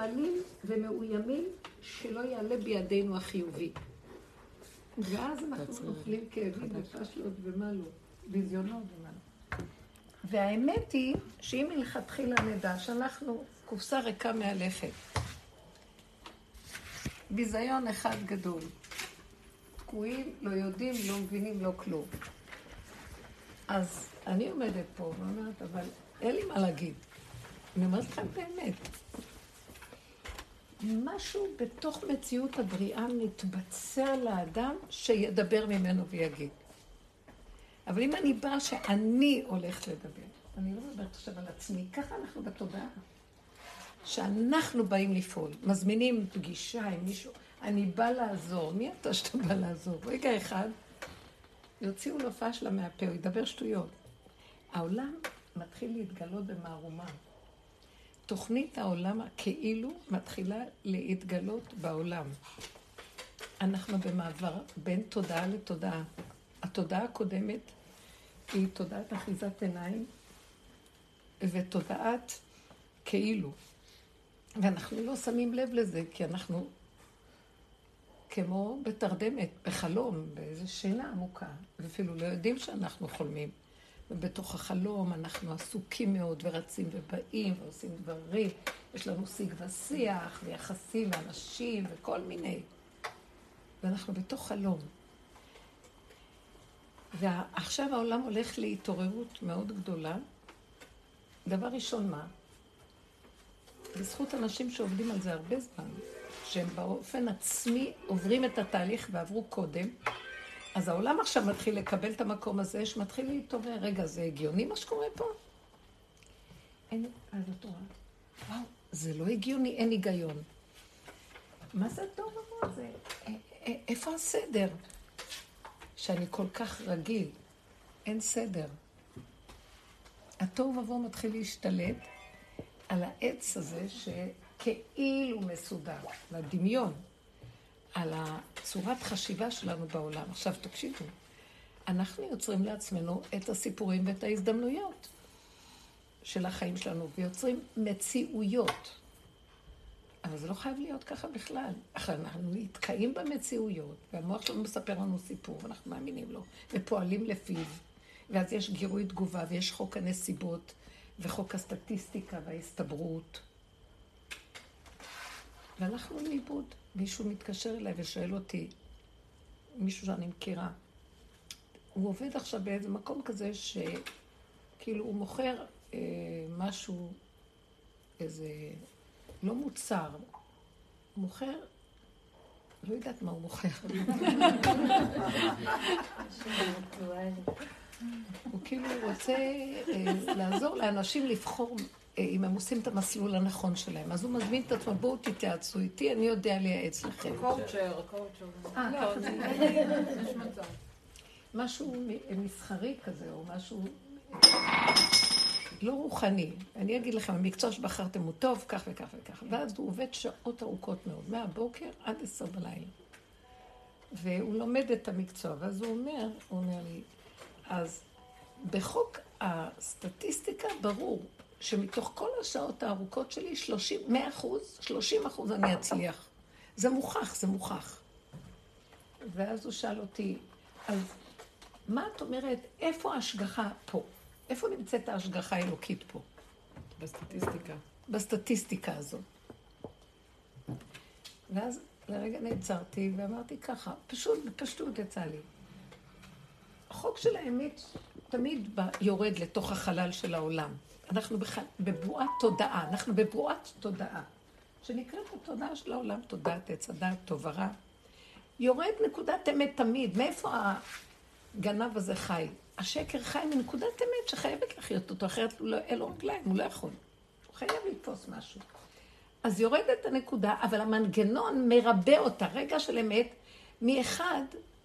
פועלים ומאוימים שלא יעלה בידינו החיובי. ואז אנחנו נופלים כאבים ופשלות ומה לא, ביזיונות ומה לא. והאמת היא שאם מלכתחילה נדע שאנחנו קופסה ריקה מהלכת, ביזיון אחד גדול, תקועים, לא יודעים, לא מבינים, לא כלום. אז אני עומדת פה ואומרת, אבל אין לי מה להגיד. אני אומרת לכם באמת. משהו בתוך מציאות הבריאה מתבצע לאדם שידבר ממנו ויגיד. אבל אם אני באה שאני הולכת לדבר, אני לא מדברת עכשיו על עצמי, ככה אנחנו בתודעה. שאנחנו באים לפעול, מזמינים פגישה עם מישהו, אני בא לעזור. מי אתה שאתה בא לעזור? רגע אחד, יוציאו לו פשלה מהפה, הוא ידבר שטויות. העולם מתחיל להתגלות במערומה. תוכנית העולם כאילו מתחילה להתגלות בעולם. אנחנו במעבר בין תודעה לתודעה. התודעה הקודמת היא תודעת אחיזת עיניים ותודעת כאילו. ואנחנו לא שמים לב לזה, כי אנחנו כמו בתרדמת, בחלום, באיזו שינה עמוקה, ואפילו לא יודעים שאנחנו חולמים. ובתוך החלום אנחנו עסוקים מאוד ורצים ובאים ועושים דברים. יש לנו שיג ושיח ויחסים ואנשים וכל מיני. ואנחנו בתוך חלום. ועכשיו העולם הולך להתעוררות מאוד גדולה. דבר ראשון מה? בזכות אנשים שעובדים על זה הרבה זמן, שהם באופן עצמי עוברים את התהליך ועברו קודם, אז העולם עכשיו מתחיל לקבל את המקום הזה, שמתחיל להתעורר. רגע, זה הגיוני מה שקורה פה? אין, אז את רואה, וואו, זה לא הגיוני, אין היגיון. מה זה טוב הזה? איפה הסדר? שאני כל כך רגיל, אין סדר. התוהו ובוהו מתחיל להשתלט על העץ הזה שכאילו מסודר, לדמיון, על הצורת חשיבה שלנו בעולם. עכשיו תקשיבו, אנחנו יוצרים לעצמנו את הסיפורים ואת ההזדמנויות של החיים שלנו, ויוצרים מציאויות. אבל זה לא חייב להיות ככה בכלל. אחרי אנחנו נתקעים במציאויות, והמוח שלנו מספר לנו סיפור, ואנחנו מאמינים לו, ופועלים לפיו. ואז יש גירוי תגובה, ויש חוק הנסיבות, וחוק הסטטיסטיקה וההסתברות. והלכנו לאיבוד. מישהו מתקשר אליי ושואל אותי, מישהו שאני מכירה, הוא עובד עכשיו באיזה מקום כזה שכאילו הוא מוכר משהו, איזה, לא מוצר, הוא מוכר, לא יודעת מה הוא מוכר. הוא כאילו רוצה לעזור לאנשים לבחור אם הם עושים את המסלול הנכון שלהם. אז הוא מזמין את עצמו, בואו תתייעצו איתי, אני יודע לייעץ לכם. קואוצ'ר. משהו מסחרי כזה, או משהו לא רוחני. אני אגיד לכם, המקצוע שבחרתם הוא טוב, כך וכך וכך. ואז הוא עובד שעות ארוכות מאוד, מהבוקר עד 10 בלילה. והוא לומד את המקצוע, ואז הוא אומר לי, אז בחוק הסטטיסטיקה ברור, שמתוך כל השעות הארוכות שלי, 30% אני אצליח. זה מוכח. ואז הוא שאל אותי, אז מה את אומרת, איפה ההשגחה פה? איפה נמצאת ההשגחה האלוקית פה? בסטטיסטיקה הזאת. ואז לרגע נעצרתי ואמרתי ככה, פשטות יצא לי. החוק של האמת תמיד יורד לתוך החלל של העולם. אנחנו בבועת תודעה, שנקראת התודעה של העולם, תודעת עץ הדעת, טוב ורע. יורד נקודת אמת תמיד, מאיפה הגנב הזה חי? השקר חי מנקודת אמת שחייבת לחיות אותו, אחרת אין לו רגליים, הוא לא יכול. הוא חייב לתפוס משהו. אז יורדת הנקודה, אבל המנגנון מרבה אותה, רגע של אמת, מאחד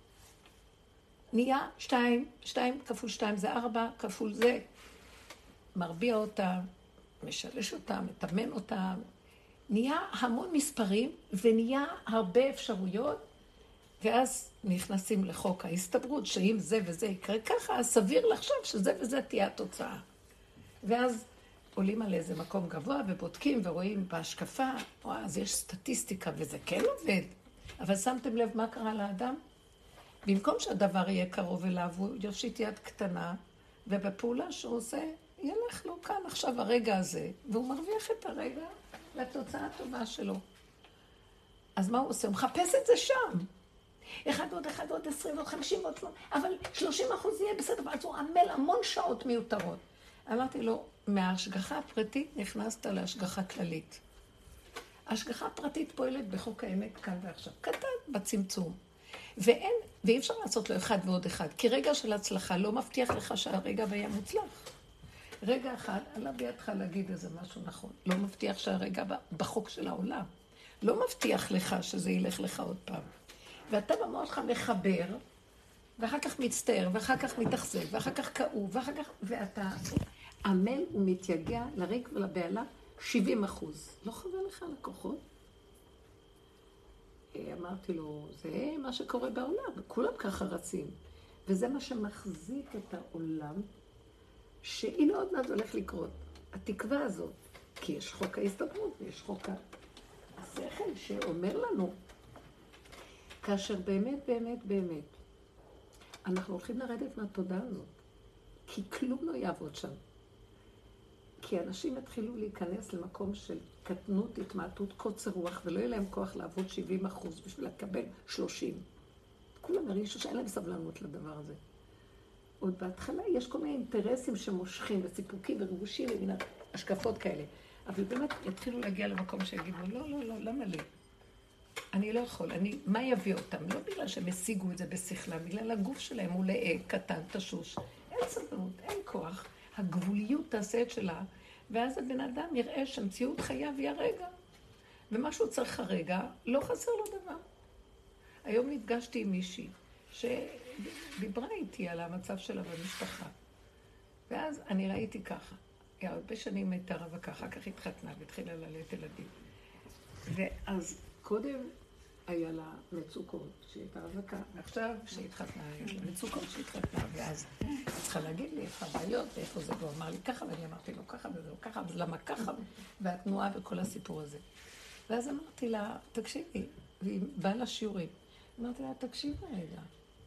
נהיה 2 כפול 2 זה 4, כפול זה, מרביע אותה, משלש אותה, מתאמן אותה, נהיה המון מספרים ונהיה הרבה אפשרויות, ואז נכנסים לחוק ההסתברות, שאם זה וזה יקרה ככה, אז סביר לחשוב שזה וזה תהיה התוצאה. ואז עולים על איזה מקום גבוה ובודקים ורואים בהשקפה, אז יש סטטיסטיקה וזה כן עובד. אבל שמתם לב מה קרה לאדם? במקום שהדבר יהיה קרוב אליו, הוא יושיט יד קטנה, ובפעולה שהוא עושה, ילך לו כאן עכשיו הרגע הזה, והוא מרוויח את הרגע לתוצאה הטובה שלו. אז מה הוא עושה? הוא מחפש את זה שם. 1 ועוד 1 ועוד 20 ועוד 50 ועוד 80, אבל 30% יהיה בסדר, אז הוא עמל המון שעות מיותרות. אמרתי לו, מההשגחה הפרטית נכנסת להשגחה כללית. ההשגחה הפרטית פועלת בחוק האמת כאן ועכשיו. קטן בצמצום. ואי אפשר לעשות לו 1 ועוד 1, כי רגע של הצלחה לא מבטיח לך שהרגע היה מוצלח. רגע אחד, עלה בידך להגיד איזה משהו נכון. לא מבטיח שהרגע בחוק של העולם. לא מבטיח לך שזה ילך לך עוד פעם. ואתה במוח שלך מחבר, ואחר כך מצטער, ואחר כך מתאכזב, ואחר כך כאוב, ואחר כך... ואתה עמל ומתייגע לריק ולבעלה 70%. לא חבר לך לקוחות? אמרתי לו, זה מה שקורה בעולם, כולם ככה רצים. וזה מה שמחזיק את העולם, שהנה עוד מעט הולך לקרות. התקווה הזאת, כי יש חוק ההסתברות ויש חוק השכל שאומר לנו, כאשר באמת, באמת, באמת, אנחנו הולכים לרדת מהתודעה הזאת, כי כלום לא יעבוד שם. כי אנשים התחילו להיכנס למקום של קטנות, התמעטות, קוצר רוח, ולא יהיה להם כוח לעבוד 70% בשביל לקבל 30. כולם הרגישו שאין להם סבלנות לדבר הזה. עוד בהתחלה יש כל מיני אינטרסים שמושכים וסיפוקים ורגושים ומן השקפות כאלה. אבל באמת יתחילו להגיע למקום שיגידו, לא, לא, לא, למה לי? אני לא יכול, מה יביא אותם? לא בגלל שהם השיגו את זה בשכלם, בגלל הגוף שלהם הוא לאה, קטן, תשוש. אין סבלנות, אין כוח. הגבוליות תעשה את שלה, ואז הבן אדם יראה שהמציאות חייב היא הרגע. ומה שהוא צריך הרגע, לא חסר לו דבר. היום נפגשתי עם מישהי שדיברה איתי על המצב שלה במשפחה. ואז אני ראיתי ככה. היא הרבה שנים הייתה רווקה, אחר כך התחתנה והתחילה ללדת ילדים. ואז קודם היה לה מצוקות שהייתה רווקה, ועכשיו שהתחתנה, יש לה מצוקות שהתחתנה, ואז היא צריכה להגיד לי איפה הבעיות ואיפה זה, והוא אמר לי ככה, ואני אמרתי לו ככה וזה לא ככה, ולמה ככה, והתנועה וכל הסיפור הזה. ואז אמרתי לה, תקשיבי, והיא באה לשיעורים, אמרתי לה, תקשיבי רגע,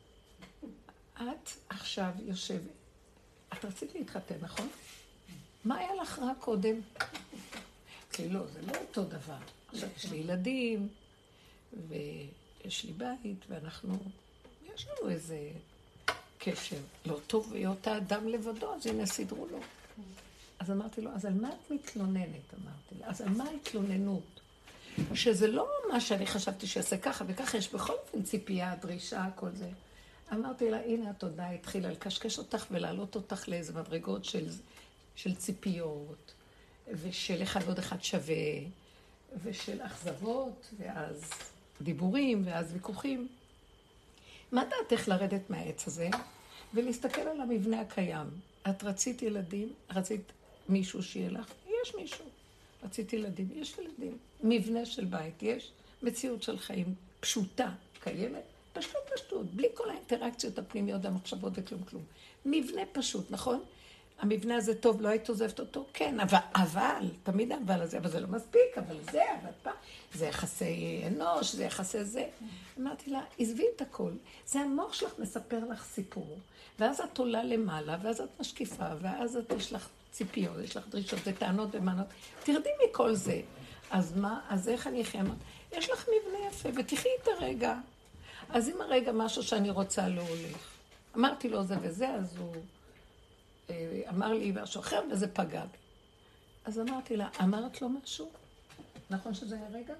את עכשיו יושבת, את רצית להתחתן, נכון? מה היה לך רע קודם? כי לא, זה לא אותו דבר. עכשיו יש לי ילדים, ויש לי בית, ואנחנו, יש לנו איזה קשר לא טוב, להיות האדם לבדו, אז הנה סידרו לו. אז אמרתי לו, אז על מה את מתלוננת? אמרתי לה, אז על מה ההתלוננות? שזה לא מה שאני חשבתי שיעשה ככה, וככה יש בכל אופן ציפייה, דרישה, כל זה. אמרתי לה, הנה התודעה התחילה לקשקש אותך ולהעלות אותך לאיזה מדרגות של ציפיות, ושל 1 ועוד 1 שווה, ושל אכזבות, ואז דיבורים, ואז ויכוחים. מה דעתך לרדת מהעץ הזה? ולהסתכל על המבנה הקיים. את רצית ילדים? רצית מישהו שיהיה לך? יש מישהו. רצית ילדים? יש ילדים. מבנה של בית יש. מציאות של חיים פשוטה, קיימת. פשוט, בלי כל האינטראקציות הפנימיות והמחשבות וכלום כלום. מבנה פשוט, נכון? המבנה הזה טוב, לא היית עוזבת אותו? כן, אבל, תמיד אבל הזה, אבל זה לא מספיק, אבל זה, אבל פעם, זה יחסי אנוש, זה יחסי זה. אמרתי לה, עזבי את הכל, זה המוח שלך מספר לך סיפור, ואז את עולה למעלה, ואז את משקיפה, ואז יש לך ציפיות, יש לך דרישות, זה טענות ומענות, תרדי מכל זה. אז מה, אז איך אני אחיה? יש לך מבנה יפה, ותחי את הרגע. אז אם הרגע משהו שאני רוצה לא הולך. אמרתי לו זה וזה, אז הוא אמר לי משהו אחר, וזה פגע בי. אז אמרתי לה, אמרת לו משהו? נכון שזה היה רגע?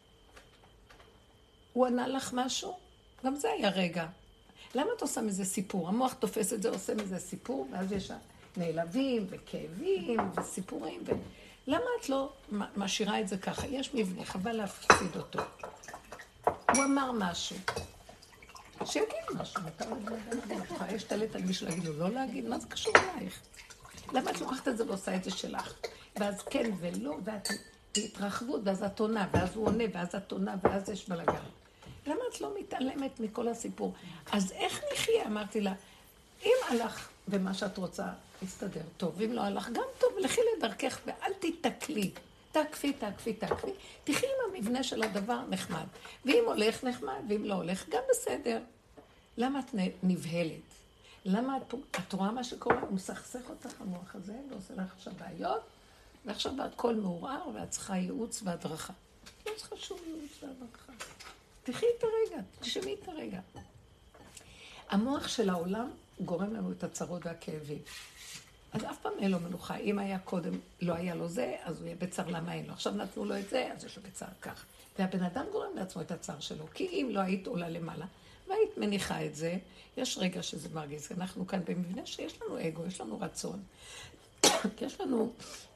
הוא ענה לך משהו? גם זה היה רגע. למה את עושה מזה סיפור? המוח תופס את זה, עושה מזה סיפור, ואז יש נעלבים וכאבים וסיפורים. למה את לא משאירה את זה ככה? יש מבנה, חבל להפסיד אותו. הוא אמר משהו. שיגיד משהו, יש תלת על מישהו להגיד לו, לא להגיד, מה זה קשור אלייך? למה את לוקחת את זה ועושה את זה שלך? ואז כן ולא, ואת התרחבות, ואז את עונה, ואז הוא עונה, ואז את עונה, ואז יש בלגן. למה את לא מתעלמת מכל הסיפור? אז איך נחיה? אמרתי לה, אם הלך ומה שאת רוצה יסתדר טוב. ואם לא הלך גם טוב, לכי לדרכך ואל תתקלי. תעקפי. תחי עם המבנה של הדבר נחמד. ואם הולך נחמד, ואם לא הולך גם בסדר. למה את נבהלת? למה את רואה מה שקורה? הוא מסכסך אותך המוח הזה, ועושה לך עכשיו בעיות, ועכשיו הכל מעורער, ואת צריכה ייעוץ והדרכה. לא צריכה שום ייעוץ והדרכה. תחי את הרגע, תשמעי את הרגע. המוח של העולם גורם לנו את הצרות והכאבים. אז אף פעם אין לו מנוחה. אם היה קודם, לא היה לו זה, אז הוא יהיה בצער, למה אין לו? עכשיו נתנו לו את זה, אז יש לו בצער כך. והבן אדם גורם לעצמו את הצער שלו. כי אם לא היית עולה למעלה, והיית מניחה את זה, יש רגע שזה מרגיז. אנחנו כאן במבנה שיש לנו אגו, יש לנו רצון. כי יש לנו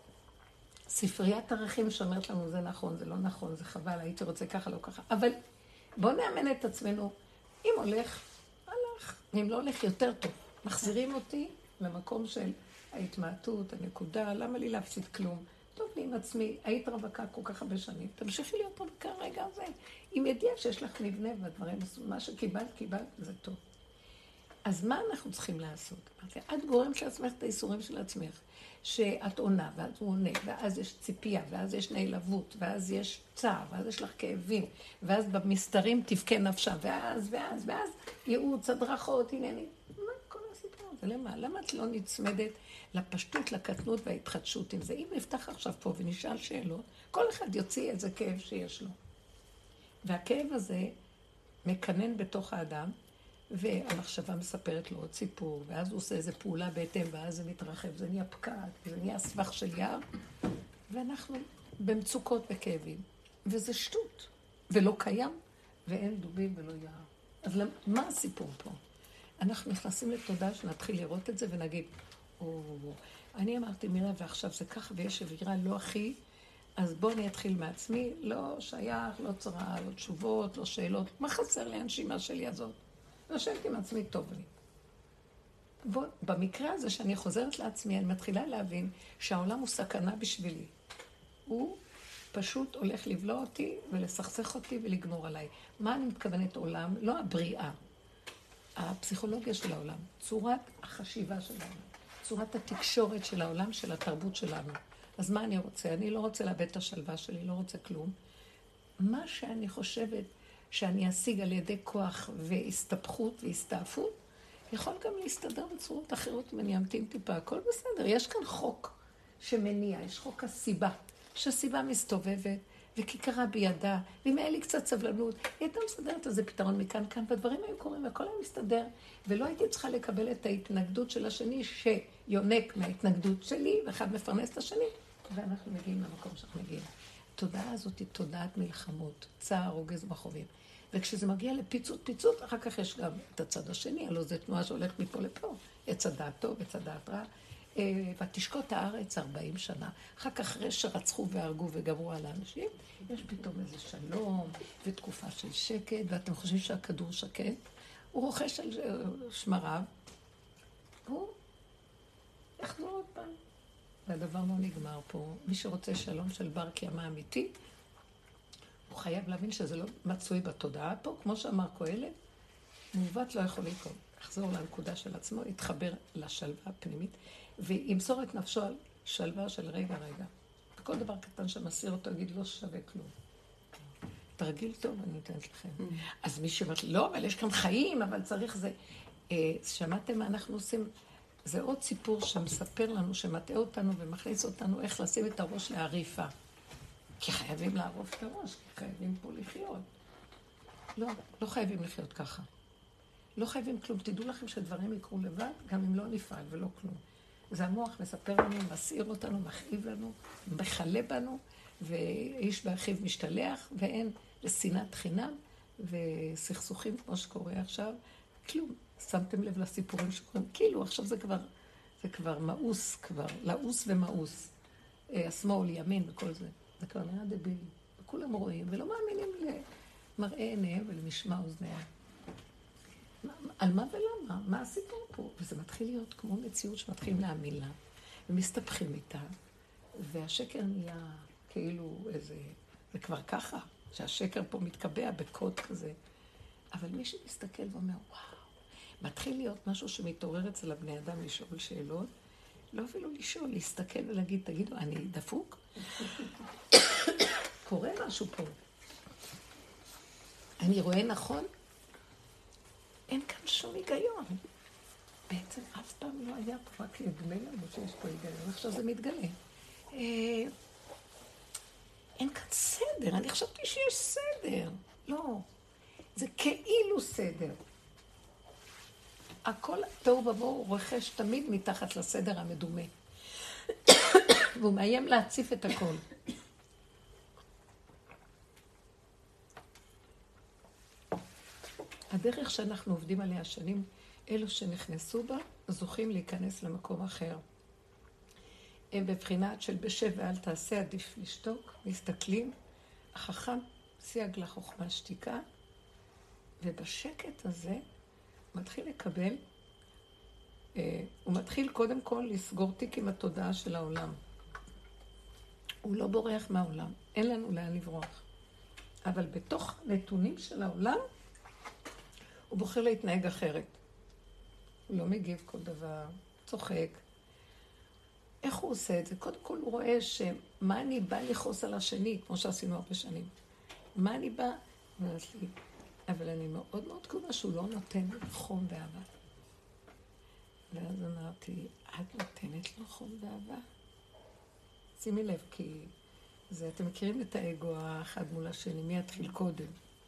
ספריית ערכים שאומרת לנו, זה נכון, זה לא נכון, זה חבל, הייתי רוצה ככה, לא ככה. אבל בואו נאמן את עצמנו, אם הולך, הלך. אם לא הולך, יותר טוב. מחזירים אותי למקום של ההתמעטות, הנקודה, למה לי להפסיד כלום? טוב לי עם עצמי, היית רווקה כל כך הרבה שנים, תמשיכי להיות רווקה רגע הזה. עם ידיעה שיש לך מבנה והדברים, מה שקיבלת, זה טוב. אז מה אנחנו צריכים לעשות? את גורם לעצמך את האיסורים של עצמך, שאת עונה, ואז הוא עונה, ואז יש ציפייה, ואז יש נעלבות, ואז יש צער, ואז יש לך כאבים, ואז במסתרים תבכה נפשה, ואז ייעוץ, הדרכות, עניינים. מה כל הסיפור הזה? למה את לא נצמדת לפשטות, לקטנות וההתחדשות עם זה? אם נפתח עכשיו פה ונשאל שאלות, כל אחד יוציא איזה כאב שיש לו. והכאב הזה מקנן בתוך האדם, והמחשבה מספרת לו עוד סיפור, ואז הוא עושה איזו פעולה בהתאם, ואז זה מתרחב, זה נהיה פקעת, זה נהיה סבך של יער, ואנחנו במצוקות וכאבים. וזה שטות, ולא קיים, ואין דובים ולא יער. אז מה הסיפור פה? אנחנו נכנסים לתודעה שנתחיל לראות את זה ונגיד, אני אמרתי מירה ועכשיו זה ככה, ויש אווירה לא הכי, אז בואו אני אתחיל מעצמי, לא שייך, לא צרה, לא תשובות, לא שאלות, מה חסר לי הנשימה שלי הזאת? לשבת עם עצמי טוב לי. במקרה הזה שאני חוזרת לעצמי, אני מתחילה להבין שהעולם הוא סכנה בשבילי. הוא פשוט הולך לבלוע אותי ולסכסך אותי ולגמור עליי. מה אני מתכוונת עולם? לא הבריאה. הפסיכולוגיה של העולם, צורת החשיבה של העולם, צורת התקשורת של העולם, של התרבות שלנו. אז מה אני רוצה? אני לא רוצה לאבד את השלווה שלי, לא רוצה כלום. מה שאני חושבת שאני אשיג על ידי כוח והסתבכות והסתעפות, יכול גם להסתדר בצורות אחרות אם אני אמתין טיפה. הכל בסדר, יש כאן חוק שמניע, יש חוק הסיבה, שהסיבה מסתובבת וכיכרה בידה, ואם היה לי קצת סבלנות, היא הייתה מסתדרת איזה פתרון מכאן כאן, והדברים היו קורים, הכל היה מסתדר, ולא הייתי צריכה לקבל את ההתנגדות של השני שיונק מההתנגדות שלי, ואחד מפרנס את השני, ואנחנו מגיעים למקום שאנחנו מגיעים. התודעה הזאת היא תודעת מלחמות, צער, רוגז בחובים. וכשזה מגיע לפיצות, אחר כך יש גם את הצד השני, הלוא זו תנועה שהולכת מפה לפה, עץ הדעת טוב, עץ הדעת רע, ותשקוט הארץ 40 שנה. אחר כך אחרי שרצחו והרגו וגמרו על האנשים, יש פתאום איזה שלום ותקופה של שקט, ואתם חושבים שהכדור שקט, הוא רוכש על שמריו, והוא יחזור עוד פעם. והדבר לא נגמר פה. מי שרוצה שלום של בר קיימא אמיתי, הוא חייב להבין שזה לא מצוי בתודעה פה, כמו שאמר קהלת, מעוות לא יכול לקום. יחזור לנקודה של עצמו, יתחבר לשלווה הפנימית, וימסור את נפשו על שלווה של רגע. כל דבר קטן שמסיר אותו, יגיד לא שווה כלום. תרגיל טוב, אני נותנת לכם. אז מי שאומר, לא, אבל יש כאן חיים, אבל צריך זה. שמעתם מה אנחנו עושים? זה עוד סיפור שמספר לנו, שמטעה אותנו ומכניס אותנו איך לשים את הראש לעריפה. כי חייבים לערוף את הראש, כי חייבים פה לחיות. לא חייבים לחיות ככה. לא חייבים כלום. תדעו לכם שדברים יקרו לבד, גם אם לא נפעל ולא כלום. זה המוח מספר לנו, מסעיר אותנו, מכאיב לנו, מחלה בנו, ואיש באחיו משתלח, ואין לשנאת חינם, וסכסוכים כמו שקורה עכשיו. כלום. שמתם לב לסיפורים שקורים. כאילו, עכשיו זה כבר מאוס, לעוס ומאוס. השמאל, ימין וכל זה. זה כבר נראה דבילי. וכולם רואים, ולא מאמינים למראה עיניהם ולמשמע אוזניהם. על מה ולמה? מה הסיפור פה? וזה מתחיל להיות כמו מציאות שמתחילים להאמין לה, ומסתבכים איתה, והשקר נהיה כאילו איזה, זה כבר ככה, שהשקר פה מתקבע בקוד כזה. אבל מי שמסתכל ואומר, וואו, מתחיל להיות משהו שמתעורר אצל הבני אדם לשאול שאלות, לא אפילו לשאול, להסתכל ולהגיד, תגידו, אני דפוק? קורה משהו פה. אני רואה נכון? אין כאן שום היגיון. בעצם אף פעם לא היה פה, רק נדמה לנו שיש פה היגיון, עכשיו זה מתגלה. אין כאן סדר, אני חשבתי שיש סדר. לא, זה כאילו סדר. הכל תוהו ובוהו רוכש תמיד מתחת לסדר המדומה. והוא מאיים להציף את הכל. הדרך שאנחנו עובדים עליה שנים, אלו שנכנסו בה, זוכים להיכנס למקום אחר. הם בבחינת של בשב ואל תעשה, עדיף לשתוק, מסתכלים, החכם סייג לחוכמה שתיקה, ובשקט הזה מתחיל לקבל, הוא מתחיל קודם כל לסגור תיק עם התודעה של העולם. הוא לא בורח מהעולם, אין לנו לאן לברוח. אבל בתוך נתונים של העולם, הוא בוחר להתנהג אחרת. הוא לא מגיב כל דבר, צוחק. איך הוא עושה את זה? קודם כל הוא רואה שמה אני בא לכעוס על השני, כמו שעשינו הרבה שנים. מה אני בא? אבל אני מאוד מאוד קרובה שהוא לא נותן לי חום ואהבה. ואז אמרתי, את נותנת לו חום ואהבה? שימי לב, כי זה, אתם מכירים את האגו האחד מול השני, מי יתחיל קודם?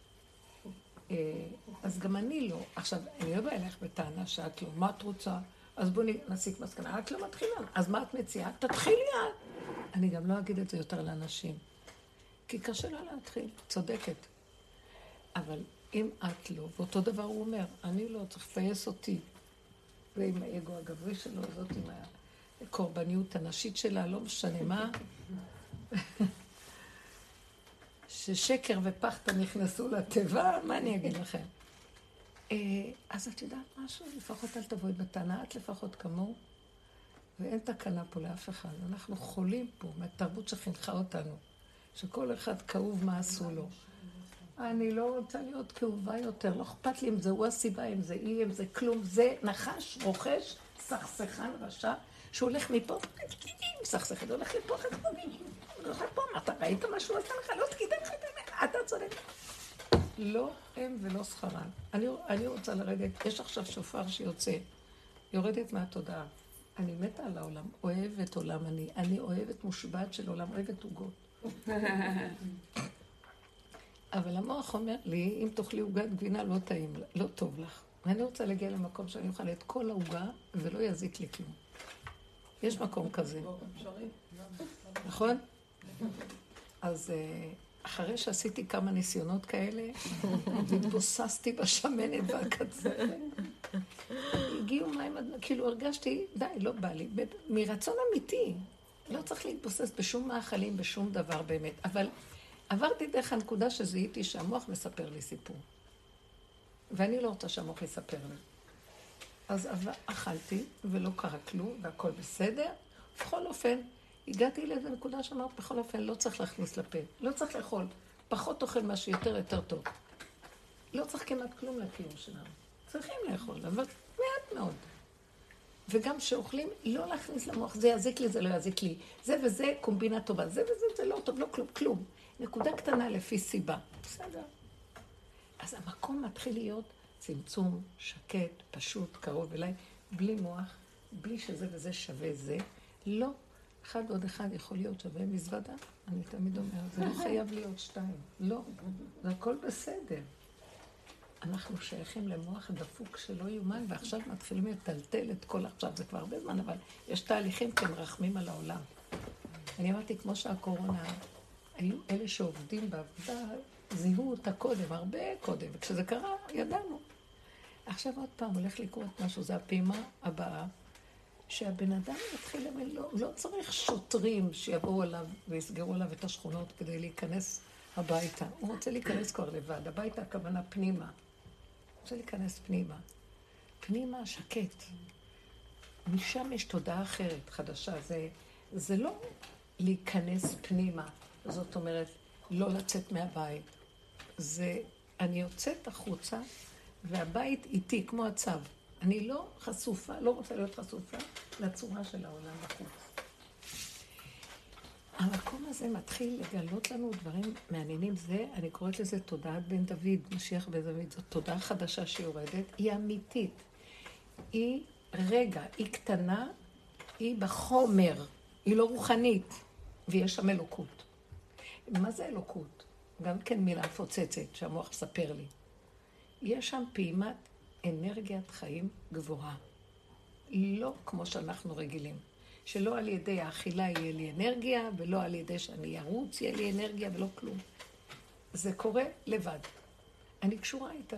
אז גם אני לא. עכשיו, אני לא באה אליך בטענה שאת לא. מה את רוצה? אז בואי נסיק מסקנה. את לא מתחילה. אז מה את מציעה? תתחילי את. אני גם לא אגיד את זה יותר לאנשים. כי קשה לה להתחיל. צודקת. אבל אם את לא, ואותו דבר הוא אומר, אני לא צריך לפייס אותי. ועם האגו הגברי שלו, זאת עם הקורבניות הנשית שלה, לא משנה מה. ששקר ופחתה נכנסו לתיבה, מה אני אגיד לכם? אז את יודעת משהו? לפחות אל תבואי בטענה, את לפחות כמוהו, ואין תקנה פה לאף אחד. אנחנו חולים פה מהתרבות שחינכה אותנו, שכל אחד כאוב מה עשו לו. אני לא רוצה להיות כאובה יותר, לא אכפת לי אם זה הוא הסיבה, אם זה אי, אם זה כלום, זה נחש, רוכש, סכסכן רשע, שהולך מפה, סכסכן, הולך לפה, הולך לפה, מה אתה ראית משהו עשה לך? לא תגידי לך, אתה צודק. לא הם ולא שכרן. אני רוצה לרדת, יש עכשיו שופר שיוצא, יורדת מהתודעה. אני מתה על העולם, אוהבת עולם אני אוהבת מושבעת של עולם, אוהבת עוגות. אבל המוח אומר לי, אם תאכלי עוגת גבינה לא טעים, לא טוב לך. ואני רוצה להגיע למקום שאני אוכל את כל העוגה ולא יזיק לי כלום. יש מקום כזה. נכון? אז אחרי שעשיתי כמה ניסיונות כאלה, והתבוססתי בשמנת והקצה. הגיעו מים, כאילו הרגשתי, די, לא בא לי. מרצון אמיתי, לא צריך להתבוסס בשום מאכלים, בשום דבר באמת. אבל עברתי דרך הנקודה שזיהיתי שהמוח מספר לי סיפור. ואני לא רוצה שהמוח יספר לי. אז אכלתי ולא קרה כלום, והכל בסדר. בכל אופן, הגעתי לאיזו נקודה שאמרת, בכל אופן, לא צריך להכניס לפה. לא צריך לאכול. פחות אוכל מה שיותר, יותר טוב. לא צריך כמעט כלום לקיום שלנו. צריכים לאכול, אבל מעט מאוד. וגם שאוכלים, לא להכניס למוח. זה יזיק לי, זה לא יזיק לי. זה וזה קומבינה טובה. זה וזה, זה לא טוב, לא כלום, כלום. נקודה קטנה לפי סיבה. בסדר. אז המקום מתחיל להיות צמצום, שקט, פשוט, קרוב אליי, בלי מוח, בלי שזה וזה שווה זה. לא. אחד עוד אחד יכול להיות שווה מזוודה. אני תמיד אומרת, זה לא חייב להיות שתיים. לא. זה הכל בסדר. אנחנו שייכים למוח דפוק שלא יומן, ועכשיו מתחילים לטלטל את כל עכשיו. זה כבר הרבה זמן, אבל יש תהליכים כאן רחמים על העולם. אני אמרתי, כמו שהקורונה, היו אלה שעובדים בעבודה, זיהו אותה קודם, הרבה קודם, וכשזה קרה, ידענו. עכשיו עוד פעם הולך לקרות משהו, זה הפעימה הבאה, שהבן אדם יתחיל לא צריך שוטרים שיבואו עליו ויסגרו עליו את השכונות כדי להיכנס הביתה. הוא רוצה להיכנס כבר לבד, הביתה הכוונה פנימה. הוא רוצה להיכנס פנימה. פנימה שקט. משם יש תודעה אחרת, חדשה. זה לא להיכנס פנימה. זאת אומרת, לא לצאת מהבית. זה, אני יוצאת החוצה, והבית איתי, כמו הצו. אני לא חשופה, לא רוצה להיות חשופה לצורה של העולם בחוץ. המקום הזה מתחיל לגלות לנו דברים מעניינים. זה, אני קוראת לזה תודעת בן דוד, משיח בן דוד. זו תודעה חדשה שיורדת, היא אמיתית. היא רגע, היא קטנה, היא בחומר, היא לא רוחנית, ויש שם אלוקות. מה זה אלוקות? גם כן מילה מפוצצת שהמוח מספר לי. יש שם פעימת אנרגיית חיים גבוהה. לא כמו שאנחנו רגילים. שלא על ידי האכילה יהיה לי אנרגיה, ולא על ידי שאני ארוץ יהיה לי אנרגיה, ולא כלום. זה קורה לבד. אני קשורה איתה.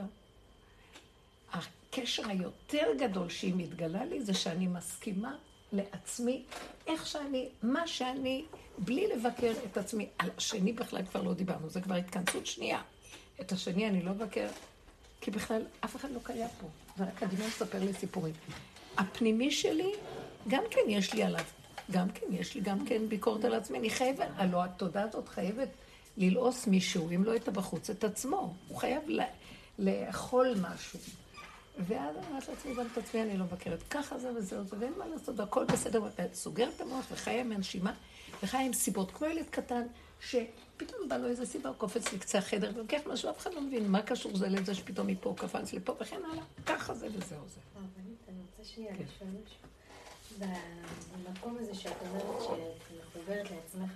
הקשר היותר גדול שהיא מתגלה לי, זה שאני מסכימה לעצמי, איך שאני, מה שאני, בלי לבקר את עצמי. על השני בכלל כבר לא דיברנו, זה כבר התכנסות שנייה. את השני אני לא מבקר, כי בכלל אף אחד לא קיים פה. זה רק הדמיון מספר לי סיפורים. הפנימי שלי, גם כן יש לי עליו. גם כן, יש לי גם כן ביקורת על עצמי. אני חייבת, הלוא התודעה הזאת חייבת ללעוס מישהו, אם לא הייתה בחוץ, את עצמו. הוא חייב לאכול משהו. ואז אני אומרת לעצמי, גם את עצמי אני לא מבקרת. ככה זה וזהו, ואין מה לעשות, הכל בסדר. סוגר את המוח וחיה מהנשימה, וחיה עם סיבות. כמו ילד קטן, שפתאום בא לו איזה סיבה, הוא קופץ לקצה החדר, ולוקח משהו, אף אחד לא מבין מה קשור זה לזה שפתאום מפה הוא קפץ לפה, וכן הלאה. ככה זה וזהו זה. אני רוצה שנייה לשאול משהו. במקום הזה שאת אומרת שאת מחוברת לעצמך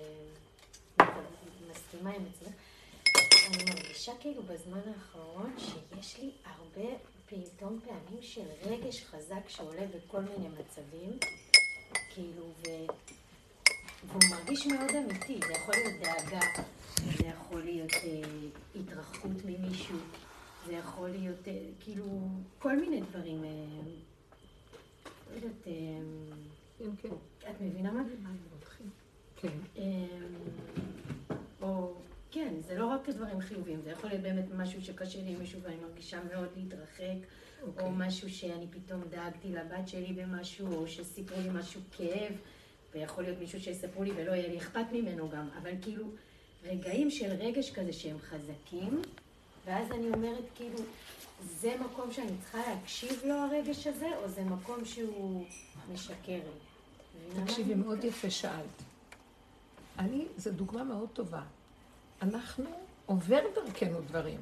ומסכימה עם עצמך, אני מרגישה כאילו בזמן האחרון שיש לי הרבה פתאום פעמים של רגש חזק שעולה בכל מיני מצבים, כאילו, והוא מרגיש מאוד אמיתי. זה יכול להיות דאגה, זה יכול להיות התרחקות ממישהו, זה יכול להיות כאילו כל מיני דברים. לא יודעת, את מבינה מה? כן. או, כן, זה לא רק דברים חיוביים, זה יכול להיות באמת משהו שקשה לי עם מישהו ואני מרגישה מאוד להתרחק, או משהו שאני פתאום דאגתי לבת שלי במשהו, או שסיפרו לי משהו כאב, ויכול להיות מישהו שיספרו לי ולא יהיה לי אכפת ממנו גם, אבל כאילו רגעים של רגש כזה שהם חזקים, ואז אני אומרת כאילו, זה מקום שאני צריכה להקשיב לו הרגש הזה, או זה מקום שהוא משקר לי? תקשיבי, מאוד יפה שאלת. זו דוגמה מאוד טובה. אנחנו עובר דרכנו דברים.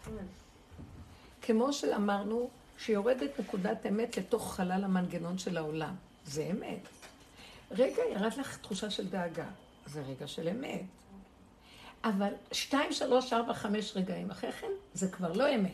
כמו שאמרנו, שיורדת נקודת אמת לתוך חלל המנגנון של העולם. זה אמת. רגע ירד לך תחושה של דאגה. זה רגע של אמת. אבל 2, 3, 4, 5 רגעים אחרי כן, זה כבר לא אמת.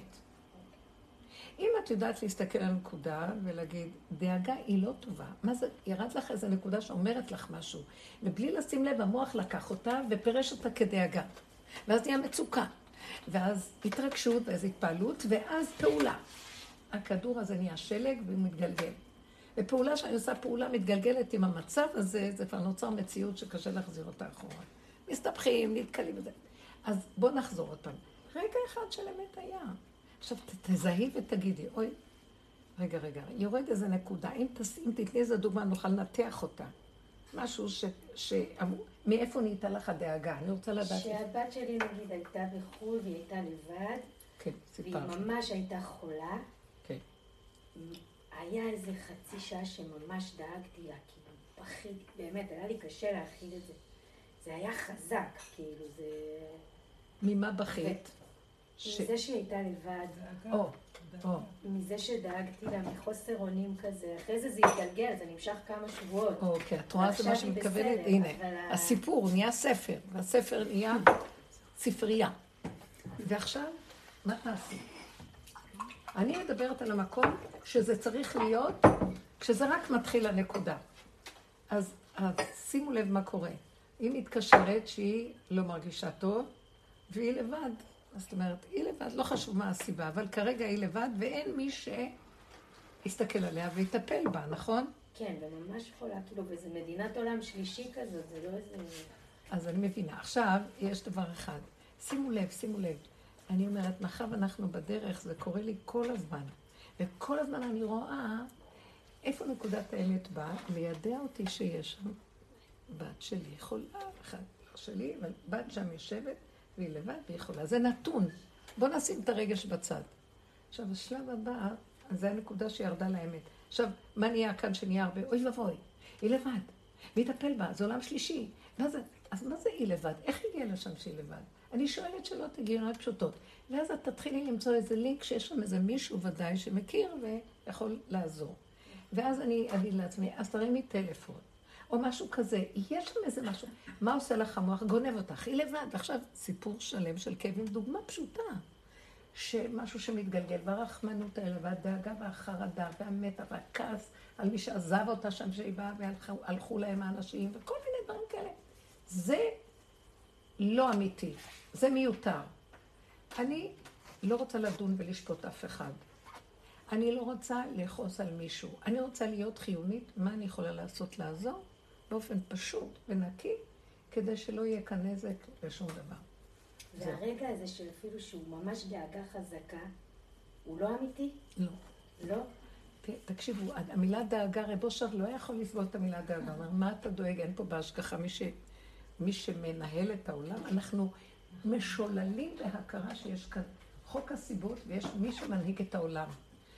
אם את יודעת להסתכל על נקודה ולהגיד, דאגה היא לא טובה. מה זה? ירד לך איזו נקודה שאומרת לך משהו. ובלי לשים לב, המוח לקח אותה ופרש אותה כדאגה. ואז נהיה מצוקה. ואז התרגשות ואז התפעלות, ואז פעולה. הכדור הזה נהיה שלג והוא מתגלגל. ופעולה שאני עושה, פעולה מתגלגלת עם המצב הזה, זה כבר נוצר מציאות שקשה להחזיר אותה אחורה. מסתבכים, נתקלים בזה. אז בוא נחזור אותם. רגע אחד של אמת היה. עכשיו תזהי ותגידי, אוי, רגע, יורד איזה נקודה, אם תתני איזה דוגמה, נוכל לנתח אותה. משהו מאיפה נהייתה לך הדאגה? אני רוצה לדעת. שהבת שלי נגיד הייתה בחו"ל והיא הייתה לבד, כן, והיא ממש הייתה חולה. כן. היה איזה חצי שעה שממש דאגתי לה, כאילו, בכיתי, באמת, היה לי קשה להכיל את זה. זה היה חזק, כאילו, זה... ממה בכית? מזה שהיא הייתה לבד. מזה שדאגתי לה מחוסר אונים כזה. אחרי זה התגלגל, זה נמשך כמה שבועות. אוקיי, את רואה זה מה שמתכוונת? הנה, הסיפור נהיה ספר, והספר נהיה ספרייה. ועכשיו, מה תעשי? אני מדברת על המקום שזה צריך להיות, כשזה רק מתחיל הנקודה. אז שימו לב מה קורה. היא מתקשרת שהיא לא מרגישה טוב, והיא לבד. זאת אומרת, היא לבד, לא חשוב מה הסיבה, אבל כרגע היא לבד, ואין מי שיסתכל עליה ויטפל בה, נכון? כן, וממש חולה, כאילו, וזה מדינת עולם שלישי כזאת, זה לא איזה... אז אני מבינה. עכשיו, יש דבר אחד. שימו לב. אני אומרת, מאחר ואנחנו בדרך, זה קורה לי כל הזמן. וכל הזמן אני רואה איפה נקודת האמת באה, לידע אותי שיש שם בת שלי חולה, אחת שלי, אבל בת שם יושבת, והיא לבד והיא חולה. זה נתון. בוא נשים את הרגש בצד. עכשיו, השלב הבא, אז זו הנקודה שירדה לאמת. עכשיו, מה נהיה כאן שנהיה הרבה? אוי ובוי, היא לבד, ויטפל בה, זה עולם שלישי. אז מה זה היא לבד? איך הגיעה לשם שהיא לבד? אני שואלת שאלות הגיוניות פשוטות. ואז את תתחילי למצוא איזה לינק שיש שם איזה מישהו ודאי שמכיר ויכול לעזור. ואז אני אגיד לעצמי, אז תרימי טלפון, או משהו כזה, יש שם איזה משהו. מה עושה לך המוח? גונב אותך, היא לבד. עכשיו, סיפור שלם של כאבים, דוגמה פשוטה. שמשהו שמתגלגל, והרחמנות האלה, והדאגה והחרדה, והמתח, והכעס על מי שעזב אותה שם שהיא באה, והלכו להם האנשים, וכל מיני דברים כאלה. זה לא אמיתי, זה מיותר. אני לא רוצה לדון ולשפוט אף אחד. אני לא רוצה לחוס על מישהו. אני רוצה להיות חיונית, מה אני יכולה לעשות לעזור? באופן פשוט ונקי, כדי שלא יהיה כאן נזק לשום דבר. והרגע הזה של אפילו שהוא ממש דאגה חזקה, הוא לא אמיתי? לא. לא? תקשיבו, המילה דאגה, רב אושר לא יכול לסבול את המילה דאגה. אומר, מה אתה דואג? אין פה בהשגחה מי שמנהל את העולם. אנחנו משוללים בהכרה שיש כאן חוק הסיבות ויש מי שמנהיג את העולם.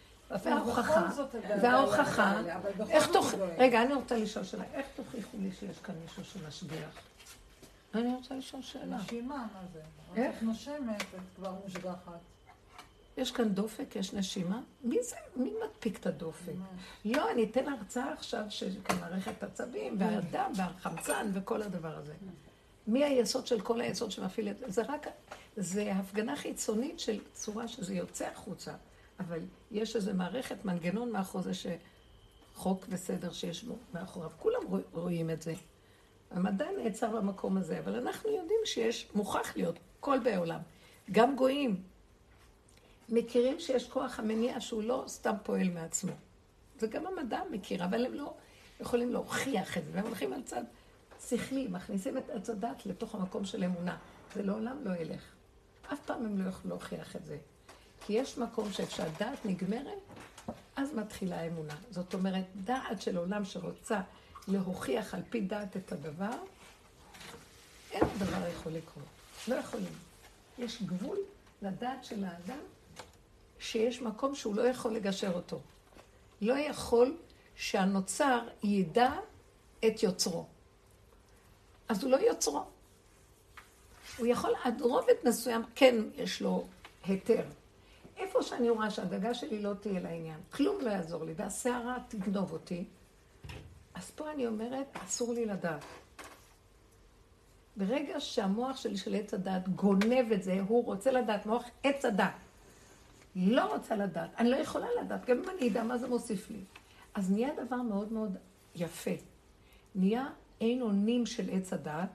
וההוכחה, רגע, אני רוצה לשאול שאלה, איך תוכיחו לי שיש כאן מישהו שמשגיח? אני רוצה לשאול שאלה. נשימה, מה זה? איך? את נושמת, את כבר מושגחת. יש כאן דופק, יש נשימה? מי זה? מי מדפיק את הדופק? לא, אני אתן הרצאה עכשיו שמערכת עצבים, והדם, והחמצן, וכל הדבר הזה. מי היסוד של כל היסוד שמפעיל את זה? זה הפגנה חיצונית של צורה שזה יוצא החוצה. אבל יש איזו מערכת, מנגנון מאחורי זה שחוק וסדר שיש מאחוריו. כולם רואים את זה. המדע נעצר במקום הזה, אבל אנחנו יודעים שיש, מוכח להיות, כל בעולם. גם גויים מכירים שיש כוח המניע שהוא לא סתם פועל מעצמו. זה גם המדע מכיר, אבל הם לא יכולים להוכיח את זה. והם הולכים על צד שכלי, מכניסים את עץ הדת לתוך המקום של אמונה. זה לעולם לא ילך. אף פעם הם לא יכולים להוכיח את זה. כי יש מקום שכשהדעת נגמרת, אז מתחילה האמונה. זאת אומרת, דעת של עולם שרוצה להוכיח על פי דעת את הדבר, אין דבר יכול לקרות. לא יכולים. יש גבול לדעת של האדם, שיש מקום שהוא לא יכול לגשר אותו. לא יכול שהנוצר ידע את יוצרו. אז הוא לא יוצרו. הוא יכול עד רובד מסוים, כן יש לו היתר. איפה שאני רואה שהדאגה שלי לא תהיה לעניין, כלום לא יעזור לי, והשערה תגנוב אותי, אז פה אני אומרת, אסור לי לדעת. ברגע שהמוח שלי של עץ הדעת גונב את זה, הוא רוצה לדעת, מוח עץ הדעת. לא רוצה לדעת, אני לא יכולה לדעת, גם אם אני אדע מה זה מוסיף לי. אז נהיה דבר מאוד מאוד יפה. נהיה אין אונים של עץ הדעת,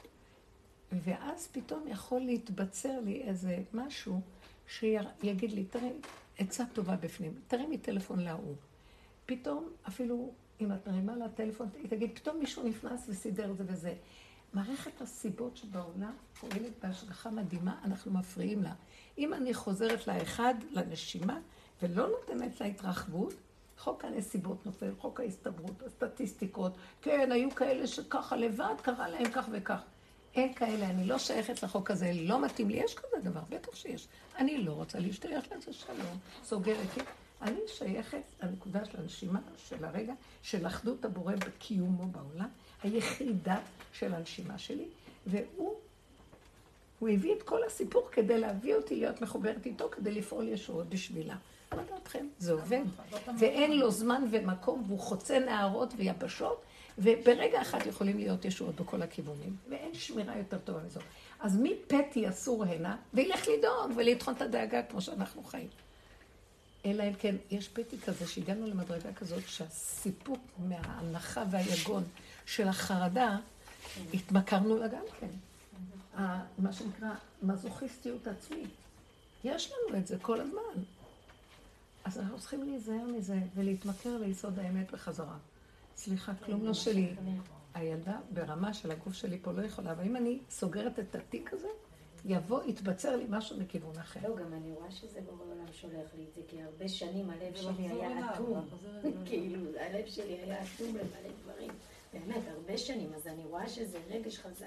ואז פתאום יכול להתבצר לי איזה משהו, שיגיד לי, תראי, עצה טובה בפנים, תראי מטלפון להוא. פתאום, אפילו אם את מרימה לה טלפון, היא תגיד, פתאום מישהו נכנס וסידר את זה וזה. מערכת הסיבות שבעולם פועלת בהשגחה מדהימה, אנחנו מפריעים לה. אם אני חוזרת לאחד, לנשימה, ולא נותנת לה התרחבות, חוק הנסיבות נופל, חוק ההסתברות, הסטטיסטיקות, כן, היו כאלה שככה לבד, קרה להם כך וכך. אין כאלה, אני לא שייכת לחוק הזה, לא מתאים לי, יש כזה דבר, בטח שיש. אני לא רוצה להשתייך לזה, שלום, סוגרת לי. אני שייכת לנקודה של הנשימה, של הרגע, של אחדות הבורא בקיומו בעולם, היחידה של הנשימה שלי, והוא הביא את כל הסיפור כדי להביא אותי להיות מחוברת איתו, כדי לפעול ישועות בשבילה. מה דעתכם? זה עובד, ואין לו זמן ומקום, והוא חוצה נערות ויבשות, וברגע אחד יכולים להיות ישועות בכל הכיוונים, ואין שמירה יותר טובה מזאת. אז מי פתי אסור הנה, וילך לדאוג ולהתחון את הדאגה כמו שאנחנו חיים. אלא אם כן, יש פתי כזה שהגענו למדרגה כזאת, שהסיפוק מההנחה והיגון של החרדה, התמכרנו לה גם כן. מה שנקרא מזוכיסטיות עצמית. יש לנו את זה כל הזמן. אז אנחנו צריכים להיזהר מזה ולהתמכר ליסוד האמת בחזרה. סליחה, כלום לא שלי. הילדה ברמה של הגוף שלי פה לא יכולה, אבל אם אני סוגרת את התיק הזה, יתבצר לי משהו מכיוון אחר. לא, גם אני רואה שזה בעולם שולח לי את זה, כי הרבה שנים הלב שלי היה אטום. כאילו, הלב שלי היה אטום למלא דברים. באמת, הרבה שנים, אז אני רואה שזה רגש חזק,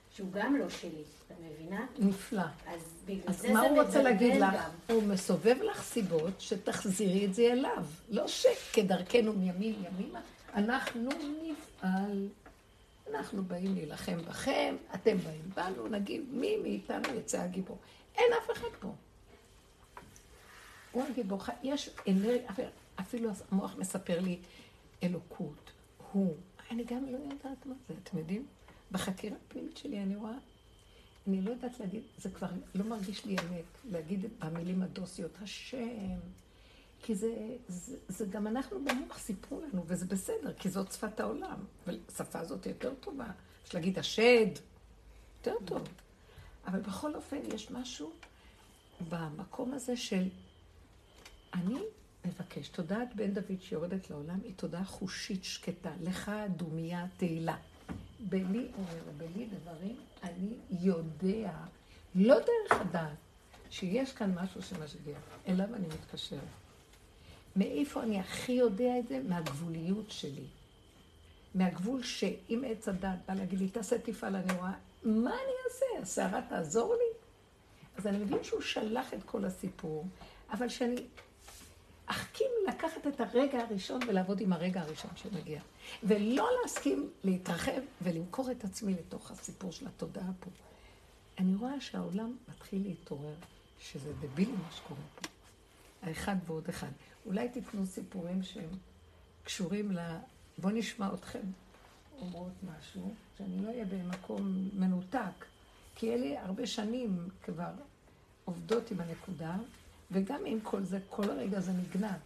שהוא גם לא שלי, את מבינה? נפלא. אז בגלל אז זה מה זה הוא רוצה להגיד מבלבל לך? גם. הוא מסובב לך סיבות שתחזירי את זה אליו. לא שכדרכנו מימין ימימה, אנחנו נפעל. אנחנו באים להילחם בכם, אתם באים בנו, נגיד מי מאיתנו יצא הגיבור. אין אף אחד פה. הוא הגיבור, יש אנרגיה, אפילו המוח מספר לי אלוקות. אני גם לא יודעת מה זה, אתם יודעים? בחקירה הפנימית שלי אני רואה, אני לא יודעת להגיד, זה כבר לא מרגיש לי אמת, להגיד במילים הדוסיות, השם, כי זה גם אנחנו במוח סיפרו לנו, וזה בסדר, כי זאת שפת העולם, והשפה הזאת יותר טובה. יש להגיד השד, יותר טוב. אבל בכל אופן יש משהו במקום הזה של, אני מבקש, תודעת בן דוד שיורדת לעולם, היא תודעה חושית שקטה, לך דומיה תהילה. בלי עורר, בלי דברים, אני יודע, לא דרך הדעת, שיש כאן משהו שמשגיע, אליו אני מתקשר. מאיפה אני הכי יודע את זה? מהגבוליות שלי. מהגבול שאם עץ הדת בא להגיד לי, תעשה תפעל, אני רואה, מה אני אעשה? השערה תעזור לי? אז אני מבין שהוא שלח את כל הסיפור, אבל שאני אחכים לקחת את הרגע הראשון ולעבוד עם הרגע הראשון שמגיע. ולא להסכים להתרחב ולמכור את עצמי לתוך הסיפור של התודעה פה. אני רואה שהעולם מתחיל להתעורר, שזה דבילי מה שקורה פה. האחד ועוד אחד. אולי תתנו סיפורים שהם קשורים בוא נשמע אתכם אומרות משהו, שאני לא אהיה במקום מנותק, כי אלה הרבה שנים כבר עובדות עם הנקודה, וגם עם כל זה, כל הרגע זה נגנב.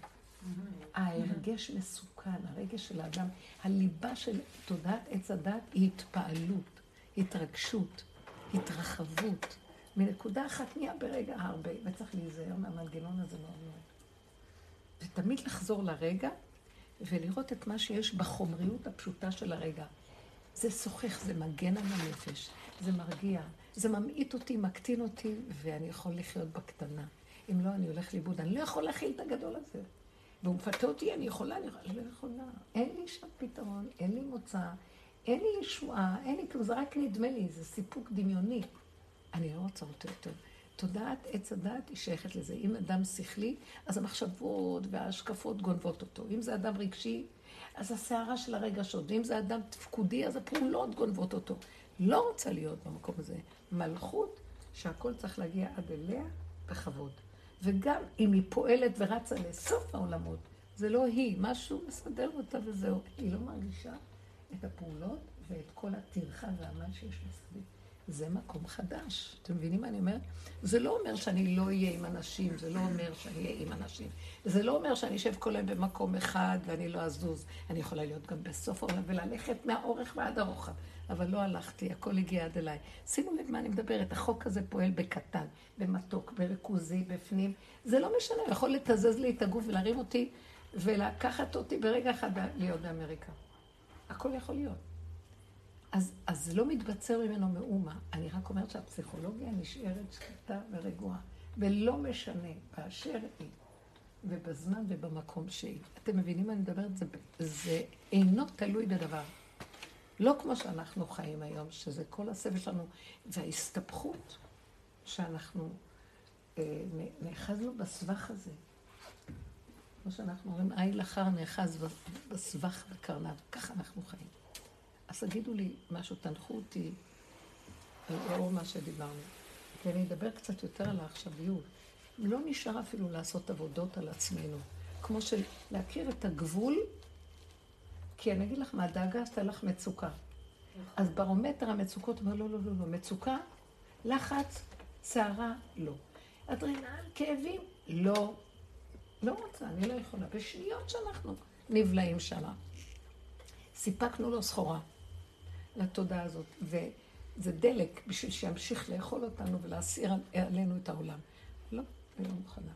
ההרגש מסוכן, הרגש של האדם, הליבה של תודעת עץ הדת היא התפעלות, התרגשות, התרחבות. מנקודה אחת נהיה ברגע הרבה, וצריך להיזהר מהמנגנון הזה מאוד מאוד. ותמיד לחזור לרגע, ולראות את מה שיש בחומריות הפשוטה של הרגע. זה שוחך, זה מגן על הנפש, זה מרגיע, זה ממעיט אותי, מקטין אותי, ואני יכול לחיות בקטנה. אם לא, אני הולך לאיבוד. אני לא יכול להכיל את הגדול הזה. והוא מפתה אותי, אני יכולה, אני לא יכולה. אין לי שם פתרון, אין לי מוצא, אין לי ישועה, אין לי כלום, זה רק נדמה לי, זה סיפוק דמיוני. אני לא רוצה אותו יותר. תודעת עץ הדעת היא שייכת לזה. אם אדם שכלי, אז המחשבות וההשקפות גונבות אותו. אם זה אדם רגשי, אז השערה של הרגשות. ואם זה אדם תפקודי, אז הפעולות גונבות אותו. לא רוצה להיות במקום הזה. מלכות שהכל צריך להגיע עד אליה בכבוד. וגם אם היא פועלת ורצה לסוף העולמות, זה לא היא, משהו מסדר אותה וזהו. היא לא מרגישה את הפעולות ואת כל הטרחה והעמל שיש מסביב. זה מקום חדש. אתם מבינים מה אני אומר? זה לא אומר שאני לא אהיה עם אנשים, זה לא אומר שאני אהיה עם אנשים. זה לא אומר שאני אשב כל היום במקום אחד ואני לא אזוז. אני יכולה להיות גם בסוף העולם וללכת מהאורך ועד הרוחב. אבל לא הלכתי, הכל הגיע עד אליי. שימו לב מה אני מדברת, החוק הזה פועל בקטן, במתוק, בריכוזי, בפנים. זה לא משנה, הוא יכול לתזז לי את הגוף ולהרים אותי ולקחת אותי ברגע אחד להיות באמריקה. הכל יכול להיות. אז לא מתבצר ממנו מאומה. אני רק אומרת שהפסיכולוגיה נשארת שקטה ורגועה. ולא משנה באשר היא, ובזמן ובמקום שהיא. אתם מבינים מה אני מדברת? זה אינו תלוי בדבר. לא כמו שאנחנו חיים היום, שזה כל הסבל שלנו, וההסתבכות שאנחנו נאחזנו בסבך הזה. כמו שאנחנו אומרים, עין לחר נאחז בסבך בקרניו. ככה אנחנו חיים. אז תגידו לי משהו, תנחו אותי לאור מה שדיברנו. כי אני אדבר קצת יותר על העכשוויות. לא נשאר אפילו לעשות עבודות על עצמנו. כמו של להכיר את הגבול, כי אני אגיד לך מה, הדאגה עשתה לך מצוקה. אז ברומטר המצוקות אומר, לא, לא, לא, לא. מצוקה, לחץ, צערה, לא. אדרנל, כאבים, לא. לא רוצה, אני לא יכולה. בשניות שאנחנו נבלעים שמה. סיפקנו לו סחורה לתודעה הזאת, וזה דלק בשביל שימשיך לאכול אותנו ולהסיר עלינו את העולם. לא, אני לא מוכנה.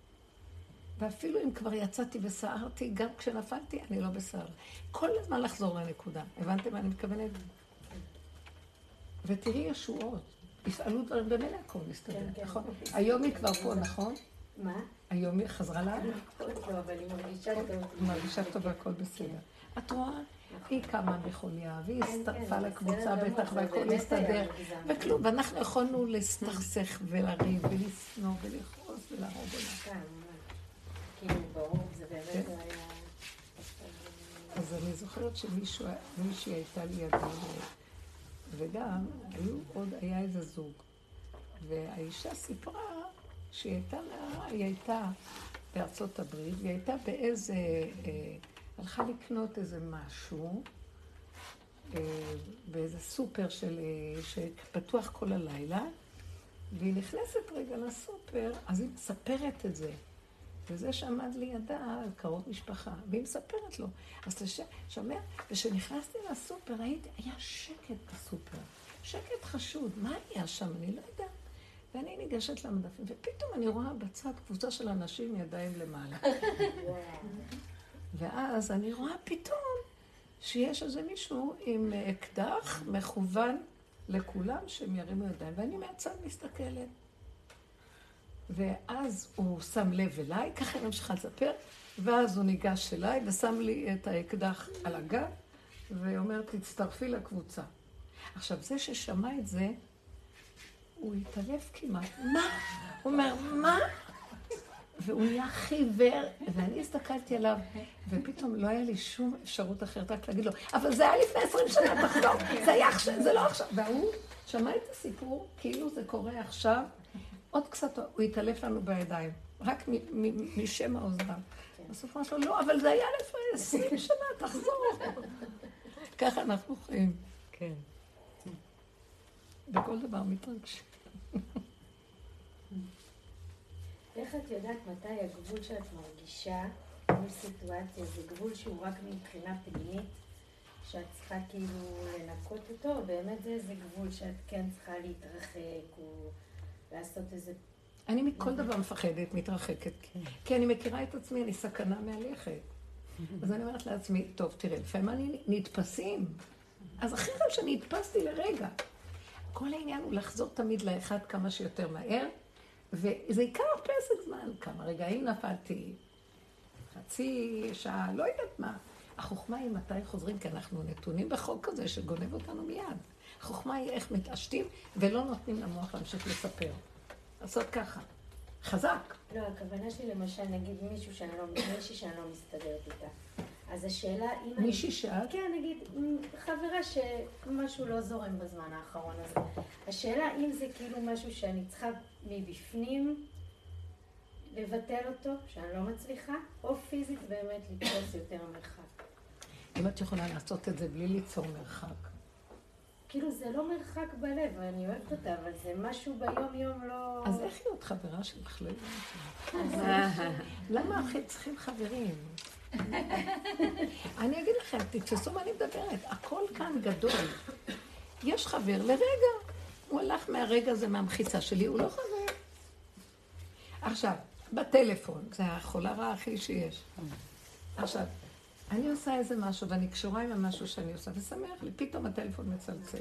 ואפילו אם כבר יצאתי וסערתי, גם כשנפלתי, אני לא בסער. כל הזמן לחזור לנקודה. הבנתם מה אני מתכוונת? ותראי ישועות. יפעלו דברים במילא הכל מסתדר, נכון? היום היא כבר פה, נכון? מה? היום היא חזרה לה? לא, אבל היא מרגישה טוב. היא מרגישה טוב והכל בסדר. את רואה? היא קמה בחוליה, והיא הצטרפה לקבוצה בסדר בטח, גמור, והכל זה באמת הסתדר, היה מוגזם. וכלום, ואנחנו יכולנו להסתכסך ולריב ולשנוא ולכעוס ולהרוג אותה. כן, ממש. כאילו, ברור, זה באמת כן. היה... אז אני זוכרת מישהי הייתה לידי, וגם היה איזה זוג, והאישה סיפרה שהיא הייתה בארצות הברית, והיא הייתה הלכה לקנות איזה משהו, באיזה סופר שפתוח כל הלילה, והיא נכנסת רגע לסופר, אז היא מספרת את זה. וזה שעמד לידה על קרוב משפחה, והיא מספרת לו. אז אתה שומע, וכשנכנסתי לסופר, היה שקט בסופר. שקט חשוד. מה היה שם? אני לא יודעת. ואני ניגשת למדפים, ופתאום אני רואה בצד קבוצה של אנשים ידיים למעלה. ואז אני רואה פתאום שיש איזה מישהו עם אקדח מכוון לכולם שהם ירימו ידיים, ואני מהצד מסתכלת. ואז הוא שם לב אליי, ככה אני ממשיכה לספר, ואז הוא ניגש אליי ושם לי את האקדח על הגב, ואומר, תצטרפי לקבוצה. עכשיו, זה ששמע את זה, הוא התעלף כמעט. מה? הוא אומר, מה? והוא נהיה חיוור, ואני הסתכלתי עליו, ופתאום לא היה לי שום אפשרות אחרת רק להגיד לו, אבל זה היה לפני 20 שנה, תחזור, זה היה עכשיו, זה לא עכשיו. והוא שמע את הסיפור, כאילו זה קורה עכשיו, עוד קצת הוא התעלף לנו בידיים, רק משם האוזנם. בסוף אמרתי לו, לא, אבל זה היה לפני 20 שנה, תחזור. ככה אנחנו חיים. כן. בכל דבר מתרגשים. איך את יודעת מתי הגבול שאת מרגישה מול סיטואציה, זה גבול שהוא רק מבחינה פנימית, שאת צריכה כאילו לנקות אותו, או באמת זה איזה גבול שאת כן צריכה להתרחק, או לעשות איזה... אני מכל דבר מפחדת, מתרחקת. כי אני מכירה את עצמי, אני סכנה מהלכת. אז אני אומרת לעצמי, טוב, תראה, לפעמים אני נתפסים. אז הכי גם שאני התפסתי לרגע. כל העניין הוא לחזור תמיד לאחד כמה שיותר מהר, וזה ייקח פסק זמן, כמה רגעים נפלתי, חצי שעה, לא יודעת מה. החוכמה היא מתי חוזרים, כי אנחנו נתונים בחוק כזה שגונב אותנו מיד. החוכמה היא איך מתעשתים ולא נותנים למוח להמשיך לספר. לעשות ככה. חזק. לא, הכוונה שלי למשל, נגיד מישהי שאני לא מסתדרת איתה. אז השאלה אם... מישהי שאת? כן, נגיד, חברה שמשהו לא זורם בזמן האחרון הזה. השאלה אם זה כאילו משהו שאני צריכה מבפנים לבטל אותו, שאני לא מצליחה, או פיזית באמת לתפוס יותר מרחק. אם את יכולה לעשות את זה בלי ליצור מרחק. כאילו זה לא מרחק בלב, אני אוהבת אותה, אבל זה משהו ביום יום לא... אז איך היא עוד חברה שלך? לא יודעת. למה אחי צריכים חברים? אני אגיד לכם, תתפסו מה אני מדברת, הכל כאן גדול. יש חבר לרגע, הוא הלך מהרגע הזה מהמחיצה שלי, הוא לא חבר. עכשיו, בטלפון, זה החולה רעה הכי שיש. עכשיו, אני עושה איזה משהו, ואני קשורה עם המשהו שאני עושה, ושמח לי, פתאום הטלפון מצלצל.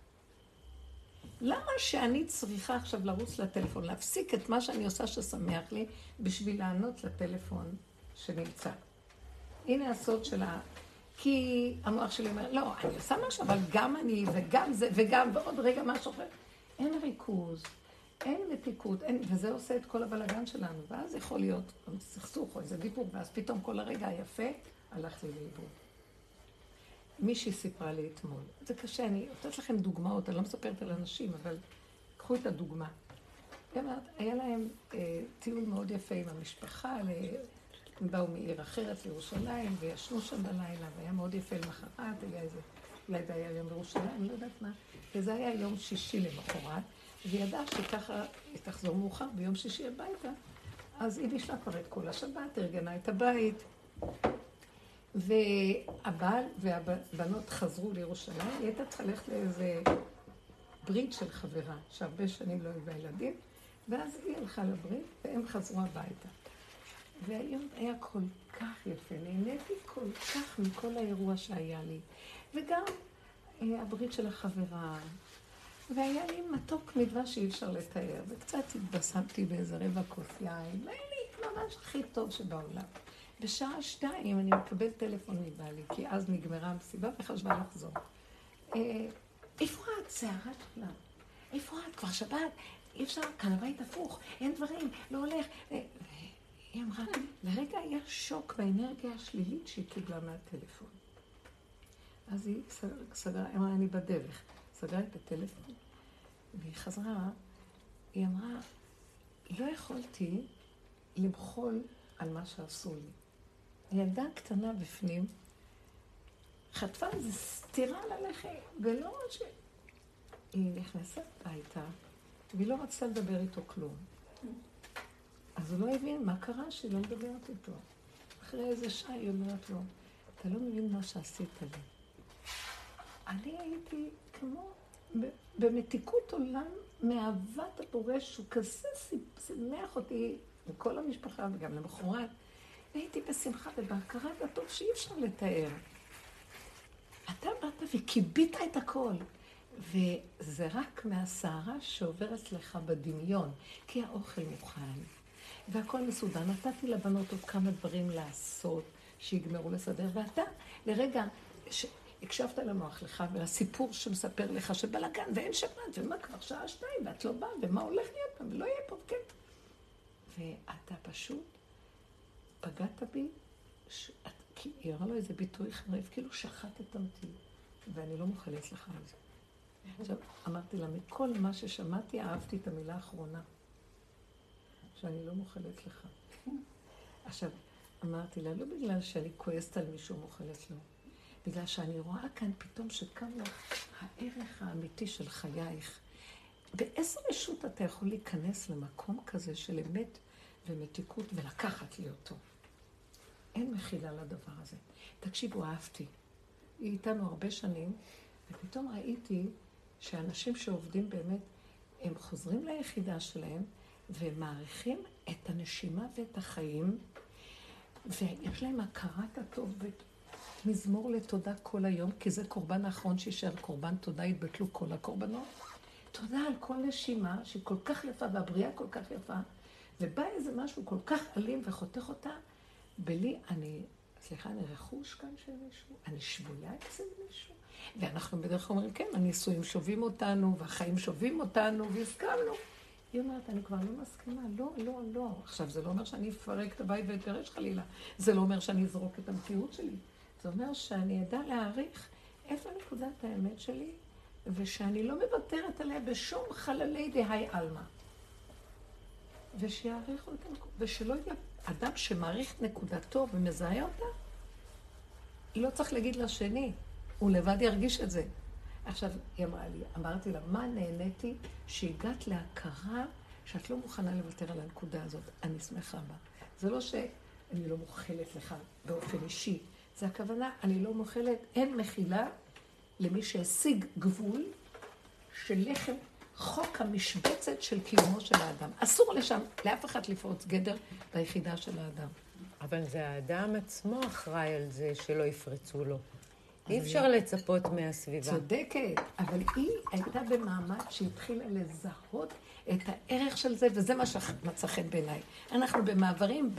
למה שאני צריכה עכשיו לרוץ לטלפון, להפסיק את מה שאני עושה ששמח לי, בשביל לענות לטלפון שנמצא? הנה הסוד שלה, כי המוח שלי אומר, לא, אני עושה משהו, אבל גם אני, וגם זה, וגם, ועוד רגע משהו אחר. אין ריכוז, אין מתיקות, וזה עושה את כל הבלגן שלנו, ואז יכול להיות סכסוך או איזה דיבור, ואז פתאום כל הרגע היפה הלך לי לאיבוד. מישהי סיפרה לי אתמול, זה קשה, אני נותנת לכם דוגמאות, אני לא מספרת על אנשים, אבל קחו את הדוגמה. היה להם טיול מאוד יפה עם המשפחה, הם באו מעיר אחרת לירושלים, וישנו שם בלילה, והיה מאוד יפה למחרת, היה איזה, אולי זה היה יום ירושלים, לא יודעת מה, וזה היה יום שישי למחרת, והיא ידעה שככה היא תחזור מאוחר ביום שישי הביתה, אז היא בישלה כבר את כל השבת, ארגנה את הבית, והבעל והבנות חזרו לירושלים, היא הייתה צריכה ללכת לאיזה ברית של חברה, שהרבה שנים לא היו ילדים, ואז היא הלכה לברית, והם חזרו הביתה. והיום היה כל כך יפה, נהניתי כל כך מכל האירוע שהיה לי, וגם הברית של החברה, והיה לי מתוק מדבש שאי אפשר לתאר, וקצת התבשמתי באיזה רבע כוס יין, והיה לי ממש הכי טוב שבעולם. בשעה 2 אני מקבל טלפון מבעלי, כי אז נגמרה המסיבה וחשבה לחזור. איפה את? סערת עולם. איפה את? כבר שבת? אי אפשר, כאן הבית הפוך, אין דברים, לא הולך. היא אמרה, לרגע היה שוק באנרגיה השלילית שהיא קיבלה מהטלפון. אז היא סגרה, אמרה, אני בדרך. סגרה את הטלפון, והיא חזרה, היא אמרה, לא יכולתי למחול על מה שעשו לי. ילדה קטנה בפנים, חטפה איזו סתירה ללחי, ולא רק ש... היא נכנסת הביתה, והיא לא רצתה לדבר איתו כלום. אז הוא לא הבין מה קרה שהיא לא מדברת איתו. אחרי איזה שעה היא אומרת לו, אתה לא מבין מה שעשית לי. אני הייתי כמו במתיקות עולם מאהבת הבורא, שהוא כזה שמח אותי לכל המשפחה וגם למחרת. הייתי בשמחה ובהכרת הטוב שאי אפשר לתאר. אתה באת וקיבית את הכל. וזה רק מהסערה שעוברת לך בדמיון, כי האוכל מוכן, והכל מסודר. נתתי לבנות עוד כמה דברים לעשות, שיגמרו לסדר, ואתה לרגע הקשבת למוח לך ולסיפור שמספר לך שבלגן ואין שבת, ומה כבר שעה 2 ואת לא באה, ומה הולך להיות פעם, ולא יהיה פה, כן. ואתה פשוט פגעת בי, כי היא אמרה לו איזה ביטוי חריף, כאילו שחטת אותי, ואני לא מוכלת לך על זה. עכשיו, אמרתי לה, מכל מה ששמעתי, אהבתי את המילה האחרונה, שאני לא מוכלת לך. עכשיו, אמרתי לה, לא בגלל שאני כועסת על מישהו מוכלת לו, בגלל שאני רואה כאן פתאום שקם לך הערך האמיתי של חייך. באיזה רשות אתה יכול להיכנס למקום כזה של אמת ומתיקות ולקחת לי אותו? אין מחילה לדבר הזה. תקשיבו, אהבתי. היא איתנו הרבה שנים, ופתאום ראיתי שאנשים שעובדים באמת, הם חוזרים ליחידה שלהם, ומעריכים את הנשימה ואת החיים, ויש להם הכרת הטוב ומזמור לתודה כל היום, כי זה קורבן האחרון שישאר קורבן תודה, יתבטלו כל הקורבנות. תודה על כל נשימה שהיא כל כך יפה, והבריאה כל כך יפה, ובא איזה משהו כל כך אלים וחותך אותה, בלי סליחה, אני רכוש כאן של מישהו? אני שבויה אצל מישהו? ואנחנו בדרך כלל אומרים, כן, הנישואים שובים אותנו, והחיים שובים אותנו, והסכמנו. היא אומרת, אני כבר לא מסכימה, לא, לא, לא. עכשיו, זה לא אומר שאני אפרק את הבית ואתגרש חלילה. זה לא אומר שאני אזרוק את המציאות שלי. זה אומר שאני אדע להעריך איפה נקודת האמת שלי, ושאני לא מוותרת עליה בשום חללי דהי אלמה. ושיעריכו את המקום, ושלא יהיה אדם שמעריך את נקודתו ומזהה אותה, לא צריך להגיד לשני, הוא לבד ירגיש את זה. עכשיו, היא אמרה לי, אמרתי לה, מה נהניתי שהגעת להכרה שאת לא מוכנה לוותר על הנקודה הזאת, אני שמחה בה. זה לא שאני לא מוכלת לך באופן אישי, זה הכוונה, אני לא מוכלת, אין מחילה למי שהשיג גבול של לחם, חוק המשבצת של קיומו של האדם. אסור לשם לאף אחד לפרוץ גדר ביחידה של האדם. אבל זה האדם עצמו אחראי על זה שלא יפרצו לו. אי אפשר לצפות מהסביבה. צודקת, אבל היא הייתה במעמד שהתחילה לזהות את הערך של זה, וזה מה שמצא חן בעיניי. אנחנו במעברים,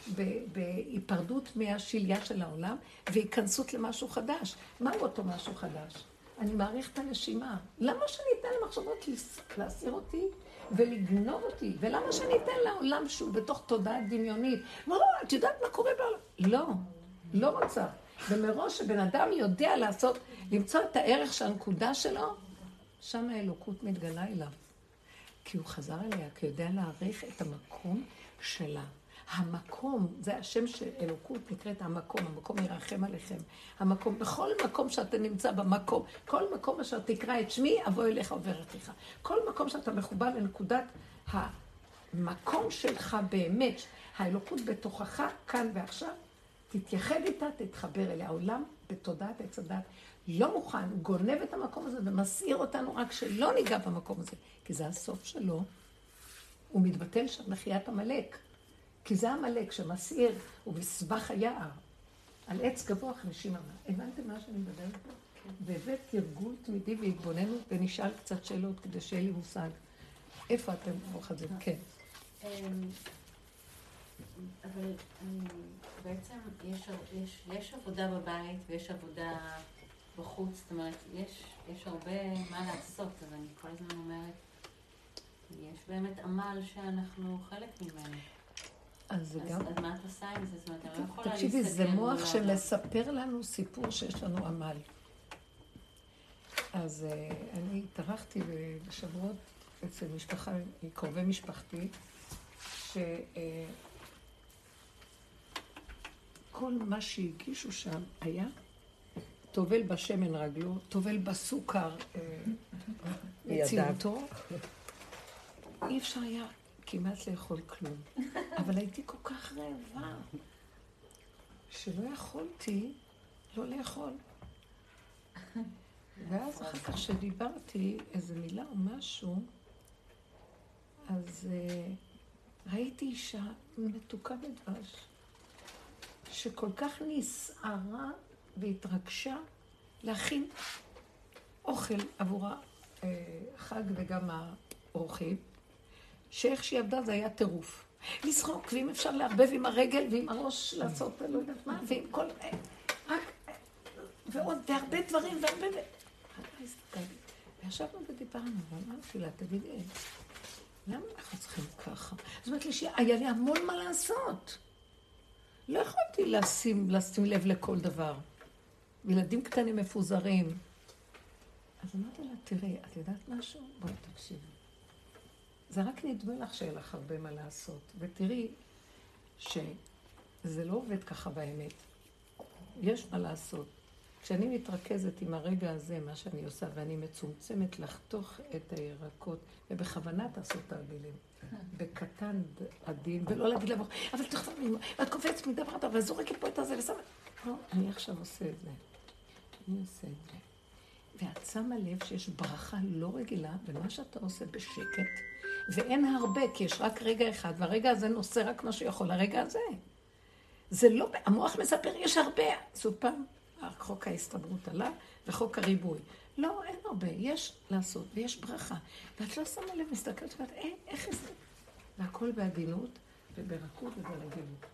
בהיפרדות מהשליה של העולם, והיכנסות למשהו חדש. מהו אותו משהו חדש? אני מעריך את הנשימה. למה שאני אתן למחשבות להסיר אותי ולגנוב אותי? ולמה שאני אתן לעולם שהוא בתוך תודעה דמיונית? לא, את יודעת מה קורה בעולם? לא, לא רוצה. ומראש שבן אדם יודע לעשות, למצוא את הערך של הנקודה שלו, שם האלוקות מתגלה אליו. כי הוא חזר אליה, כי הוא יודע להעריך את המקום שלה. המקום, זה השם של אלוקות, נקראת המקום, המקום ירחם עליכם. המקום, בכל מקום שאתה נמצא במקום, כל מקום אשר תקרא את שמי, אבוא אליך עוברת לך. כל מקום שאתה מחובר לנקודת המקום שלך באמת, האלוקות בתוכך, כאן ועכשיו, תתייחד איתה, תתחבר אליה. העולם בתודעת עץ הדת לא מוכן, הוא גונב את המקום הזה ומסעיר אותנו רק שלא ניגע במקום הזה, כי זה הסוף שלו, הוא מתבטל שם מחיית המלאק. כי זה המלאק שמסעיר, הוא בסבך היער, על עץ גבוה 50 אמה. הבנתם מה שאני מדברת פה? והבאת תרגול תמידי והתבוננות, ונשאל קצת שאלות כדי שיהיה לי מושג. איפה אתם אוחזים? כן. אבל בעצם יש עבודה בבית ויש עבודה בחוץ, זאת אומרת, יש הרבה מה לעשות, אבל אני כל הזמן אומרת, יש באמת עמל שאנחנו חלק ממנו. אז מה את עושה עם זה? זאת אומרת, אני לא יכולה להסתכל. תקשיבי, זה מוח שמספר לנו סיפור שיש לנו עמל. אז אני התארחתי בשבועות אצל משפחה, קרובי משפחתי, שכל מה שהגישו שם היה טובל בשמן רגלו, טובל בסוכר מציאותו. אי אפשר היה כמעט לאכול כלום. אבל הייתי כל כך רעבה, שלא יכולתי לא לאכול. ואז אחר כך שדיברתי איזה מילה או משהו, אז ראיתי אישה מתוקה בדבש, שכל כך נסערה והתרגשה להכין אוכל עבור החג וגם האורחים, שאיך שהיא עבדה זה היה טירוף. לזרוק, ואם אפשר לערבב עם הרגל ועם הראש לעשות, לא יודעת מה, ועם כל... רק... ועוד, והרבה דברים, והרבה... וישבנו ודיברנו, ואמרתי לה, תגידי, למה אנחנו צריכים ככה? זאת אומרת לי שהיה לי המון מה לעשות. לא יכולתי לשים לב לכל דבר. ילדים קטנים מפוזרים. אז אמרתי לה, תראי, את יודעת משהו? בואי תקשיבי. זה רק נדמה לך שיהיה לך הרבה מה לעשות. ותראי שזה לא עובד ככה באמת. יש מה לעשות. כשאני מתרכזת עם הרגע הזה, מה שאני עושה, ואני מצומצמת לחתוך את הירקות, ובכוונה תעשו תרגילים, בקטן עדין, ולא להגיד לבוא, אבל תכף את קופצת מדברת, אבל זורקת פה את הזה ושמה... לא, אני עכשיו עושה את זה. אני עושה את זה. ואת שמה לב שיש ברכה לא רגילה במה שאתה עושה בשקט, ואין הרבה, כי יש רק רגע אחד, והרגע הזה נושא רק מה שיכול, הרגע הזה. זה לא... המוח מספר, יש הרבה. זו פעם. חוק ההסתברות עלה, וחוק הריבוי. לא, אין הרבה, יש לעשות, ויש ברכה. ואת לא שמה לב, מסתכלת ואת, איך זה? והכל בעדינות, וברכות ובלגינות.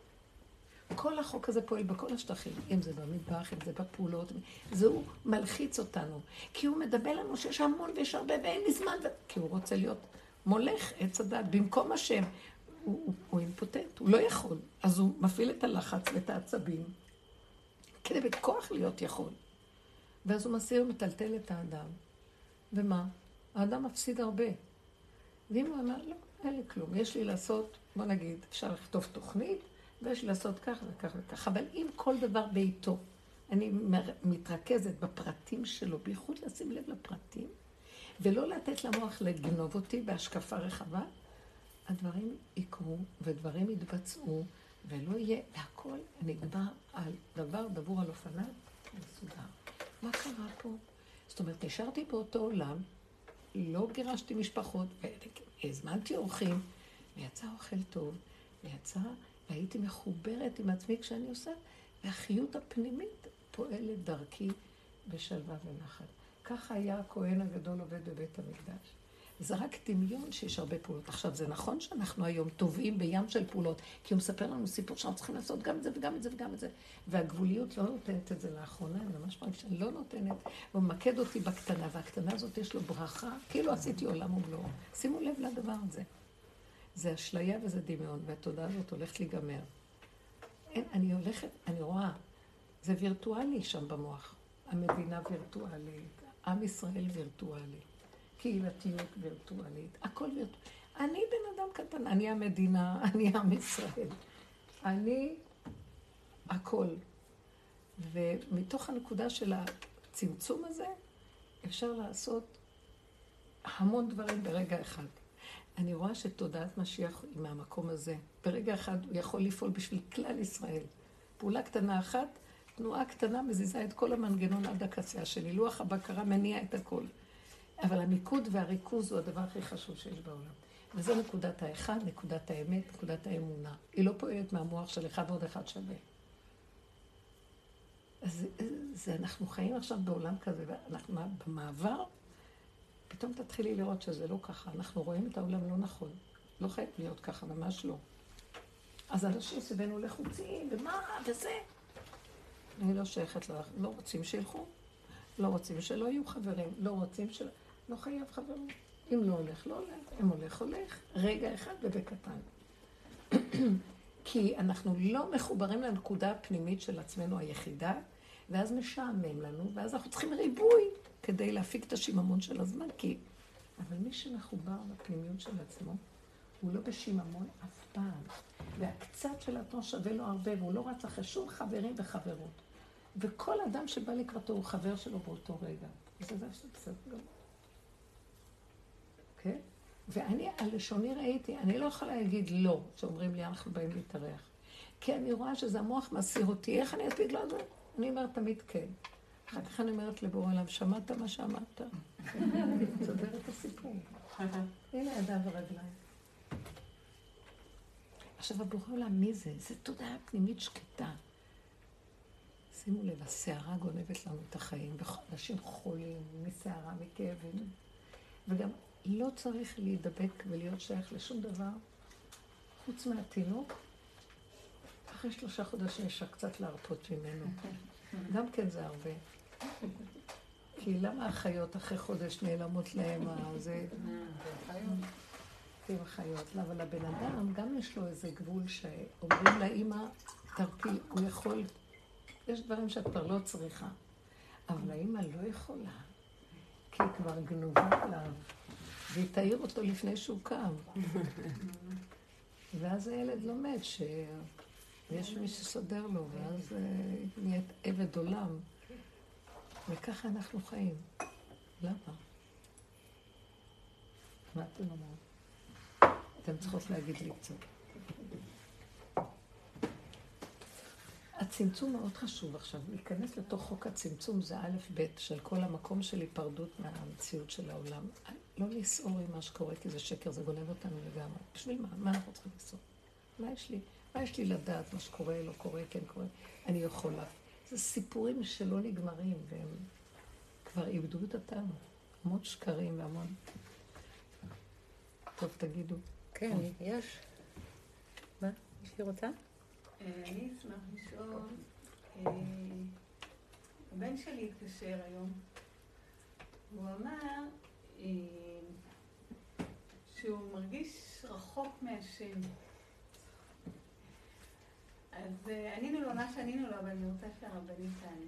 כל החוק הזה פועל בכל השטחים, אם זה במטבח, אם זה בפעולות, זהו מלחיץ אותנו. כי הוא מדבר לנו שיש המון ויש הרבה ואין לי זמן, כי הוא רוצה להיות מולך עץ הדת, במקום השם. הוא אימפוטנט, הוא לא יכול. אז הוא מפעיל את הלחץ ואת העצבים. כדי בכוח להיות יכול. ואז הוא מסיר ומטלטל את האדם. ומה? האדם מפסיד הרבה. ואם הוא אמר, לא, אין לי כלום. יש לי לעשות, בוא נגיד, אפשר לכתוב תוכנית, ויש לי לעשות כך וכך וכך. אבל אם כל דבר בעיתו, אני מתרכזת בפרטים שלו, בייחוד לשים לב לפרטים, ולא לתת למוח לגנוב אותי בהשקפה רחבה, הדברים יקרו ודברים יתבצעו, ולא יהיה, והכל נגמר על דבר דבור על אופניו מסודר. מה קרה פה? זאת אומרת, נשארתי באותו עולם, לא גירשתי משפחות, והזמנתי אורחים, ויצא אוכל טוב, והייתי מחוברת עם עצמי כשאני עושה, והחיות הפנימית פועלת דרכי בשלווה ונחת. ככה היה הכהן הגדול עובד בבית המקדש. זה רק דמיון שיש הרבה פעולות. עכשיו, זה נכון שאנחנו היום טובעים בים של פעולות, כי הוא מספר לנו סיפור שאנחנו צריכים לעשות גם את זה וגם את זה וגם את זה. והגבוליות לא נותנת את זה לאחרונה, אני ממש מרגישה, לא נותנת. הוא ממקד אותי בקטנה, והקטנה הזאת יש לו ברכה, כאילו עשיתי עולם ומלואו. שימו לב לדבר הזה. זה אשליה וזה דמיון, והתודעה הזאת הולכת להיגמר. אני הולכת, אני רואה, זה וירטואלי שם במוח. המדינה וירטואלית, עם ישראל וירטואלי. קהילתיות וירטואלית, הכל וירטואלי. אני בן אדם קטן, אני המדינה, אני עם ישראל. אני הכל. ומתוך הנקודה של הצמצום הזה, אפשר לעשות המון דברים ברגע אחד. אני רואה שתודעת משיח היא מהמקום הזה. ברגע אחד הוא יכול לפעול בשביל כלל ישראל. פעולה קטנה אחת, תנועה קטנה מזיזה את כל המנגנון עד הקצה שלי. לוח הבקרה מניע את הכל. אבל המיקוד והריכוז הוא הדבר הכי חשוב שיש בעולם. וזה נקודת האחד, נקודת האמת, נקודת האמונה. היא לא פועלת מהמוח של אחד ועוד אחד שווה. אז אנחנו חיים עכשיו בעולם כזה, ואנחנו במעבר, פתאום תתחילי לראות שזה לא ככה. אנחנו רואים את העולם לא נכון. לא חייב להיות ככה, ממש לא. אז אנשים סביבנו לחוצים, ומה, וזה. אני לא שייכת לך, לא רוצים שילכו, לא רוצים שלא יהיו חברים, לא רוצים לא חייב חברים. אם לא הולך, לא הולך, אם הולך, הולך. רגע אחד ובקטן. כי אנחנו לא מחוברים לנקודה הפנימית של עצמנו היחידה, ואז משעמם לנו, ואז אנחנו צריכים ריבוי כדי להפיק את השיממון של הזמן, אבל מי שמחובר לפנימיות של עצמו, הוא לא בשיממון אף פעם. והקצת של עצמו שווה לו הרבה, והוא לא רץ אחרי שום חברים וחברות. וכל אדם שבא לקראתו הוא חבר שלו באותו רגע. זה בסדר גם. אוקיי? ואני, על לשוני ראיתי, אני לא יכולה להגיד לא, שאומרים לי, אנחנו באים להתארח. כי אני רואה שזה המוח מסיר אותי, איך אני אספיק לו את זה? אני אומרת תמיד כן. אחר כך אני אומרת לבורא עולם, שמעת מה שאמרת? תסדר את הסיפור. הנה ידיים ורגליים. עכשיו, הבורא עולם, מי זה? זה תודעה פנימית שקטה. שימו לב, הסערה גונבת לנו את החיים, אנשים חולים, מסערה, מכאבים. וגם לא צריך להידבק ולהיות שייך לשום דבר, חוץ מהתינוק. אחרי 3 חודשים יש קצת להרפות ממנו. גם כן זה הרבה. כי למה החיות אחרי חודש נעלמות להם? זה חיות. אבל לבן אדם גם יש לו איזה גבול שאומרים לאמא, תרפי, הוא יכול, יש דברים שאת כבר לא צריכה. אבל האמא לא יכולה, כי היא כבר גנובה עליו, והיא תאיר אותו לפני שהוא קם. ואז הילד לומד שיש מי שסדר לו, ואז נהיית עבד עולם. וככה אנחנו חיים. למה? מה אתם אומרים? אתם צריכות להגיד לי קצת. הצמצום מאוד חשוב עכשיו. להיכנס לתוך חוק הצמצום זה א' ב' של כל המקום של היפרדות מהמציאות של העולם. לא לסעור עם מה שקורה, כי זה שקר, זה גונב אותנו לגמרי. בשביל מה? מה אנחנו צריכים לסעור? מה יש לי? מה יש לי לדעת? מה שקורה, לא קורה, כן קורה? אני יכולה. זה סיפורים שלא נגמרים, והם כבר איבדו את הטעם. המון שקרים והמון... טוב, תגידו. כן, יש. מה? מישהי רוצה? אני אשמח לשאול, הבן שלי התקשר היום, הוא אמר שהוא מרגיש רחוק מהשם. אז ענינו לו מה שענינו לו, אבל אני רוצה שהרבנית תענה.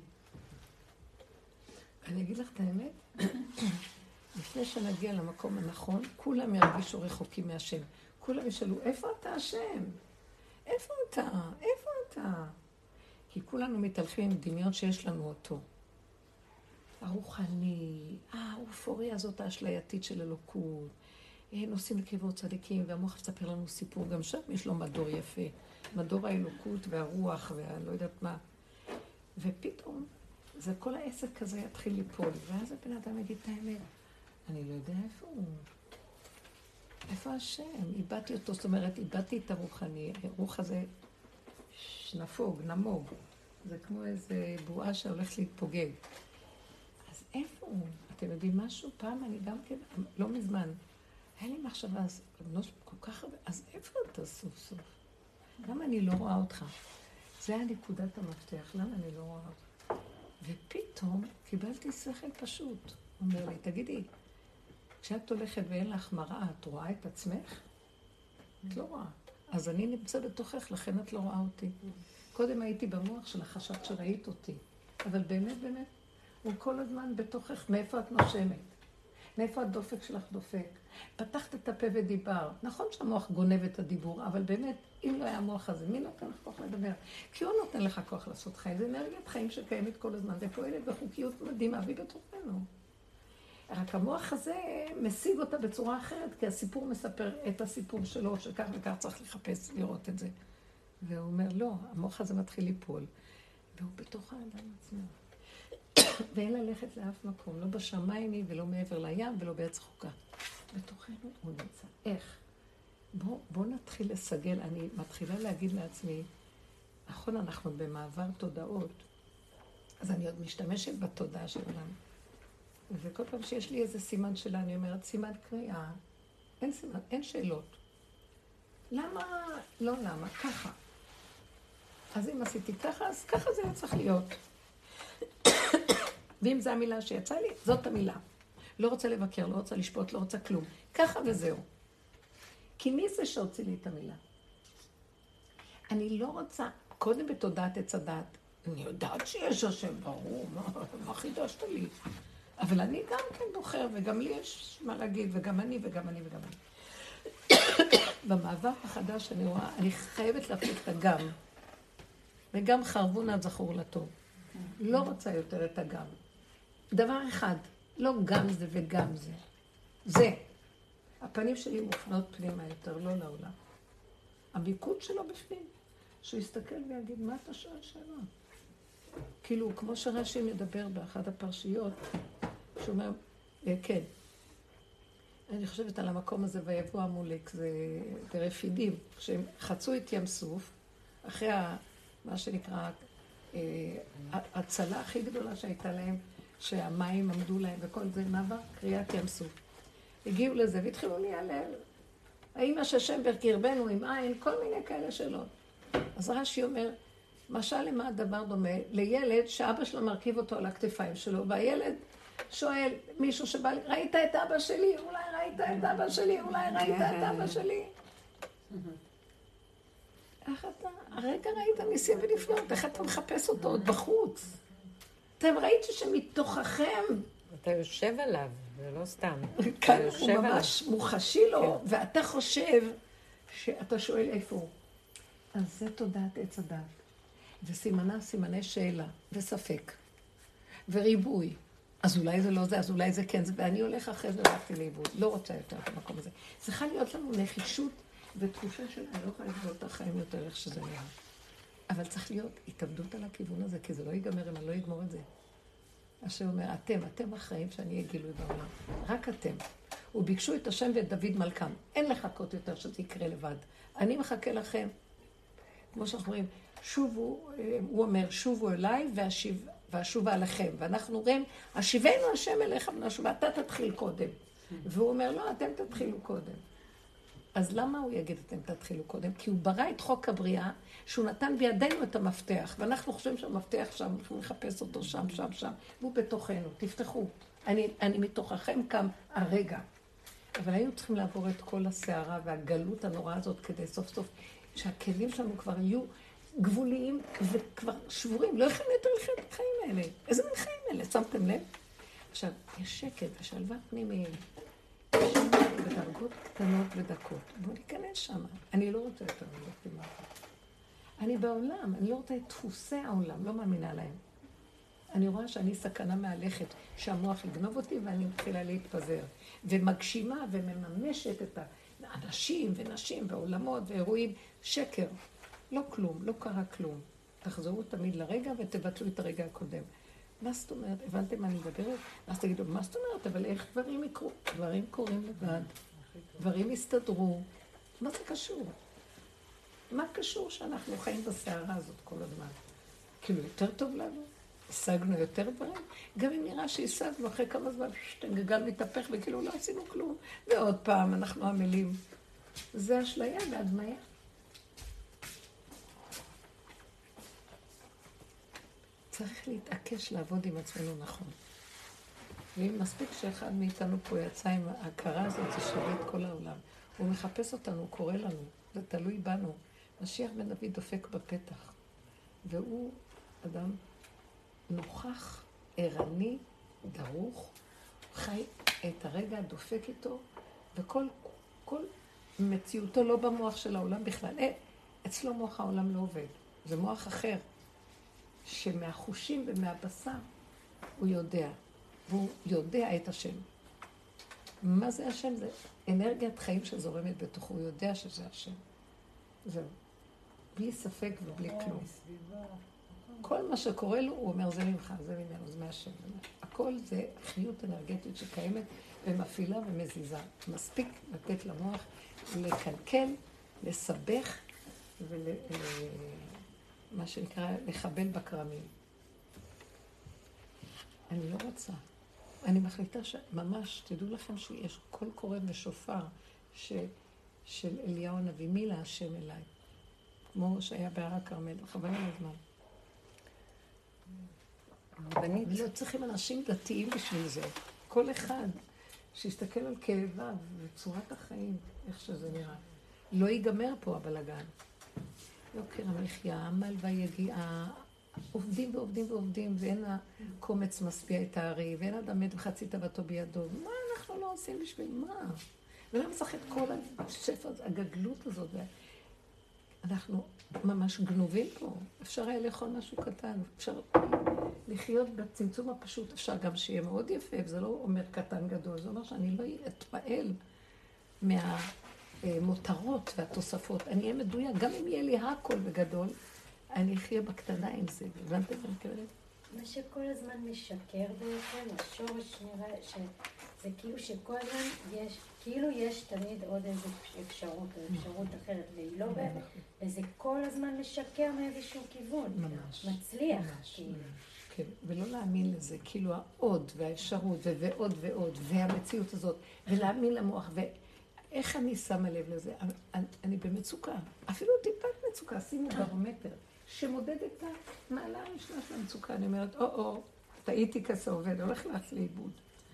אני אגיד לך את האמת, לפני שנגיע למקום הנכון, כולם ירגישו רחוקים מהשם. כולם ישאלו, איפה אתה השם? איפה אתה? איפה אתה? כי כולנו מתהלכים עם דמיון שיש לנו אותו. הרוחני, האופוריה הזאת האשלייתית של אלוקות. נוסעים לקברות צדיקים, והמוח מספר לנו סיפור. גם שם יש לו מדור יפה. מדור האלוקות והרוח והלא יודעת מה. ופתאום, זה כל העסק הזה יתחיל ליפול. ואז הבן אדם יגיד את האמת. אני לא יודע איפה הוא. איפה השם? איבדתי אותו, זאת אומרת, איבדתי את הרוחני. הרוח הזה נפוג, נמוג. זה כמו איזה בועה שהולכת להתפוגג. אז איפה הוא? אתם יודעים משהו? פעם אני גם כן, לא מזמן, היה לי מחשבה, אז כל כך הרבה, אז איפה אתה סוף סוף? למה אני לא רואה אותך? זה היה נקודת המפתח, למה אני לא רואה אותך? ופתאום קיבלתי שכל פשוט. הוא אומר לי, תגידי, כשאת הולכת ואין לך מראה, את רואה את עצמך? את לא רואה. אז אני נמצא בתוכך, לכן את לא רואה אותי. קודם הייתי במוח של החשד שראית אותי. אבל באמת, באמת, הוא כל הזמן בתוכך, מאיפה את נושמת? מאיפה הדופק שלך דופק? פתחת את הפה ודיבר. נכון שהמוח גונב את הדיבור, אבל באמת, אם לא היה המוח הזה, מי נותן לך כוח לדבר? כי הוא נותן לך כוח לעשות חיים. זה אנרגיית חיים שקיימת כל הזמן, ופועלת בחוקיות מדהימה, והיא בתוכנו. רק המוח הזה משיג אותה בצורה אחרת, כי הסיפור מספר את הסיפור שלו, שכך וכך צריך לחפש, לראות את זה. והוא אומר, לא, המוח הזה מתחיל ליפול, והוא בתוך האדם עצמו. ואין ללכת לאף מקום, לא בשמיים ולא מעבר לים ולא בעץ חוקה. בתוכנו הוא נמצא. איך? בוא נתחיל לסגל, אני מתחילה להגיד לעצמי, נכון, אנחנו במעבר תודעות, אז אני עוד משתמשת בתודעה שלנו. וכל פעם שיש לי איזה סימן שלה, אני אומרת, סימן קריאה, אין סימן, אין שאלות. למה? לא למה, ככה. אז אם עשיתי ככה, אז ככה זה היה צריך להיות. ואם זו המילה שיצאה לי, זאת המילה. לא רוצה לבקר, לא רוצה לשפוט, לא רוצה כלום. ככה וזהו. כי מי זה שהוציא לי את המילה? אני לא רוצה, קודם בתודעת עץ הדת, אני יודעת שיש השם, ברור, מה חידשת לי? אבל אני גם כן בוחר, וגם לי יש מה להגיד, וגם אני, וגם אני, וגם אני. במעבר החדש אני רואה, אני חייבת להפליק את הגם. וגם חרבונה זכור לטוב. לא רוצה יותר את הגם. דבר אחד, לא גם זה וגם זה. זה. הפנים שלי מופנות פנימה יותר, לא לעולם. המיקוד שלו בפנים. שהוא יסתכל ויגיד, מה אתה שואל שאלה? כאילו, כמו שרש"י מדבר באחת הפרשיות, שהוא אומר, כן. אני חושבת על המקום הזה, ויבוא עמלק, זה ברפידים, שהם חצו את ים סוף, אחרי מה שנקרא, הצלה הכי גדולה שהייתה להם, שהמים עמדו להם וכל זה, מעבר קריאת ים סוף. הגיעו לזה והתחילו להיעלל. האם השם בקרבנו עם עין, כל מיני כאלה שאלות. אז רש"י אומר, משל למה הדבר דומה? לילד שאבא שלו מרכיב אותו על הכתפיים שלו, והילד שואל מישהו שבא לי, ראית את אבא שלי? אולי ראית את אבא שלי? אולי ראית את אבא שלי? איך אתה? הרגע ראית ניסים ונפלאות, איך אתה מחפש אותו עוד בחוץ? אתם ראיתם שמתוככם... אתה יושב עליו, זה לא סתם. כאן הוא ממש מוחשי לו, ואתה חושב שאתה שואל איפה הוא. אז זה תודעת עץ הדת. וסימנה סימני שאלה, וספק, וריבוי. אז אולי זה לא זה, אז אולי זה כן זה, ואני הולך אחרי זה והלכתי לאיבוד. לא רוצה יותר את המקום הזה. צריכה להיות לנו נחישות ותחושה של אני לא יכולה לבוא את החיים יותר איך שזה נראה. אבל צריך להיות התאבדות על הכיוון הזה, כי זה לא ייגמר אם אני לא אגמור את זה. השם אומר, אתם אחראים שאני אהיה גילוי בעולם. רק אתם. וביקשו את השם ואת דוד מלכם. אין לחכות יותר שזה יקרה לבד. אני מחכה לכם. כמו שאנחנו אומרים, שובו, הוא אומר, שובו אליי והשובה עליכם. ואנחנו אומרים, השיבנו השם אליך ונשובה, אתה תתחיל קודם. והוא אומר, לא, אתם תתחילו קודם. אז למה הוא יגיד אתם תתחילו קודם? כי הוא ברא את חוק הבריאה, שהוא נתן בידינו את המפתח, ואנחנו חושבים שהמפתח שם, אנחנו נחפש אותו שם, והוא בתוכנו, תפתחו. אני מתוככם קם הרגע. אבל היינו צריכים לעבור את כל הסערה והגלות הנוראה הזאת כדי סוף סוף, שהכלים שלנו כבר יהיו גבוליים וכבר שבורים, לא יכולים יותר לחיות את החיים האלה. איזה מין חיים האלה? שמתם לב? עכשיו, יש שקט ושלווה פנימיים. בדרגות קטנות ודקות. בואו ניכנס שם. אני לא רוצה יותר ללכת עם מה. אני בעולם, אני לא רוצה את דפוסי העולם, לא מאמינה להם. אני רואה שאני סכנה מהלכת, שהמוח יגנוב אותי ואני מתחילה להתפזר. ומגשימה ומממשת את האנשים ונשים בעולמות ואירועים. שקר. לא כלום, לא קרה כלום. תחזרו תמיד לרגע ותבטלו את הרגע הקודם. מה זאת אומרת? הבנתם מה אני מדברת? אז תגידו, מה זאת אומרת? אבל איך דברים יקרו? דברים קורים לבד. דברים יסתדרו. מה זה קשור? מה קשור שאנחנו חיים בסערה הזאת כל הזמן? כאילו, יותר טוב לנו? השגנו יותר דברים? גם אם נראה שהשגנו אחרי כמה זמן, גלגל מתהפך וכאילו לא עשינו כלום. ועוד פעם אנחנו עמלים. זה אשליה והדמיה. צריך להתעקש לעבוד עם עצמנו נכון. ואם מספיק שאחד מאיתנו פה יצא עם ההכרה הזאת, זה שווה את כל העולם. הוא מחפש אותנו, הוא קורא לנו, זה תלוי בנו. משיח בן דוד דופק בפתח, והוא אדם נוכח, ערני, דרוך, חי את הרגע, דופק איתו, וכל מציאותו לא במוח של העולם בכלל. אצלו מוח העולם לא עובד, זה מוח אחר. שמהחושים ומהבשר הוא יודע, והוא יודע את השם. מה זה השם? זה אנרגיית חיים שזורמת בתוכו, הוא יודע שזה השם. זהו. בלי ספק ובלי כלום. כל מה שקורה לו, הוא אומר, זה ממך, זה ממנו, זה מהשם. הכל זה חיות אנרגטית שקיימת ומפעילה ומזיזה. מספיק לתת למוח לקלקל, לסבך מה שנקרא לחבל בקרמים. אני לא רוצה. אני מחליטה שממש, תדעו לכם שיש קול קורא ושופר, של אליהו הנביא, מי להשם אליי? כמו שהיה בהר הכרמל, חבל על הזמן. ולא צריכים אנשים דתיים בשביל זה. כל אחד שיסתכל על כאביו וצורת החיים, איך שזה נראה. לא ייגמר פה הבלגן. יוקר המחיה, עמל והיגיעה, עובדים ועובדים ועובדים, ואין הקומץ משפיע את הארי, ואין אדם מת וחצי תאוותו בידו. מה אנחנו לא עושים בשביל מה? ולמה צריך את כל השפע, הגגלות הזאת? אנחנו ממש גנובים פה. אפשר היה לאכול משהו קטן, אפשר לחיות בצמצום הפשוט, אפשר גם שיהיה מאוד יפה, וזה לא אומר קטן גדול, זה אומר שאני לא אתפעל מהמותרות והתוספות. אני אהיה מדויק, גם אם יהיה לי הכל בגדול, אני אחיה בקטנה עם זה. הבנתם מה אני מתכוונת? מה שכל הזמן משקר בעצם, השורש נראה שזה כאילו שכל הזמן יש, כאילו יש תמיד עוד איזו אפשרות או אפשרות אחרת, והיא לא באמת, וזה כל הזמן משקר מאיזשהו כיוון. ממש. מצליח. ממש. כן, ולא להאמין לזה, כאילו העוד והאפשרות ועוד ועוד, והמציאות הזאת, ולהאמין למוח, ואיך אני שמה לב לזה? אני במצוקה, אפילו טיפת מצוקה, שימו ברומטר. שמודד את המעלה הראשונה של המצוקה. אני אומרת, טעיתי כזה עובד, הולך לך לאיבוד.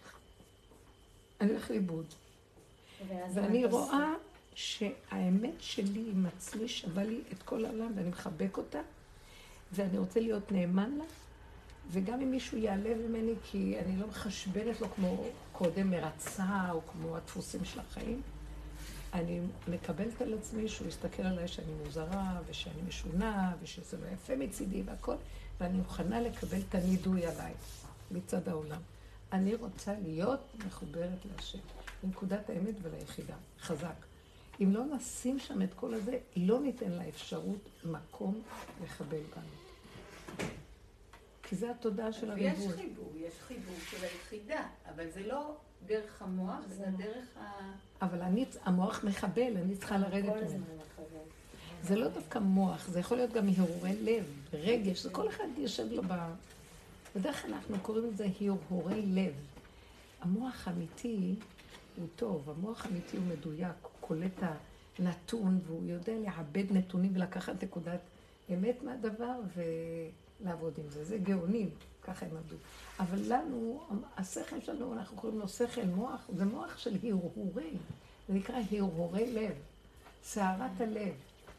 אני הולך לאיבוד. ואני רואה שהאמת שלי עם עצמי שווה לי את כל העולם, ואני מחבק אותה, ואני רוצה להיות נאמן לה, וגם אם מישהו יעלה ממני, כי אני לא מחשבנת לו כמו קודם מרצה, או כמו הדפוסים של החיים, אני מקבלת על עצמי שהוא יסתכל עליי שאני מוזרה, ושאני משונה, ושזה לא יפה מצידי והכל, ואני מוכנה לקבל את הנידוי עליי, מצד העולם. אני רוצה להיות מחוברת להשם, לנקודת האמת וליחידה, חזק. אם לא נשים שם את כל הזה, לא ניתן לה אפשרות מקום לחבל בנו. כי זה התודעה של הריבוי. יש חיבור של היחידה, אבל זה לא דרך המוח, זה דרך אבל המוח מחבל, אני צריכה לרדת ממנו. זה לא דווקא מוח, זה יכול להיות גם הרהורי לב, רגש, זה כל אחד יושב לו בדרך כלל אנחנו קוראים לזה הרהורי לב. המוח האמיתי הוא טוב, המוח האמיתי הוא מדויק, הוא קולט הנתון, והוא יודע לעבד נתונים ולקחת נקודת אמת מהדבר ולעבוד עם זה. זה גאונים, ככה הם עבדו. אבל לנו, השכל שלנו, אנחנו קוראים לו שכל מוח, זה מוח של הרהורי, זה נקרא הרהורי לב, סערת הלב.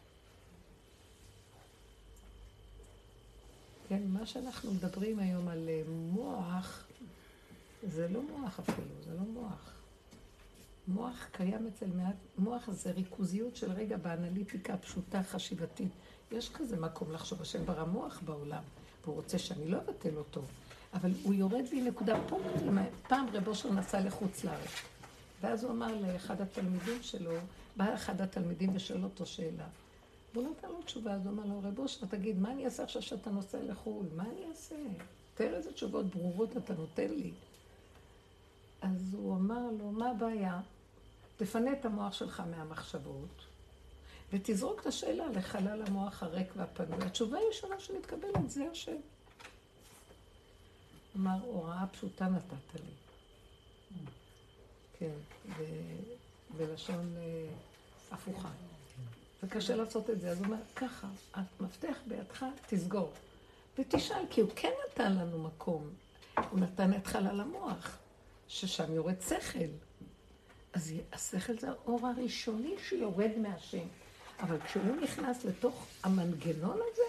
כן, מה שאנחנו מדברים היום על מוח, זה לא מוח אפילו, זה לא מוח. מוח קיים אצל מעט, מוח זה ריכוזיות של רגע באנליטיקה פשוטה, חשיבתית. יש כזה מקום לחשוב, השם ברא מוח בעולם, והוא רוצה שאני לא אבטל אותו. אבל הוא יורד לי נקודה פונקטים. פעם רב אושר נסע לחוץ לארץ. ואז הוא אמר לאחד התלמידים שלו, בא אחד התלמידים ושאל אותו שאלה. והוא נתן לו תשובה, אז הוא אמר לו, רב אושר, תגיד, מה אני אעשה עכשיו שאתה נוסע לחו"ל? מה אני אעשה? תראה איזה תשובות ברורות אתה נותן לי. אז הוא אמר לו, מה הבעיה? תפנה את המוח שלך מהמחשבות, ותזרוק את השאלה לחלל המוח הריק והפנוי. התשובה הראשונה שמתקבלת, זה השם. אמר, הוראה פשוטה נתת לי. כן, בלשון הפוכה. וקשה לעשות את זה, אז הוא אומר, ככה, המפתח בידך, תסגור. ותשאל, כי הוא כן נתן לנו מקום. הוא נתן את חלל המוח, ששם יורד שכל. אז השכל זה האור הראשוני שיורד מהשם. אבל כשהוא נכנס לתוך המנגנון הזה,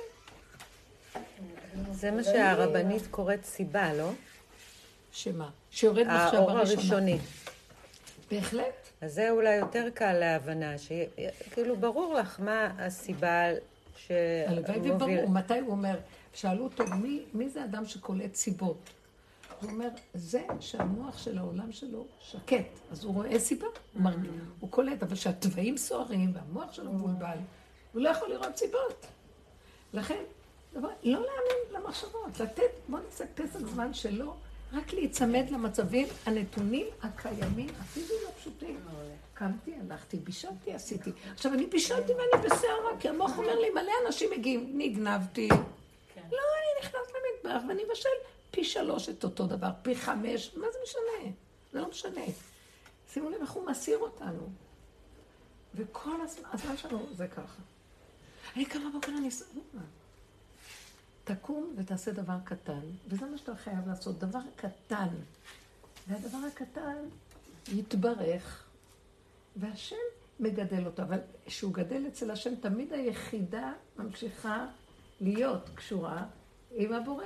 זה מה שהרבנית קוראת סיבה, לא? שמה? שיורד מחשבה האור ראשונה. הראשוני. בהחלט. אז זה אולי יותר קל להבנה, שכאילו ברור לך מה הסיבה הלוואי וברור, מתי הוא אומר, שאלו אותו, מי זה אדם שקולט סיבות? הוא אומר, זה שהמוח של העולם שלו שקט, אז הוא רואה סיבה, הוא קולט, אבל שהטבעים סוערים והמוח שלו מבולבל, הוא לא יכול לראות סיבות. לכן, לא להאמין למחשבות, לתת, בוא נעשה פסק זמן שלו, רק להיצמד למצבים הנתונים הקיימים, הפיזיים הפשוטים. קמתי, הלכתי, בישלתי, עשיתי. עכשיו, אני בישלתי ואני בסערה, כי המוח אומר לי, מלא אנשים מגיעים, נגנבתי. לא, אני נכנס למטבח ואני בשל פי 3 את אותו דבר, פי 5, מה זה משנה? זה לא משנה. שימו לב איך הוא מסיר אותנו. וכל הזמן שלנו זה ככה. אני קמה בוקר, אני סבבה. תקום ותעשה דבר קטן, וזה מה שאתה חייב לעשות, דבר קטן. והדבר הקטן יתברך, והשם מגדל אותו. אבל כשהוא גדל אצל השם, תמיד היחידה ממשיכה להיות קשורה עם הבורא.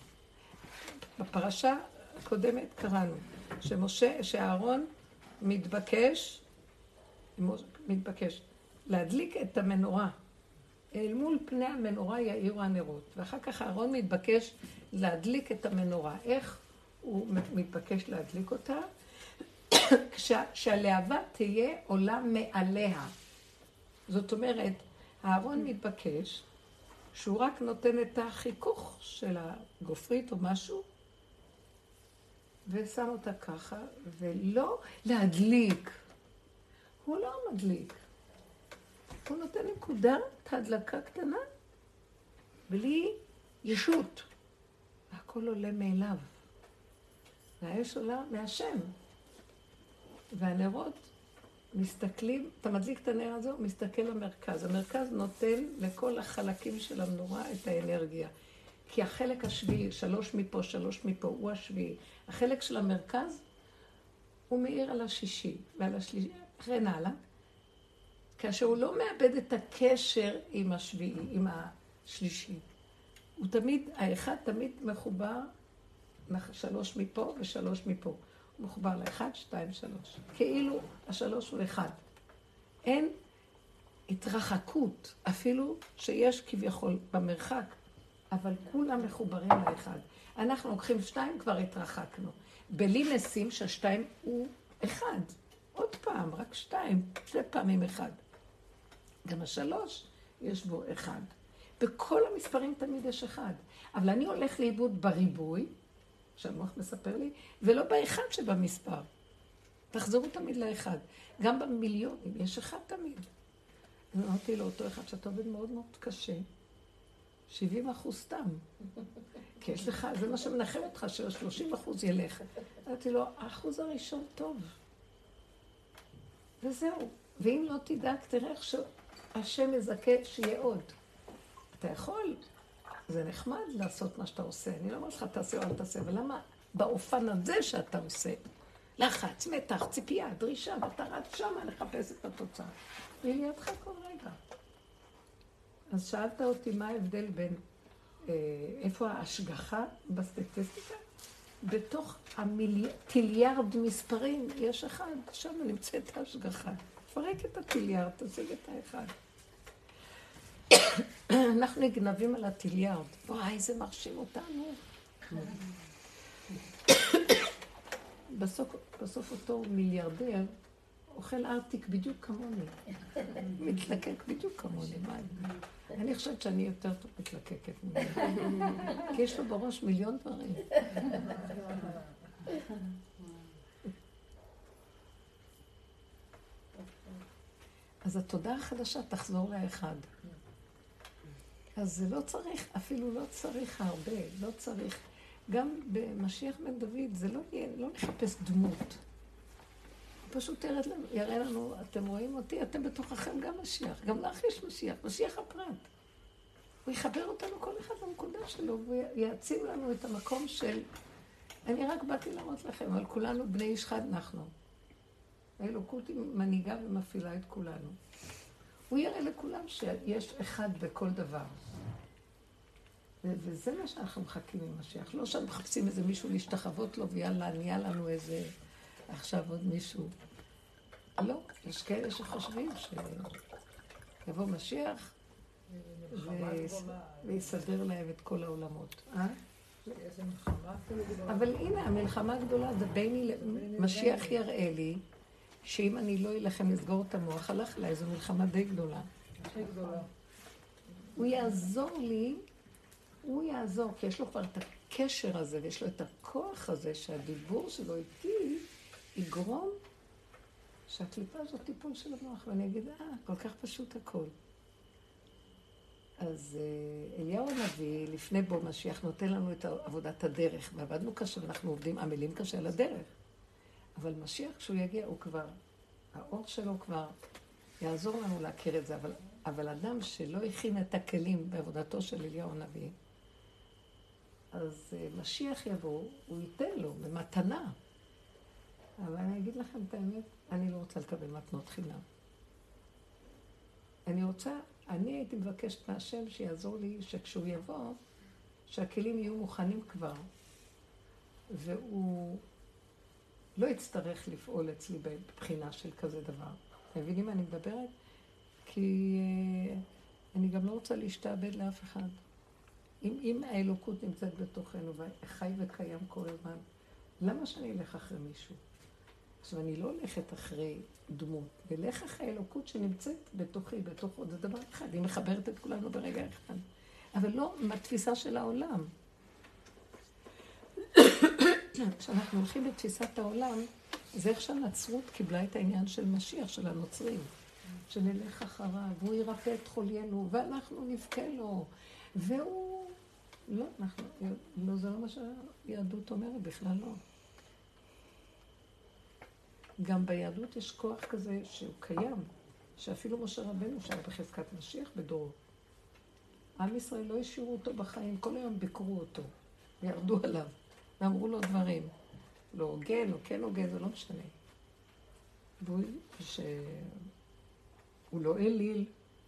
בפרשה הקודמת קראנו, שאהרון מתבקש להדליק את המנורה. אל מול פני המנורה יאירו הנרות. ואחר כך אהרון מתבקש להדליק את המנורה. איך הוא מתבקש להדליק אותה? שהלהבה תהיה עולה מעליה. זאת אומרת, אהרון מתבקש שהוא רק נותן את החיכוך של הגופרית או משהו, ושם אותה ככה, ולא להדליק. הוא לא מדליק. הוא נותן נקודת הדלקה קטנה, בלי ישות. והכל עולה מאליו. והאש עולה מהשם. והנרות מסתכלים, אתה מדליק את הנר הזה, הוא מסתכל למרכז. המרכז נותן לכל החלקים של המנורה את האנרגיה. כי החלק השביעי, 3 מפה, 3 מפה, הוא השביעי. החלק של המרכז, הוא מאיר על השישי ועל השלישי, אחרי נעלה. כאשר הוא לא מאבד את הקשר עם השביעי, עם השלישי. הוא תמיד, האחד תמיד מחובר 3 מפה ו3 מפה. הוא מחובר ל1, 2, 3. כאילו השלוש הוא אחד. אין התרחקות, אפילו שיש כביכול במרחק, אבל כולם מחוברים לאחד. אנחנו לוקחים 2, כבר התרחקנו. בלי נסים שהשתיים הוא אחד. עוד פעם, רק 2, 2 פעמים אחד. גם השלוש יש בו אחד. בכל המספרים תמיד יש אחד. אבל אני הולך לאיבוד בריבוי, שהמוח מספר לי, ולא באחד שבמספר. תחזרו תמיד לאחד. גם במיליונים יש אחד תמיד. אני אמרתי לו, אותו אחד שאתה עובד מאוד מאוד קשה, 70% סתם. כי יש לך, זה מה שמנחם אותך, ש30% ילך. אמרתי לו, האחוז הראשון טוב. וזהו. ואם לא תדאג, תראה איך שהשם מזכה שיהיה עוד. אתה יכול, זה נחמד לעשות מה שאתה עושה. אני לא אומר לך, תעשה או אל תעשה, אבל למה באופן הזה שאתה עושה? לחץ, מתח, ציפייה, דרישה, ואתה רץ שמה לחפש את התוצאה. והיא לידך כל רגע. אז שאלת אותי מה ההבדל בין איפה ההשגחה בסטטיסטיקה? בתוך הטיליארד מספרים יש אחד, שם נמצאת ההשגחה. פרק את הטיליארד, תשיג את האחד. אנחנו נגנבים על הטיליארד. וואי, זה מרשים אותנו. בסוף אותו מיליארדר אוכל ארטיק בדיוק כמוני. מתלקק בדיוק כמוני. אני חושבת שאני יותר טוב מתלקקת ממנו. כי יש לו בראש מיליון דברים. אז התודעה החדשה תחזור לאחד. אז זה לא צריך, אפילו לא צריך הרבה, לא צריך. גם במשיח בן דוד זה לא יהיה, לא נחפש דמות. פשוט יראה לנו, אתם רואים אותי, אתם בתוככם גם משיח. גם לך יש משיח, משיח הפרט. הוא יחבר אותנו כל אחד לנקודה שלו, והוא יעצים לנו את המקום של... אני רק באתי להראות לכם, אבל כולנו בני איש חד אנחנו. האלוקות היא מנהיגה ומפעילה את כולנו. הוא יראה לכולם שיש אחד בכל דבר. וזה מה שאנחנו מחכים עם משיח. לא שאנחנו מחפשים איזה מישהו להשתחוות לו, ויאללה, נהיה לנו איזה... עכשיו עוד מישהו. לא, יש כאלה שחושבים שיבוא משיח ויסדר להם את כל העולמות. אבל הנה, המלחמה הגדולה זה ביני, משיח יראה לי, שאם אני לא אלחם לסגור את המוח, הלך לה, זו מלחמה די גדולה. הוא יעזור לי, הוא יעזור, כי יש לו כבר את הקשר הזה, ויש לו את הכוח הזה, שהדיבור שלו איתי יגרום שהקליפה הזאת טיפול של המוח, ואני אגיד, כל כך פשוט הכל. אז אליהו הנביא, לפני בו משיח, נותן לנו את עבודת הדרך, ועבדנו קשה, ואנחנו עובדים עמלים קשה על הדרך. אבל משיח, כשהוא יגיע, הוא כבר, האור שלו כבר יעזור לנו להכיר את זה, אבל אדם שלא הכין את הכלים בעבודתו של אליהו הנביא, אז משיח יבוא, הוא ייתן לו במתנה. אבל אני אגיד לכם את האמת, אני לא רוצה לקבל מתנות חינם. אני הייתי מבקשת מהשם שיעזור לי שכשהוא יבוא, שהכלים יהיו מוכנים כבר, והוא לא יצטרך לפעול אצלי בבחינה של כזה דבר. אתם מבינים מה אני מדברת? כי אני גם לא רוצה להשתעבד לאף אחד. אם האלוקות נמצאת בתוכנו וחי וקיים כל הזמן, למה שאני אלך אחרי מישהו? עכשיו, אני לא הולכת אחרי דמות, נלך אחרי האלוקות שנמצאת בתוכי, בתוכו, זה דבר אחד, היא מחברת את כולנו ברגע אחד. אבל לא מהתפיסה של העולם. כשאנחנו הולכים בתפיסת העולם, זה איך שהנצרות קיבלה את העניין של משיח, של הנוצרים. שנלך אחריו, והוא ירפא את חוליינו, ואנחנו נבכה לו. והוא... לא, זה לא מה שהיהדות אומרת, בכלל לא. גם ביהדות יש כוח כזה שהוא קיים, שאפילו משה רבנו שהיה בחזקת משיח בדורו. עם ישראל לא השאירו אותו בחיים, כל היום ביקרו אותו, וירדו עליו, ואמרו לו דברים. לא הוגן, או כן הוגן, זה לא משנה. הוא לא אליל.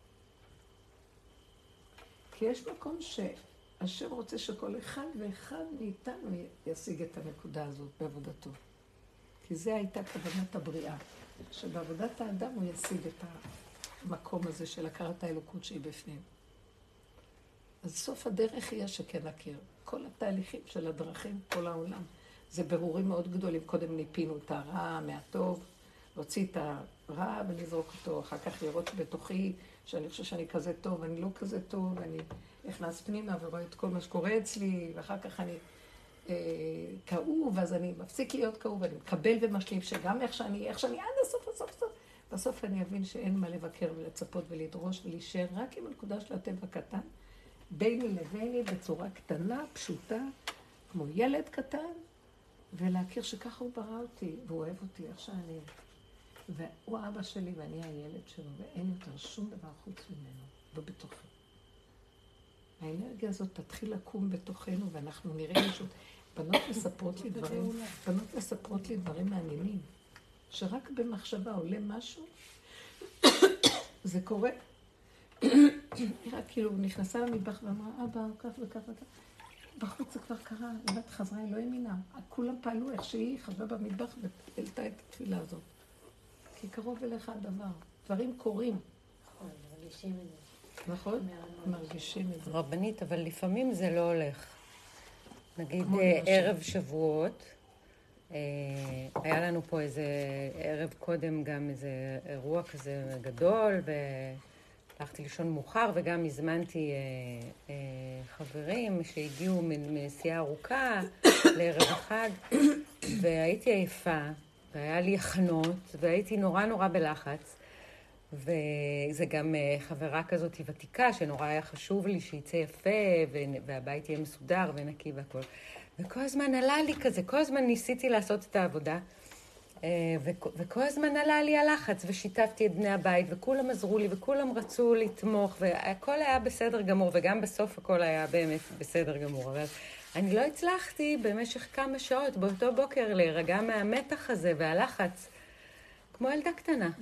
כי יש מקום שאשר רוצה שכל אחד ואחד מאיתנו ישיג את הנקודה הזאת בעבודתו. כי זה הייתה כוונת הבריאה, שבעבודת האדם הוא ישיג את המקום הזה של הכרת האלוקות שהיא בפנים. אז סוף הדרך יהיה שכן נכיר. כל התהליכים של הדרכים, כל העולם. זה ברורים מאוד גדולים. קודם ניפינו את הרע מהטוב, להוציא את הרע ולזרוק אותו, אחר כך לראות בתוכי שאני חושב שאני כזה טוב, אני לא כזה טוב, אני נכנס פנימה ורואה את כל מה שקורה אצלי, ואחר כך אני כאוב, אז אני מפסיק להיות כאוב, אני מקבל ומשלים שגם איך שאני עד הסוף, בסוף אני אבין שאין מה לבקר ולצפות ולדרוש ולהישאר רק עם הנקודה של הטבע קטן, ביני לביני בצורה קטנה, פשוטה, כמו ילד קטן, ולהכיר שככה הוא ברא אותי, והוא אוהב אותי איך שאני. והוא האבא שלי ואני הילד שלו, ואין יותר שום דבר חוץ ממנו, לא בתוכי. האנרגיה הזאת תתחיל לקום בתוכנו, ואנחנו נראה משהו. בנות מספרות לי דברים מעניינים, שרק במחשבה עולה משהו, זה קורה. רק כאילו נכנסה למטבח ואמרה, אבא, כך וכך וכך. בחוץ זה כבר קרה, הבת חזרה, היא לא האמינה. כולם פעלו איך שהיא חזרה במטבח והעלתה את התפילה הזאת. כי קרוב אליך הדבר. דברים קורים. נכון, מרגישים את זה. נכון? מרגישים את זה. רבנית, אבל לפעמים זה לא הולך. נגיד ערב שבועות, היה לנו פה איזה ערב קודם גם איזה אירוע כזה גדול, הלכתי לישון מאוחר וגם הזמנתי חברים שהגיעו מנסיעה ארוכה לערב אחד, והייתי עייפה, והיה לי הכנות, והייתי נורא בלחץ, וזה גם חברה כזאת ותיקה, שנורא היה חשוב לי שיצא יפה, והבית יהיה מסודר ונקי והכל. וכל הזמן עלה לי כזה, כל הזמן ניסיתי לעשות את העבודה, וכל הזמן עלה לי הלחץ, ושיתפתי את בני הבית, וכולם עזרו לי, וכולם רצו לתמוך, והכל היה בסדר גמור, וגם בסוף הכל היה באמת בסדר גמור. אבל אני לא הצלחתי במשך כמה שעות באותו בוקר להירגע מהמתח הזה והלחץ, כמו ילדה קטנה,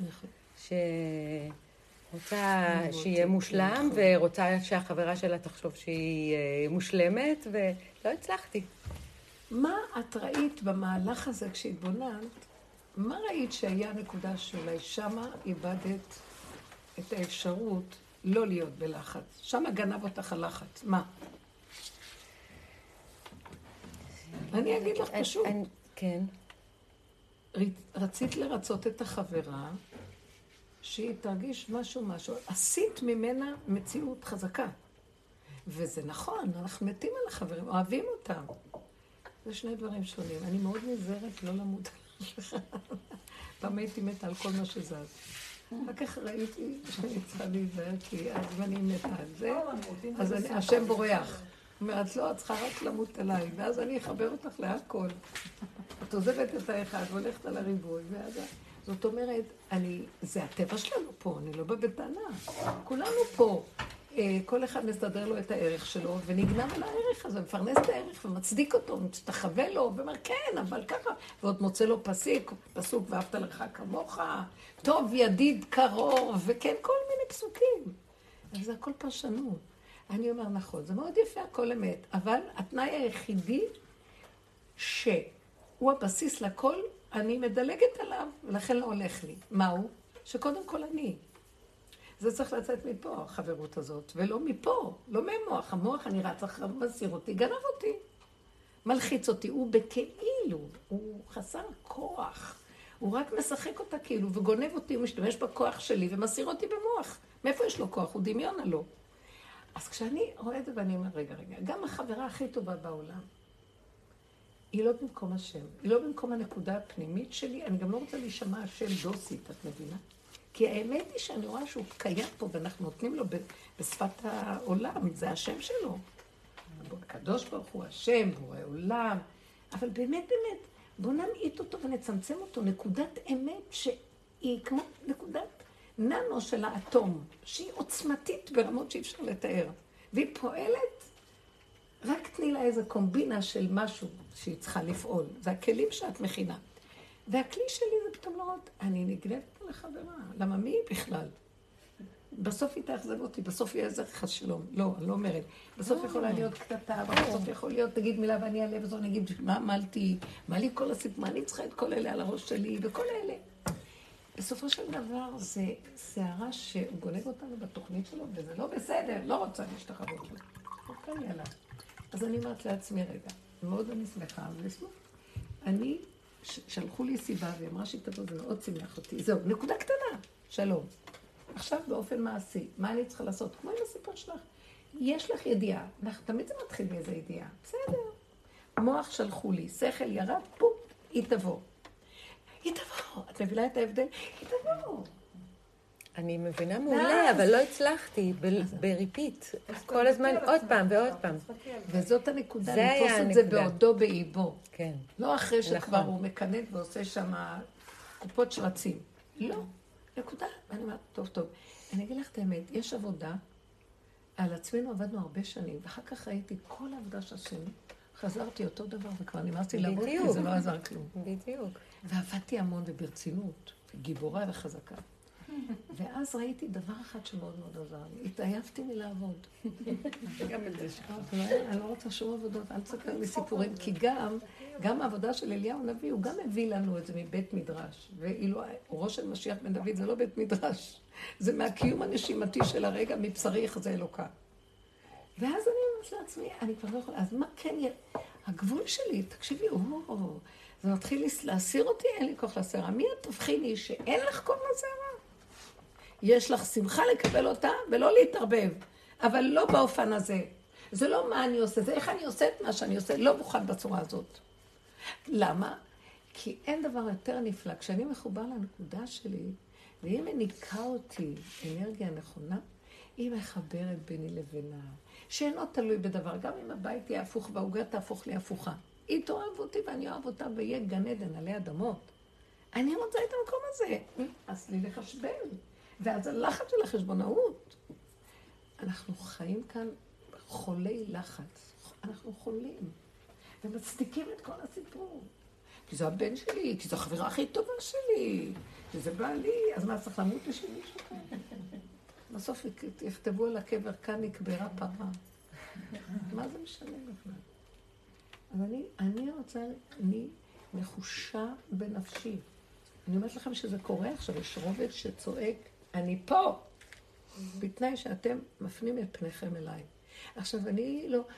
שרוצה שיהיה מושלם, ורוצה שהחברה שלה תחשוב שהיא מושלמת, ולא הצלחתי. מה את ראית במהלך הזה כשהתבוננת? מה ראית שהיה נקודה שאולי שמה איבדת את האפשרות לא להיות בלחץ? שמה גנב אותך הלחץ. מה? אני אגיד לך פשוט. כן. רצית לרצות את החברה, שהיא תרגיש משהו. עשית ממנה מציאות חזקה. וזה נכון, אנחנו מתים על החברים, אוהבים אותם. זה שני דברים שונים. אני מאוד נזהרת לא למות עליך. פעם הייתי מתה על כל מה שזז. אחר כך ראיתי שאני צריכה להיזהר, כי אז אני מתה על זה, אז השם בורח. אומרת, לא, את צריכה רק למות עליי, ואז אני אחבר אותך להכל. את עוזבת את האחד והולכת על הריבוי, ואז זאת אומרת, זה הטבע שלנו פה, אני לא בטענה. כולנו פה, כל אחד מסתדר לו את הערך שלו, ונגנב על הערך הזה, מפרנס את הערך ומצדיק אותו, מצטחווה לו, ואומר, כן, אבל ככה, ועוד מוצא לו פסוק, ואהבת לך כמוך, טוב ידיד קרוב, וכן, כל מיני פסוקים. אז זה הכל פרשנות. אני אומר, נכון, זה מאוד יפה, הכל אמת, אבל התנאי היחידי שהוא הבסיס לכל, אני מדלגת עליו, ולכן לא הולך לי. מהו? שקודם כל אני. זה צריך לצאת מפה, החברות הזאת, ולא מפה, לא ממוח. המוח אני רץ אחריו, מסיר אותי, גנב אותי. מלחיץ אותי, הוא בכאילו, הוא חסר כוח. הוא רק משחק אותה כאילו, וגונב אותי, הוא משתמש בכוח שלי, ומסיר אותי במוח. מאיפה יש לו כוח? הוא דמיון עלו. אז כשאני רואה את זה ואני אומר, רגע, גם החברה הכי טובה בעולם, היא לא במקום השם, היא לא במקום הנקודה הפנימית שלי, אני גם לא רוצה להישמע השם דוסית, את מבינה? כי האמת היא שאני רואה שהוא קיים פה, ואנחנו נותנים לו בשפת העולם, זה השם שלו. הקדוש ברוך הוא השם, הוא העולם, אבל באמת, בואו נמעיט אותו ונצמצם אותו, נקודת אמת שהיא כמו נקודת ננו של האטום, שהיא עוצמתית ברמות שאי אפשר לתאר, והיא פועלת, רק תני לה איזו קומבינה של משהו שהיא צריכה לפעול, זה הכלים שאת מכינה. והכלי שלי זה פתאום לא עוד, אני נגנבת לחברה, למה מי היא בכלל? בסוף היא תאכזב אותי, בסוף יהיה איזה חס שלום, לא, אני לא אומרת. בסוף יכולה להיות קטטה, בסוף יכול להיות, תגיד מילה ואני אעלה וזו, אני אגיד, מה עמלתי, מה לי כל הסיפור, מה אני צריכה את כל אלה על הראש שלי, וכל אלה. בסופו של דבר זה שערה שהוא גונב אותנו בתוכנית שלו, וזה לא בסדר, לא רוצה להשתחוות לו. אוקיי, יאללה. אז אני אומרת לעצמי רגע, מאוד אני שמחה, ולשמח. אני, שלחו לי סיבה, והיא אמרה שהיא כתוב, זה מאוד שמח אותי. זהו, נקודה קטנה, שלום. עכשיו באופן מעשי, מה אני צריכה לעשות? כמו עם הסיפור שלך. יש לך ידיעה, תמיד זה מתחיל מאיזה ידיעה. בסדר. מוח שלחו לי, שכל ירד, פופ, היא תבוא. היא תבוא. את מבינה את ההבדל? היא תבוא. אני מבינה מעולה, אבל לא הצלחתי בריפיט. כל הזמן עוד פעם ועוד פעם. וזאת הנקודה, לתפוס את זה בעודו באיבו. כן. לא אחרי שכבר הוא מקנט ועושה שם קופות שרצים. לא. נקודה. ואני אומרת, טוב. אני אגיד לך את האמת, יש עבודה, על עצמנו עבדנו הרבה שנים, ואחר כך ראיתי כל העבודה שעשינו, חזרתי אותו דבר, וכבר נמאסתי לעבוד, כי זה לא עזר כלום. בדיוק. ועבדתי המון וברצינות, גיבורה וחזקה. ואז ראיתי דבר אחד שמאוד מאוד עזר לי, התעייפתי מלעבוד. גם את זה שכח. אני לא רוצה שום עבודות, אל תספר לי סיפורים, כי גם העבודה של אליהו הנביא, הוא גם הביא לנו את זה מבית מדרש. ואילו ראש של משיח בן דוד זה לא בית מדרש, זה מהקיום הנשימתי של הרגע, מבשרי יחזה אלוקה. ואז אני אומרת לעצמי, אני כבר לא יכולה, אז מה כן יהיה? הגבול שלי, תקשיבי, זה מתחיל להסיר אותי, אין לי כוח לסערה. מי את תבחיני שאין לך כוח לסערה? יש לך שמחה לקבל אותה ולא להתערבב, אבל לא באופן הזה. זה לא מה אני עושה, זה איך אני עושה את מה שאני עושה, לא מוכן בצורה הזאת. למה? כי אין דבר יותר נפלא. כשאני מחובר לנקודה שלי, והיא מניקה אותי אנרגיה נכונה, היא מחברת ביני לבינה, שאינו תלוי בדבר, גם אם הבית יהיה הפוך והעוגה תהפוך לי הפוכה. היא תאהב אותי ואני אוהב אותה ויהיה גן עדן עלי אדמות. אני רוצה את המקום הזה. אז לי לחשבן. ואז הלחץ של החשבונאות. אנחנו חיים כאן חולי לחץ. אנחנו חולים. ומצדיקים את כל הסיפור. כי זה הבן שלי, כי זו החברה הכי טובה שלי. כי זה בעלי, אז מה צריך למות בשביל מישהו כאן? בסוף יכתבו על הקבר, כאן נקברה פרה. מה זה משנה בכלל? אז אני נחושה בנפשי. אני אומרת לכם שזה קורה עכשיו, יש רובד שצועק, אני פה, בתנאי שאתם מפנים את פניכם אליי. עכשיו, אני לא,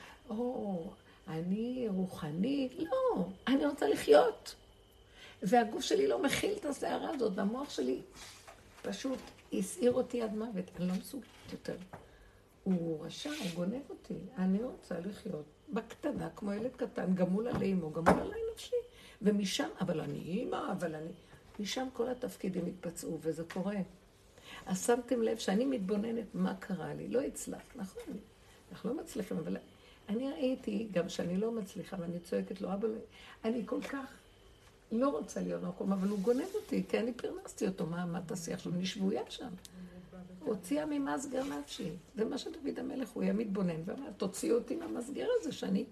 אני רוחני, לא, אני רוצה לחיות. והגוף שלי לא מכיל את הסערה הזאת, והמוח שלי פשוט הסעיר אותי עד מוות, אני לא מסוגלת יותר. הוא רשע, הוא גונב אותי, אני רוצה לחיות בקטנה, כמו ילד קטן, גמול עלי אמו, גמול עלי נפשי. ומשם, אבל אני אימא, משם כל התפקידים התבצעו, וזה קורה. אז שמתם לב שאני מתבוננת מה קרה לי, לא הצלח, נכון, אנחנו לא מצליחים, אבל אני ראיתי גם שאני לא מצליחה, ואני צועקת לו, אבל אני כל כך לא רוצה להיות במקום, אבל הוא גונב אותי, כי אני פרנסתי אותו, מה תעשי עכשיו? אני שבויה שם. הוציאה ממסגר נפשי. זה מה שדוד המלך, הוא היה מתבונן, ואמר, תוציאו אותי מהמסגר הזה, שאני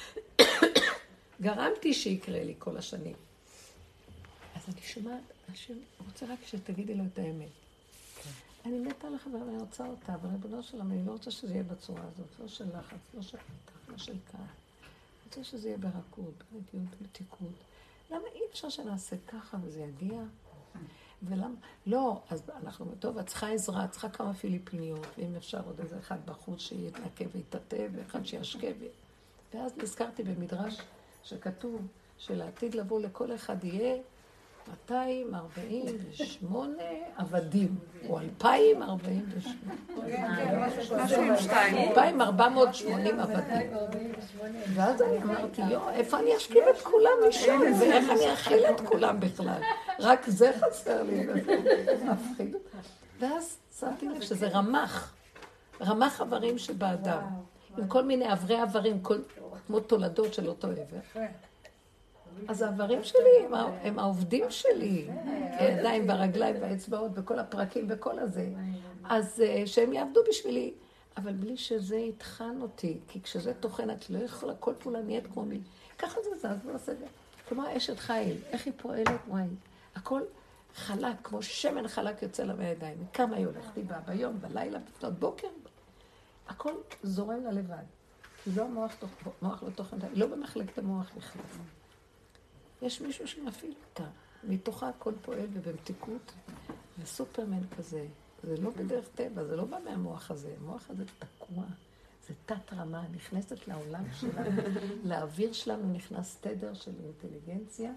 גרמתי שיקרה לי כל השנים. אז אני שומעת, השם רוצה רק שתגידי לו את האמת. אני מתה לך ואני רוצה אותה, אבל ריבונו של עולם, אני לא רוצה שזה יהיה בצורה הזאת, לא של לחץ, לא של פתח, לא של כעס. אני רוצה שזה יהיה ברכות, ברגיעות, מתיקות. למה אי אפשר שנעשה ככה וזה יגיע? ולמה? לא, אז אנחנו, טוב, את צריכה עזרה, את צריכה כמה פיליפיניות, ואם אפשר עוד איזה אחד בחוץ שיתנקה ויתעטה, ואחד שישקה. ואז נזכרתי במדרש שכתוב שלעתיד לבוא לכל אחד יהיה 248 עבדים, או 2,480 עבדים. ואז אני אמרתי, איפה אני אשכיב את כולם משם, ואיך אני אכיל את כולם בכלל? רק זה חסר לי, וזה מפחיד. ואז שמתי לב שזה רמ"ח איברים שבאדם, עם כל מיני אברי איברים, כמו תולדות של אותו עבר. אז האיברים שלי הם העובדים שלי, הידיים והרגליים והאצבעות וכל הפרקים וכל הזה. אז שהם יעבדו בשבילי, אבל בלי שזה יתחן אותי, כי כשזה תוכן את לא יכולה, כל פעולה נהיית כמו מיל. ככה זה זז בסדר. כמו אשת חיל, איך היא פועלת? וואי, הכל חלק, כמו שמן חלק יוצא לה מהידיים. כמה היא הולכת, היא באה ביום, בלילה, בפנות בוקר. הכל זורם לה לבד. כי לא המוח לא תוכן, לא במחלקת המוח בכלל. יש מישהו שמפעיל אותה, מתוכה הכל פועל ובמתיקות, וסופרמן כזה, זה לא בדרך טבע, זה לא בא מהמוח הזה, המוח הזה תקוע, זה תת רמה, נכנסת לעולם שלנו, לאוויר שלנו נכנס תדר של אינטליגנציה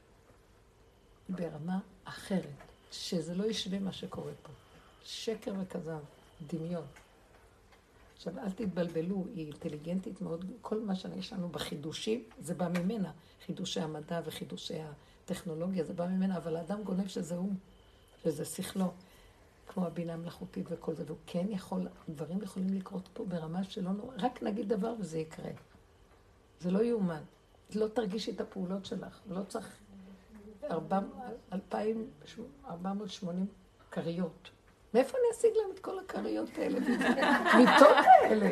ברמה אחרת, שזה לא ישווה מה שקורה פה, שקר וכזב, דמיון. עכשיו, אל תתבלבלו, היא אינטליגנטית מאוד, כל מה שיש לנו בחידושים, זה בא ממנה. חידושי המדע וחידושי הטכנולוגיה, זה בא ממנה, אבל האדם גונב שזה הוא, שזה שכלו, כמו הבינה המלאכותית וכל זה, והוא כן יכול, דברים יכולים לקרות פה ברמה שלא נורא, רק נגיד דבר וזה יקרה. זה לא יאומן. לא תרגישי את הפעולות שלך, ולא צריך 2,480 קריות. מאיפה אני אשיג להם את כל הקריות האלה? מיטות האלה.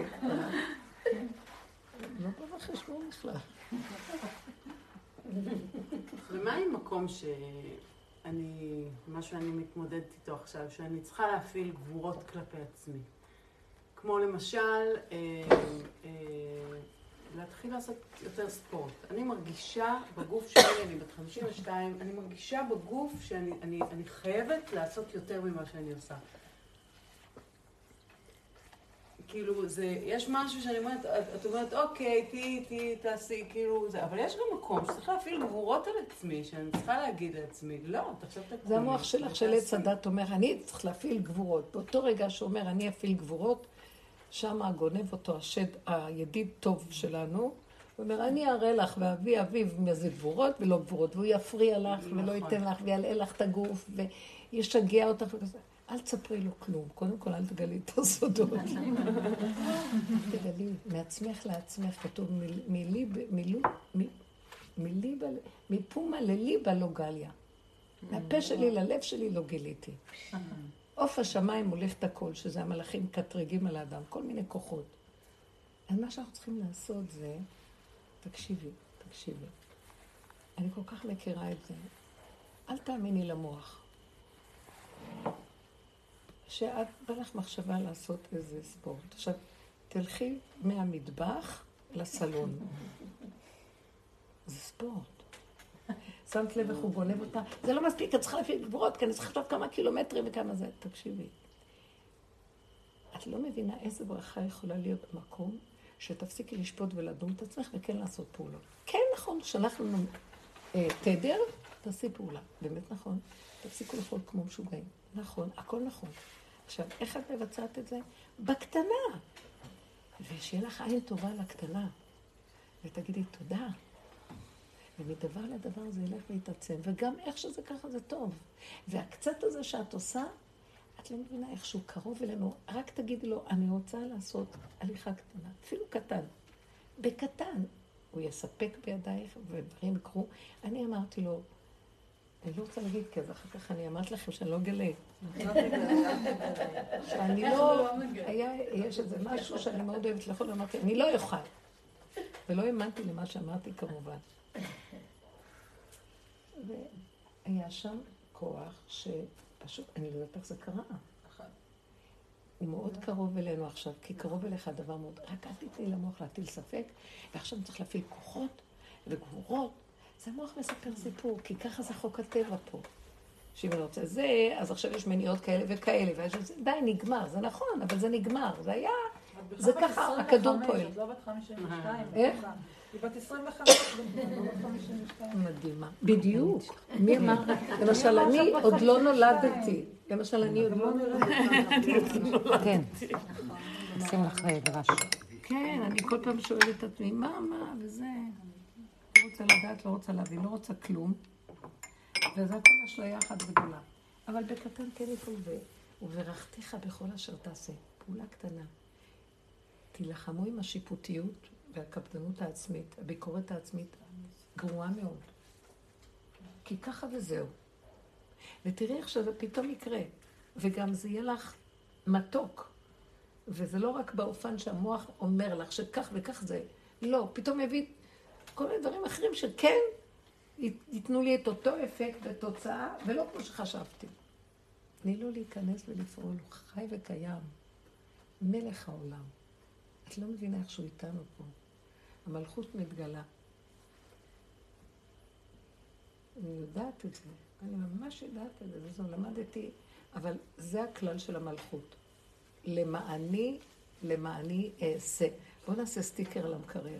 לא בא בחשבון בכלל. ומה עם מקום מה שאני מתמודדת איתו עכשיו, שאני צריכה להפעיל גבורות כלפי עצמי? כמו למשל, להתחיל לעשות יותר ספורט. אני מרגישה בגוף שלי, אני בת 52, אני מרגישה בגוף שאני חייבת לעשות יותר ממה שאני עושה. כאילו, יש משהו שאני אומרת, את אומרת, אוקיי, תעשי, כאילו, זה, אבל יש גם מקום שצריך להפעיל גבורות על עצמי, שאני צריכה להגיד לעצמי, לא, תחשב את הכול. זה המוח שלך של עץ הדת אומר, אני צריך להפעיל גבורות. באותו רגע שאומר, אני אפעיל גבורות, שם גונב אותו השד, הידיד טוב שלנו, הוא אומר, אני אראה לך ואבי אביו מזה גבורות ולא גבורות, והוא יפריע לך ולא ייתן לך וילאה לך את הגוף וישגע אותך וכזה. אל תספרי לו כלום, קודם כל אל תגלי את הסודות. תגלי, מעצמך לעצמך, כתוב מפומה לליבה לא גליה. מהפה שלי ללב שלי לא גיליתי. עוף השמיים מוליך את הכל, שזה המלאכים קטרגים על האדם, כל מיני כוחות. אז מה שאנחנו צריכים לעשות זה, תקשיבי. אני כל כך מכירה את זה. אל תאמיני למוח. שאת בא לך מחשבה לעשות איזה ספורט. עכשיו, תלכי מהמטבח לסלון. זה ספורט. שמת לב איך הוא גונב אותה. זה לא מספיק, את צריכה להפעיל גבורות, כי אני צריכה לחשוב כמה קילומטרים וכמה זה. תקשיבי. את לא מבינה איזה ברכה יכולה להיות במקום שתפסיקי לשפוט ולדון את עצמך וכן לעשות פעולות. כן, נכון, שאנחנו תדר, תעשי פעולה. באמת נכון. תפסיקו לאכול כמו משוגעים. נכון, הכל נכון. עכשיו, איך את מבצעת את זה? בקטנה. ושיהיה לך עין טובה לקטנה. ותגידי תודה. ומדבר לדבר זה ילך ויתעצם. וגם איך שזה ככה זה טוב. והקצת הזה שאת עושה, את לא מבינה איך שהוא קרוב אלינו. רק תגידי לו, אני רוצה לעשות הליכה קטנה. אפילו קטן. בקטן. הוא יספק בידייך ודברים יקרו. אני אמרתי לו, אני לא רוצה להגיד, כי אז אחר כך אני אמרת לכם שאני לא גלה. שאני לא, יש איזה משהו שאני מאוד אוהבת לאכול, אמרתי, אני לא אוכל. ולא האמנתי למה שאמרתי כמובן. והיה שם כוח שפשוט, אני לא יודעת איך זה קרה. הוא מאוד קרוב אלינו עכשיו, כי קרוב אליך הדבר מאוד, רק אל תתני למוח להטיל ספק, ועכשיו צריך להפעיל כוחות וגבורות. זה המוח מספר סיפור, כי ככה זה חוק הטבע פה. שאם אני רוצה זה, אז עכשיו יש מניעות כאלה וכאלה, די, נגמר, זה נכון, אבל זה נגמר, זה היה, זה ככה, הכדור פועל. את לא בת 52. איך? היא בת 25, לא בת 52. מדהימה. בדיוק. מי אמר? למשל, אני עוד לא נולדתי. למשל, אני עוד לא נולדתי. כן. נשים לך דרש. כן, אני כל פעם שואלת את עצמי, מה, וזה... לא רוצה לדעת, לא רוצה להבין, לא רוצה כלום. וזה הכל אשליה אחת גדולה. אבל בקטן כן יפול וברכתיך בכל אשר תעשה. פעולה קטנה. תילחמו עם השיפוטיות והקפדנות העצמית, הביקורת העצמית, גרועה מאוד. כי ככה וזהו. ותראי איך שזה פתאום יקרה. וגם זה יהיה לך מתוק. וזה לא רק באופן שהמוח אומר לך שכך וכך זה. לא, פתאום יביא כל מיני דברים אחרים שכן ייתנו לי את אותו אפקט ותוצאה, ולא כמו שחשבתי. תני לו להיכנס ולפעול, הוא חי וקיים. מלך העולם. את לא מבינה איך שהוא איתנו פה. המלכות מתגלה. אני יודעת את זה. אני ממש יודעת את זה, וזו למדתי. אבל זה הכלל של המלכות. למעני אעשה. בואו נעשה סטיקר למקרר.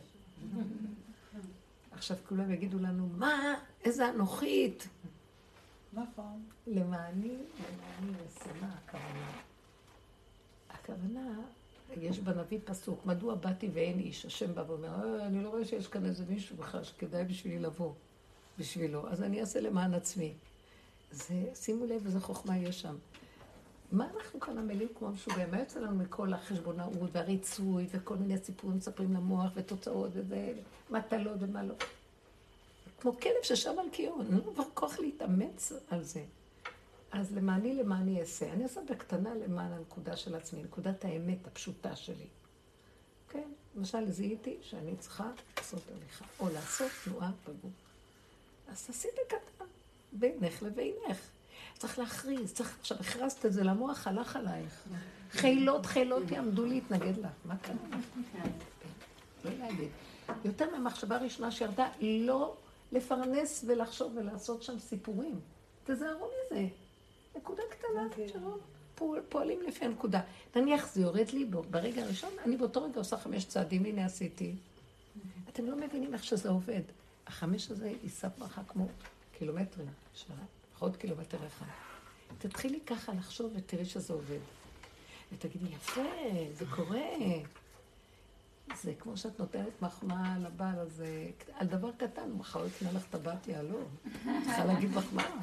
עכשיו כולם יגידו לנו, מה? איזה אנוכית. נכון. למעני אעשה. מה הכוונה? הכוונה, יש בנביא פסוק, מדוע באתי ואין איש? השם בא ואומר, אני לא רואה שיש כאן איזה מישהו בכלל שכדאי בשבילי לבוא בשבילו, אז אני אעשה למען עצמי. זה, שימו לב, איזה חוכמה יש שם. מה אנחנו כאן עמלים כמו משוגעים? מה יוצא לנו מכל החשבונאות והריצוי וכל מיני סיפורים מספרים למוח ותוצאות ומטלות ומה לא? כמו כלב ששם על קיון, אין לו כבר כוח להתאמץ על זה. אז למעני אעשה. אני אעשה בקטנה למען הנקודה של עצמי, נקודת האמת הפשוטה שלי. כן? למשל, זיהיתי שאני צריכה לעשות הליכה, או לעשות תנועה בגוף. אז תעשי בקטן, בינך לבינך. צריך להכריז, עכשיו הכרזת את זה למוח, הלך עלייך. חילות יעמדו להתנגד לך. מה כאן? לא להגיד. יותר מהמחשבה הראשונה שירדה, לא לפרנס ולחשוב ולעשות שם סיפורים. תזהרו מזה. נקודה קטנה, שלום. פועלים לפי הנקודה. נניח זה יורד לי ברגע הראשון, אני באותו רגע עושה 5 צעדים, הנה עשיתי. אתם לא מבינים איך שזה עובד. 5 הזה ייסע ברכה כמו קילומטרים, עוד קילומטר אחד. תתחילי ככה לחשוב ותראי שזה עובד. ותגידי, יפה, זה קורה. זה כמו שאת נותנת מחמאה לבעל הזה, על דבר קטן, מחר יקנה לך טבעת יעלום. צריכה להגיד מחמאה.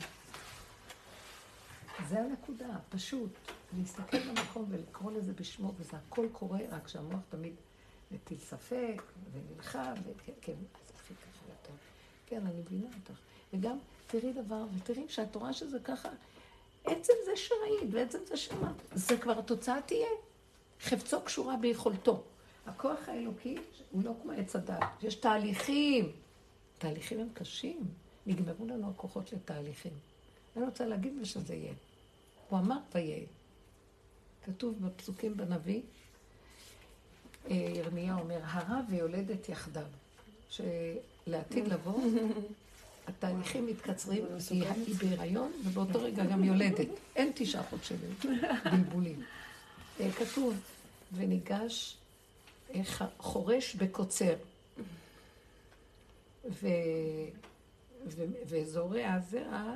זה הנקודה, פשוט. להסתכל במקום ולקרוא לזה בשמו, וזה הכל קורה, רק שהמוח תמיד מטיל ספק ונלחם, וכן, אז הכי ככה יותר. כן, אני מבינה אותך. וגם תראי דבר, ותראי שהתורה שזה ככה, עצם זה שראית, ועצם זה שמעת, זה כבר התוצאה תהיה. חפצו קשורה ביכולתו. הכוח האלוקי הוא לא כמו עץ הדעת. יש תהליכים. תהליכים הם קשים. נגמרו לנו הכוחות לתהליכים. אני רוצה להגיד ושזה יהיה. הוא אמר ויהיה. כתוב בפסוקים בנביא, ירמיה אומר, הרה ויולדת יחדיו. שלעתיד לבוא, התהליכים מתקצרים, היא בהיריון, ובאותו רגע גם יולדת. אין 9 חודשים בלבולים. כתוב, וניגש חורש בקוצר, וזורע זרע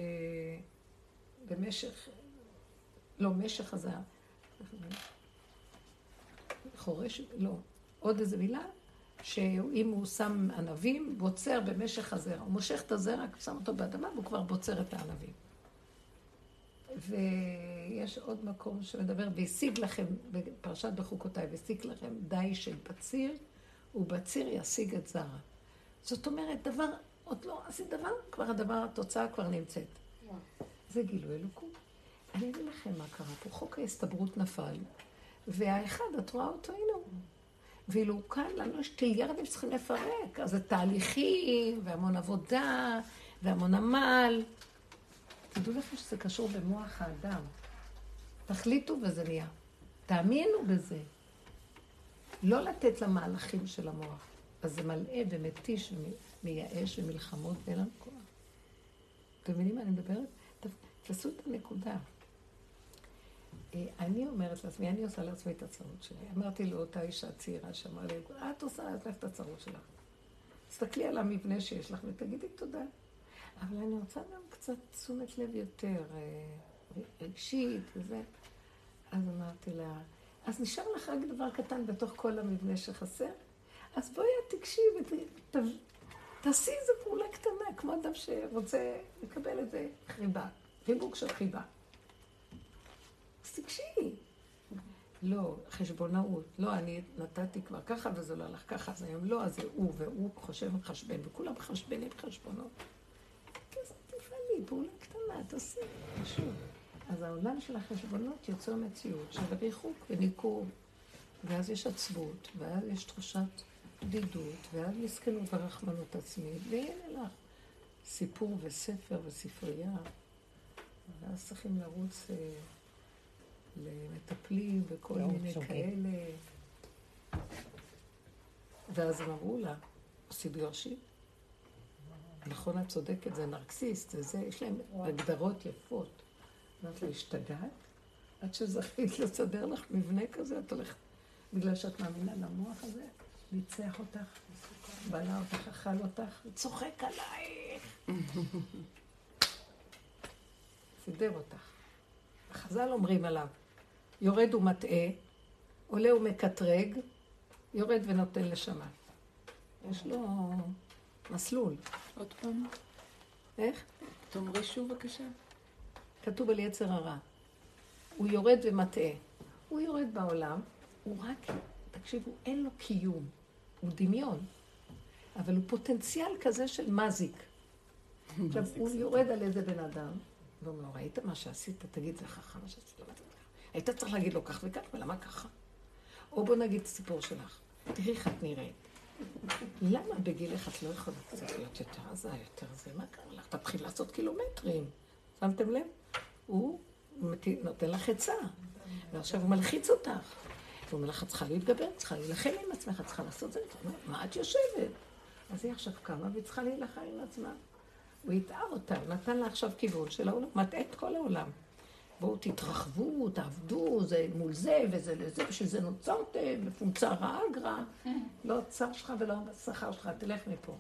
במשך, לא, משך הזרע. חורש, לא, עוד איזו מילה, שאם הוא שם ענבים, בוצר במשך הזרע. הוא מושך את הזרע, שם אותו באדמה, והוא כבר בוצר את הענבים. ויש עוד מקום שמדבר, והשיג לכם, בפרשת בחוקותיי, והשיג לכם די של בציר, ובציר ישיג את זרע. זאת אומרת, דבר עוד לא עשית דבר, כבר התוצאה כבר נמצאת. זה גילוי אלוקות. אני אגיד לכם מה קרה פה, חוק ההסתברות נפל, והאחד, את רואה אותו, הנה. ואילו כאן לנו יש טריליארדים שצריכים לפרק, אז זה תהליכים, והמון עבודה, והמון עמל. תדעו לכם שזה קשור במוח האדם. תחליטו וזה נהיה. תאמינו בזה. לא לתת למהלכים של המוח. אז זה מלא ומתיש ומייאש ומלחמות ואין לנו כוח. אתם מבינים מה אני מדברת? תעשו את הנקודה. אני אומרת לעצמי, אני עושה לעצמי את הצרות שלי. אמרתי לאותה אישה צעירה שאמרה לי, את עושה לעצמך את הצרות שלך. תסתכלי על המבנה שיש לך ותגידי תודה. אבל אני רוצה גם קצת תשומת לב יותר רגשית וזה. אז אמרתי לה, אז נשאר לך רק דבר קטן בתוך כל המבנה שחסר? אז בואי תקשי ותעשי איזו פעולה קטנה, כמו אדם שרוצה לקבל איזה חיבה, חיבוק של חיבה. אז תקשי. לא, חשבונאות. לא, אני נתתי כבר ככה וזה לא הלך ככה, אז היום לא, אז זה הוא והוא חושב מחשבן, וכולם מחשבנים חשבונות. אז תפעלי, פעולה קטנה, תעשי, פשוט. אז העולם של החשבונות יוצר מציאות של ריחוק וניכור, ואז יש עצבות, ואז יש תחושת בדידות, ואז מסכנות ורחמנות עצמית, והנה לך סיפור וספר וספרייה, ואז צריכים לרוץ למטפלים וכל מיני כאלה. ואז הם אמרו לה, עושים יורשים? נכון, את צודקת, זה נרקסיסט, זה, יש להם הגדרות יפות. אמרת לה, השתגעת? עד שזכית לסדר לך מבנה כזה, את הולכת, בגלל שאת מאמינה למוח הזה, ניצח אותך, בלה אותך, אכל אותך, צוחק עלייך. סידר אותך. החז"ל אומרים עליו, יורד ומטעה, עולה ומקטרג, יורד ונותן לשמה. יש לו מסלול. עוד פעם. איך? תאמרי שוב בבקשה. כתוב על יצר הרע. הוא יורד ומטעה. הוא יורד בעולם, הוא רק, תקשיבו, אין לו קיום. הוא דמיון. אבל הוא פוטנציאל כזה של מזיק. עכשיו, הוא יורד על איזה בן אדם, ואומר לו, ראית מה שעשית? תגיד, זה חכם מה שעשית. היית צריך להגיד לו כך וכך, ולמה ככה? או בוא נגיד סיפור שלך. תראי איך את נראית. למה בגילך את לא יכולה קצת להיות יותר עזה, יותר זה? מה קרה לך? תתחיל לעשות קילומטרים. שמתם לב? הוא נותן לך עצה. ועכשיו הוא מלחיץ אותך. הוא אומר לך, את צריכה להתגבר, צריכה להילחם עם עצמך, את צריכה לעשות זה. מה את יושבת? אז היא עכשיו קמה והיא צריכה להילחם עם עצמה. הוא יתאר אותה, הוא נתן לה עכשיו כיוון של העולם, מטעה את כל העולם. בואו תתרחבו, תעבדו, זה מול זה וזה לזה, בשביל זה נוצרתם, מפונצר האגרה, לא צר שלך ולא השכר שלך, תלך מפה.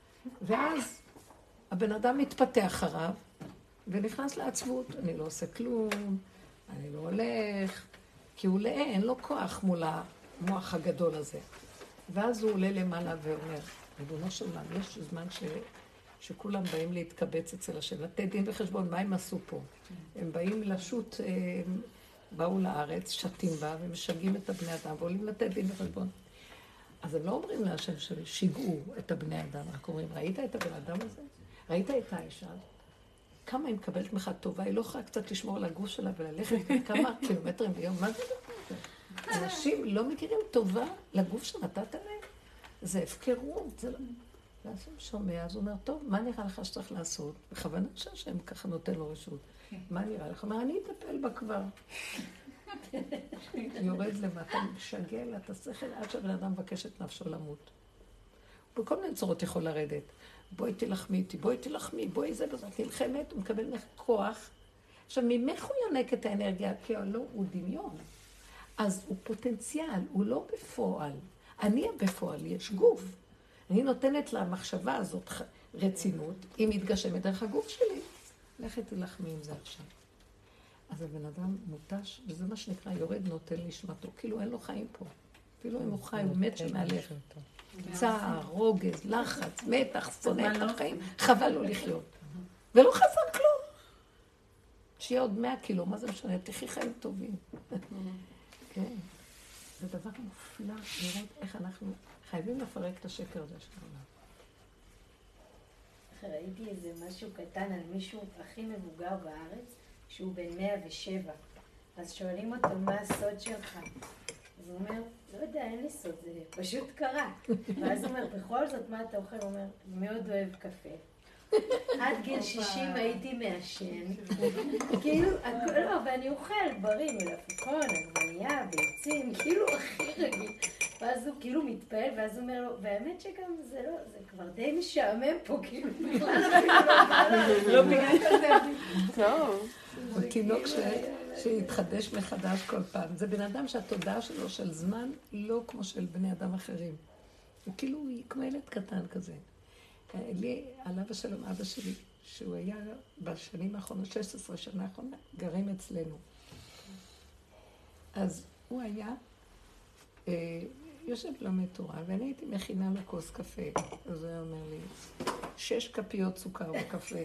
ואז הבן אדם מתפתח אחריו, ונכנס לעצבות, אני לא עושה כלום, אני לא הולך, כי הוא לאה, אין לו כוח מול המוח הגדול הזה. ואז הוא עולה למעלה ואומר, ריבונו של עולם, יש זמן שכולם באים להתקבץ אצל השם, לתת דין וחשבון, מה הם עשו פה? הם באים לשוט, באו לארץ, שתים בה ומשגעים את הבני אדם, ועולים לתת דין וחשבון. אז הם לא אומרים להשם ששיגעו את הבני אדם, רק אומרים, ראית את הבן אדם הזה? ראית את האישה? כמה היא מקבלת ממך טובה, היא לא יכולה קצת לשמור על הגוף שלה וללכת כמה קילומטרים ביום, מה זה דבר? אנשים לא מכירים טובה לגוף שנתת להם, זה הפקרות, זה לא... ואז הוא שומע, אז הוא אומר, טוב, מה נראה לך שצריך לעשות? בכוונה שהשם ככה נותן לו רשות. מה נראה לך? הוא אומר, אני אטפל בה כבר. יורד למטה, משגע לה את השכל עד שהבן אדם מבקש את נפשו למות. בכל מיני צורות יכול לרדת. בואי תלחמי איתי, בואי תלחמי, בואי זה בזאת, נלחמת, הוא מקבל ממך כוח. עכשיו, ממך הוא ינק את האנרגיה, כי לא, הוא דמיון. אז הוא פוטנציאל, הוא לא בפועל. אני בפועל, יש גוף. אני נותנת למחשבה הזאת רצינות, היא מתגשמת דרך הגוף שלי. לכת תלחמי עם זה עכשיו. אז הבן אדם מוטש, וזה מה שנקרא, יורד נוטל נשמתו. כאילו אין לו חיים פה. אפילו אם הוא חי, הוא מת שמהלך. צער, רוגז, לחץ, מתח, שונא את החיים, חבל לו לחיות. ולא חסר כלום. שיהיה עוד 100 קילו, מה זה משנה? תחי חיים טובים. כן. זה דבר מופלא לראות איך אנחנו חייבים לפרק את השקר הזה של העולם. ראיתי איזה משהו קטן על מישהו הכי מבוגר בארץ, שהוא בן 107. אז שואלים אותו, מה הסוד שלך? אז הוא אומר, לא יודע, אין לי סוד, זה פשוט קרה. ואז הוא אומר, בכל זאת, מה אתה אוכל? הוא אומר, מאוד אוהב קפה. עד גיל 60 הייתי מעשן. כאילו, לא, ואני אוכל בריא, מלפפון, עגבנייה, ביצים, כאילו הכי רגיל. ואז הוא כאילו מתפעל, ואז הוא אומר לו, והאמת שגם זה לא, זה כבר די משעמם פה, כאילו, בכלל אפילו לא בגלל כזה. טוב. הוא תינוק שהתחדש מחדש כל פעם. זה בן אדם שהתודעה שלו של זמן לא כמו של בני אדם אחרים. וכאילו הוא כמו ילד קטן כזה. לי, עליו השלום, אבא שלי, שהוא היה בשנים האחרונות, 16 שנה האחרונה, גרים אצלנו. אז הוא היה יושב לומד תורה, ואני הייתי מכינה לו כוס קפה. אז הוא היה אומר לי, 6 כפיות סוכר בקפה.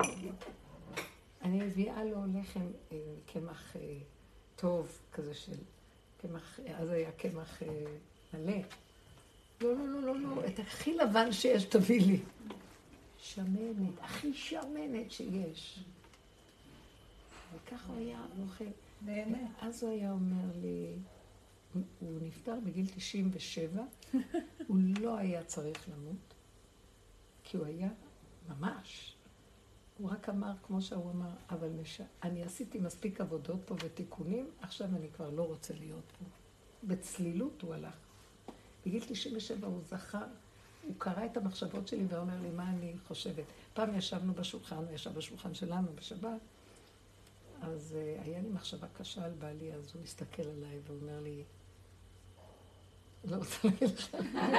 אני מביאה לו לחם קמח טוב, כזה של קמח, אז היה קמח מלא. לא, לא, לא, לא, לא, את הכי לבן שיש תביא לי. שמנת, הכי שמנת שיש. וככה הוא היה אוכל. נהנה. אז הוא היה אומר לי, הוא נפטר בגיל 97, הוא לא היה צריך למות, כי הוא היה ממש. הוא רק אמר, כמו שהוא אמר, אבל אני עשיתי מספיק עבודות פה ותיקונים, עכשיו אני כבר לא רוצה להיות פה. בצלילות הוא הלך. בגיל 97 הוא זכר, הוא קרא את המחשבות שלי ואומר לי מה אני חושבת. פעם ישבנו בשולחן, הוא ישב בשולחן שלנו בשבת, אז היה לי מחשבה קשה על בעלי, אז הוא הסתכל עליי ואומר לי, לא רוצה להגיד לך.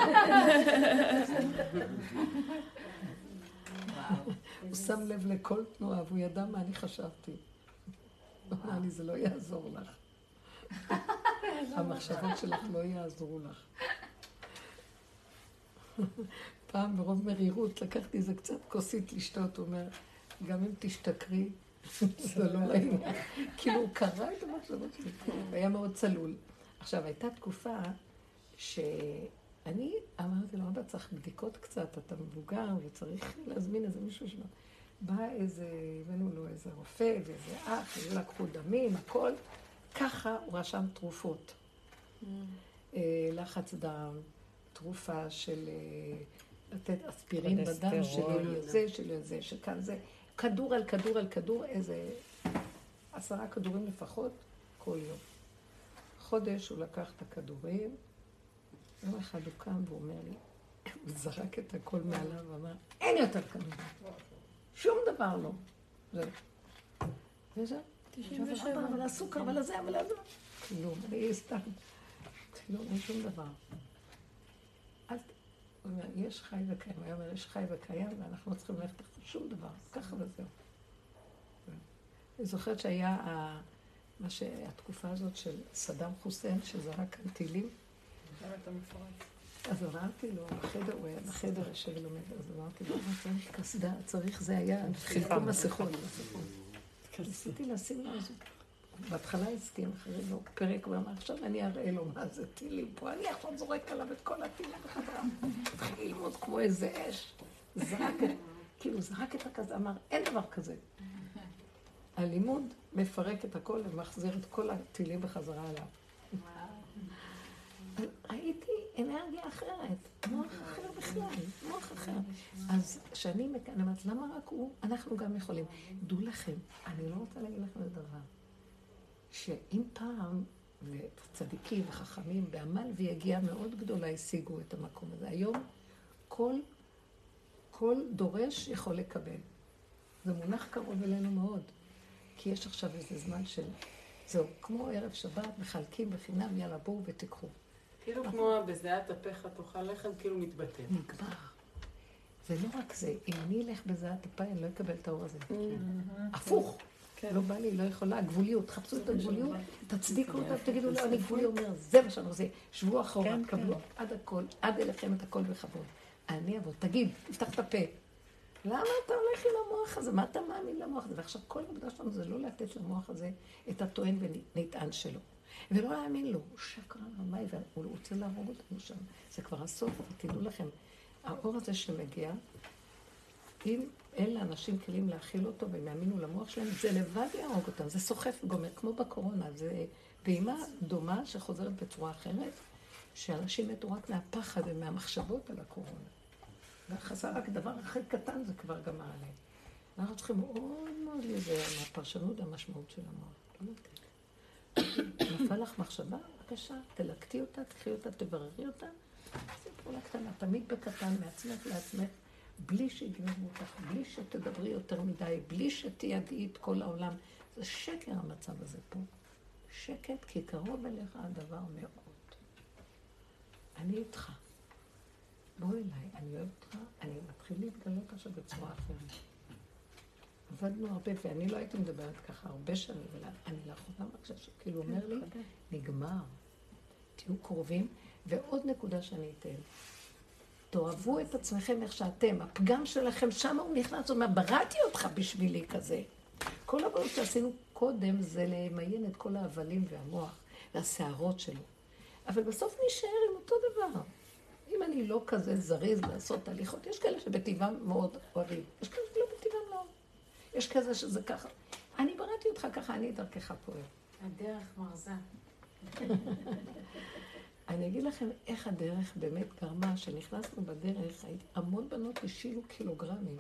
הוא שם לב לכל תנועה, והוא ידע מה אני חשבתי. הוא אמר לי, זה לא יעזור לך. המחשבות שלך לא יעזרו לך. פעם ברוב מרירות לקחתי איזה קצת כוסית לשתות, הוא אומר, גם אם תשתכרי, זה לא לעניין. כאילו הוא קרא את המחשבות שלי, הוא היה מאוד צלול. עכשיו, הייתה תקופה שאני אמרתי לו, אבא צריך בדיקות קצת, אתה מבוגר וצריך להזמין איזה מישהו שלו. בא איזה, הבאנו לו איזה רופא ואיזה אח, ולקחו דמים, הכל. ככה הוא רשם תרופות. לחץ דם, תרופה של לתת אספירין בדם, שלי זה, שלי זה, שכאן זה. כדור על כדור על כדור, איזה 10 כדורים לפחות כל יום. חודש הוא לקח את הכדורים, יום אחד הוא קם והוא אומר לי, הוא זרק את הכל מעליו ואמר, אין יותר כדורים. שום דבר לא. זהו. וזהו. 97, אבל הסוכר, אבל הזה, אבל הזה. כלום, אני סתם. כלום, אין שום דבר. אז הוא אומר, יש חי וקיים. הוא אומר, יש חי וקיים, ואנחנו לא צריכים ללכת אחרי שום דבר. ככה וזהו. אני זוכרת שהיה התקופה הזאת של סדאם חוסיין, שזרק על טילים. למה אתה מפורט? אז אמרתי לו, בחדר, הוא היה בחדר יושב ולומד, אז אמרתי לו, מה צריך קסדה? צריך, זה היה חילקו מסכות. ניסיתי לשים לו איזה. בהתחלה הסכים, אחרי לא פרק, הוא אמר, עכשיו אני אראה לו מה זה טילים פה, אני עכשיו זורק עליו את כל הטילים בחברה. התחיל ללמוד כמו איזה אש. זרק, כאילו זרק את הכזה, אמר, אין דבר כזה. הלימוד מפרק את הכל ומחזיר את כל הטילים בחזרה עליו. ראיתי אנרגיה אחרת, מוח אחר בכלל, מוח אחר. אז כשאני אומרת, למה רק הוא? אנחנו גם יכולים. דעו לכם, אני לא רוצה להגיד לכם את דבר, שאם פעם, וצדיקים וחכמים בעמל ויגיעה מאוד גדולה השיגו את המקום הזה, היום כל דורש יכול לקבל. זה מונח קרוב אלינו מאוד, כי יש עכשיו איזה זמן של, זהו, כמו ערב שבת, מחלקים בחינם, יאללה בואו ותיקחו. כאילו כמו בזיעת אפיך תאכל לחם, כאילו מתבטא. נגמר. זה לא רק זה, אם אני אלך בזיעת אפי, אני לא אקבל את האור הזה. הפוך. לא בא לי, לא יכולה, גבוליות, חפשו את הגבוליות, תצדיקו אותה, תגידו לו, אני גבולי אומר, זה מה שאני רוצה, שבוע אחורה, תקבלו עד הכל, עד אליכם את הכל בכבוד. אני אבוא, תגיד, תפתח את הפה. למה אתה הולך עם המוח הזה? מה אתה מאמין למוח הזה? ועכשיו כל העבודה שלנו זה לא לתת למוח הזה את הטוען ונטען שלו. ולא להאמין לו, הוא שקרן רמאי, והוא רוצה להרוג אותנו שם. זה כבר הסוף, תדעו לכם. האור הזה שמגיע, אם אין לאנשים כלים להכיל אותו והם יאמינו למוח שלהם, זה לבד יהרוג אותם, זה סוחף וגומר, כמו בקורונה. זה פעימה דומה שחוזרת בצורה אחרת, שאנשים מתו רק מהפחד ומהמחשבות על הקורונה. וחסר רק דבר הכי קטן, זה כבר גמר עליהם. אנחנו צריכים מאוד מאוד להיזהר מהפרשנות והמשמעות של המוח. לא מתקן. נפל לך מחשבה? בבקשה, תלקטי אותה, תקחי אותה, תבררי אותה. זה פעולה קטנה, תמיד בקטן, מעצמך לעצמך, בלי שיגנבו אותך, בלי שתדברי יותר מדי, בלי שתיידעי את כל העולם. זה שקר המצב הזה פה. שקט, כי קרוב אליך הדבר מאוד. אני איתך. בוא אליי, אני אוהב אותך, אני מתחיל להתגלות עכשיו בצורה אחרת. עבדנו הרבה, ואני לא הייתי מדברת ככה הרבה שנים, אבל אני לאחרונה מרגישה שכאילו אומר לי, נגמר. תהיו קרובים, ועוד נקודה שאני אתן. תאהבו את עצמכם איך שאתם, הפגם שלכם, שם הוא נכנס, הוא אומר, בראתי אותך בשבילי כזה. כל הבאות שעשינו קודם זה למיין את כל ההבלים והמוח והשערות שלו. אבל בסוף נשאר עם אותו דבר. אם אני לא כזה זריז לעשות הליכות, יש כאלה שבטבעם מאוד אוהבים, יש כאלה שלא בטבעם לא. יש כזה שזה ככה. אני בראתי אותך ככה, אני דרכך פועל. הדרך מרזה. אני אגיד לכם איך הדרך באמת גרמה, שנכנסנו בדרך, המון בנות השילו קילוגרמים.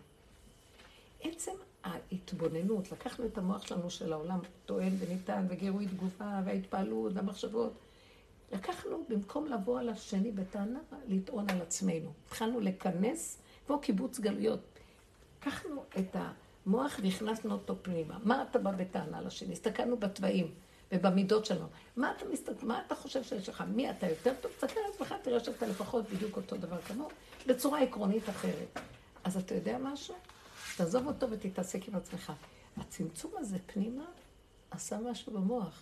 עצם ההתבוננות, לקחנו את המוח שלנו של העולם, טוען וניתן, וגירוי תגובה, וההתפעלות, והמחשבות. לקחנו, במקום לבוא על השני בטענה, לטעון על עצמנו. התחלנו לכנס, כמו קיבוץ גלויות. לקחנו את המוח והכנסנו אותו פנימה. מה אתה בא בטענה על השני? הסתכלנו בתוואים ובמידות שלנו. מה אתה חושב שיש לך? מי אתה יותר טוב? תסתכל על עצמך, תראה שאתה לפחות בדיוק אותו דבר כמו, בצורה עקרונית אחרת. אז אתה יודע משהו? תעזוב אותו ותתעסק עם עצמך. הצמצום הזה פנימה עשה משהו במוח.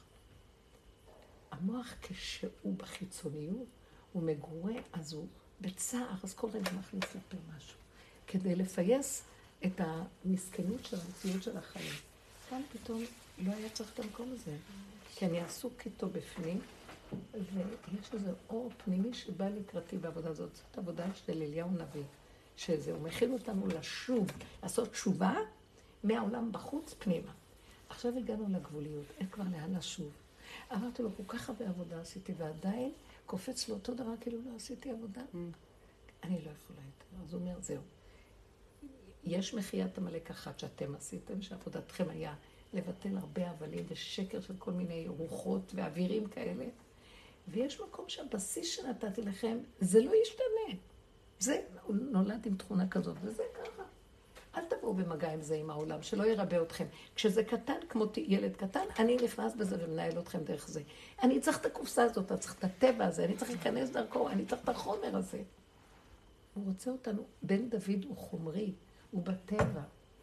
המוח כשהוא בחיצוניות, הוא מגורה, אז הוא בצער, אז כל רגע מכניס לפה משהו. כדי לפייס את המסכנות של המציאות של החיים. כאן פתאום לא היה צריך את המקום הזה. כי אני עסוק איתו בפנים, ויש איזה אור פנימי שבא לקראתי בעבודה הזאת. זאת עבודה של אליהו נביא. הוא מכין אותנו לשוב, לעשות תשובה מהעולם בחוץ פנימה. עכשיו הגענו לגבוליות, אין כבר לאן לשוב. אמרתי לו, כל כך הרבה עבודה עשיתי, ועדיין קופץ לו אותו דבר, כאילו לא עשיתי עבודה. אני לא יכולה יותר. אז הוא אומר, זהו. יש מחיית עמלק אחת שאתם עשיתם, שעבודתכם היה לבטל הרבה הבלים ושקר של כל מיני רוחות ואווירים כאלה, ויש מקום שהבסיס שנתתי לכם, זה לא ישתנה. זה, הוא נולד עם תכונה כזאת, וזה ככה. אל תבואו במגע עם זה, עם העולם, שלא ירבה אתכם. כשזה קטן, כמו ילד קטן, אני נכנס בזה ומנהל אתכם דרך זה. אני צריך את הקופסה הזאת, אני צריך את הטבע הזה, אני צריך להיכנס דרכו, אני צריך את החומר הזה. הוא רוצה אותנו, בן דוד הוא חומרי, הוא בטבע.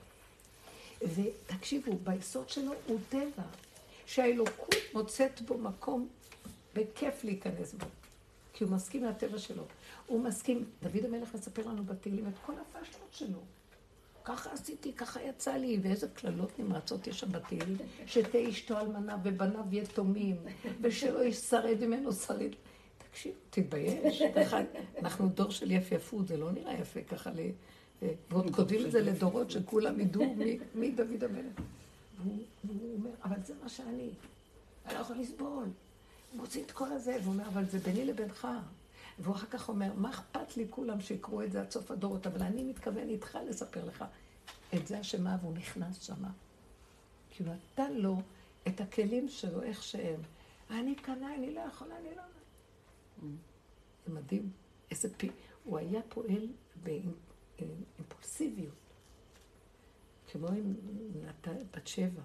ותקשיבו, ביסוד שלו הוא טבע, שהאלוקות מוצאת בו מקום בכיף להיכנס בו, כי הוא מסכים לטבע שלו. הוא מסכים, דוד המלך מספר לנו בתהילים את כל הפשטות שלו. ככה עשיתי, ככה יצא לי, ואיזה כללות נמרצות יש שם בתהילים, שתהיה אשתו אלמנה ובניו יתומים, ושלא ישרד ממנו שריד. תקשיב, תתבייש. אנחנו דור של יפייפות, זה לא נראה יפה ככה, ועוד כותבים את זה לדורות שכולם ידעו מי דוד המלך. והוא אומר, אבל זה מה שאני לא יכול לסבול. הוא מוציא את כל הזה, והוא אומר, אבל זה ביני לבינך. והוא אחר כך אומר, מה אכפת לי כולם שיקראו את זה עד סוף הדורות, אבל אני מתכוון איתך לספר לך. את זה השמה, והוא נכנס שמה. כי הוא נתן לו את הכלים שלו, איך שהם. אני קנה, אני לא יכולה, אני לא... זה מדהים. איזה פי... הוא היה פועל באימפולסיביות. כמו עם בת שבע.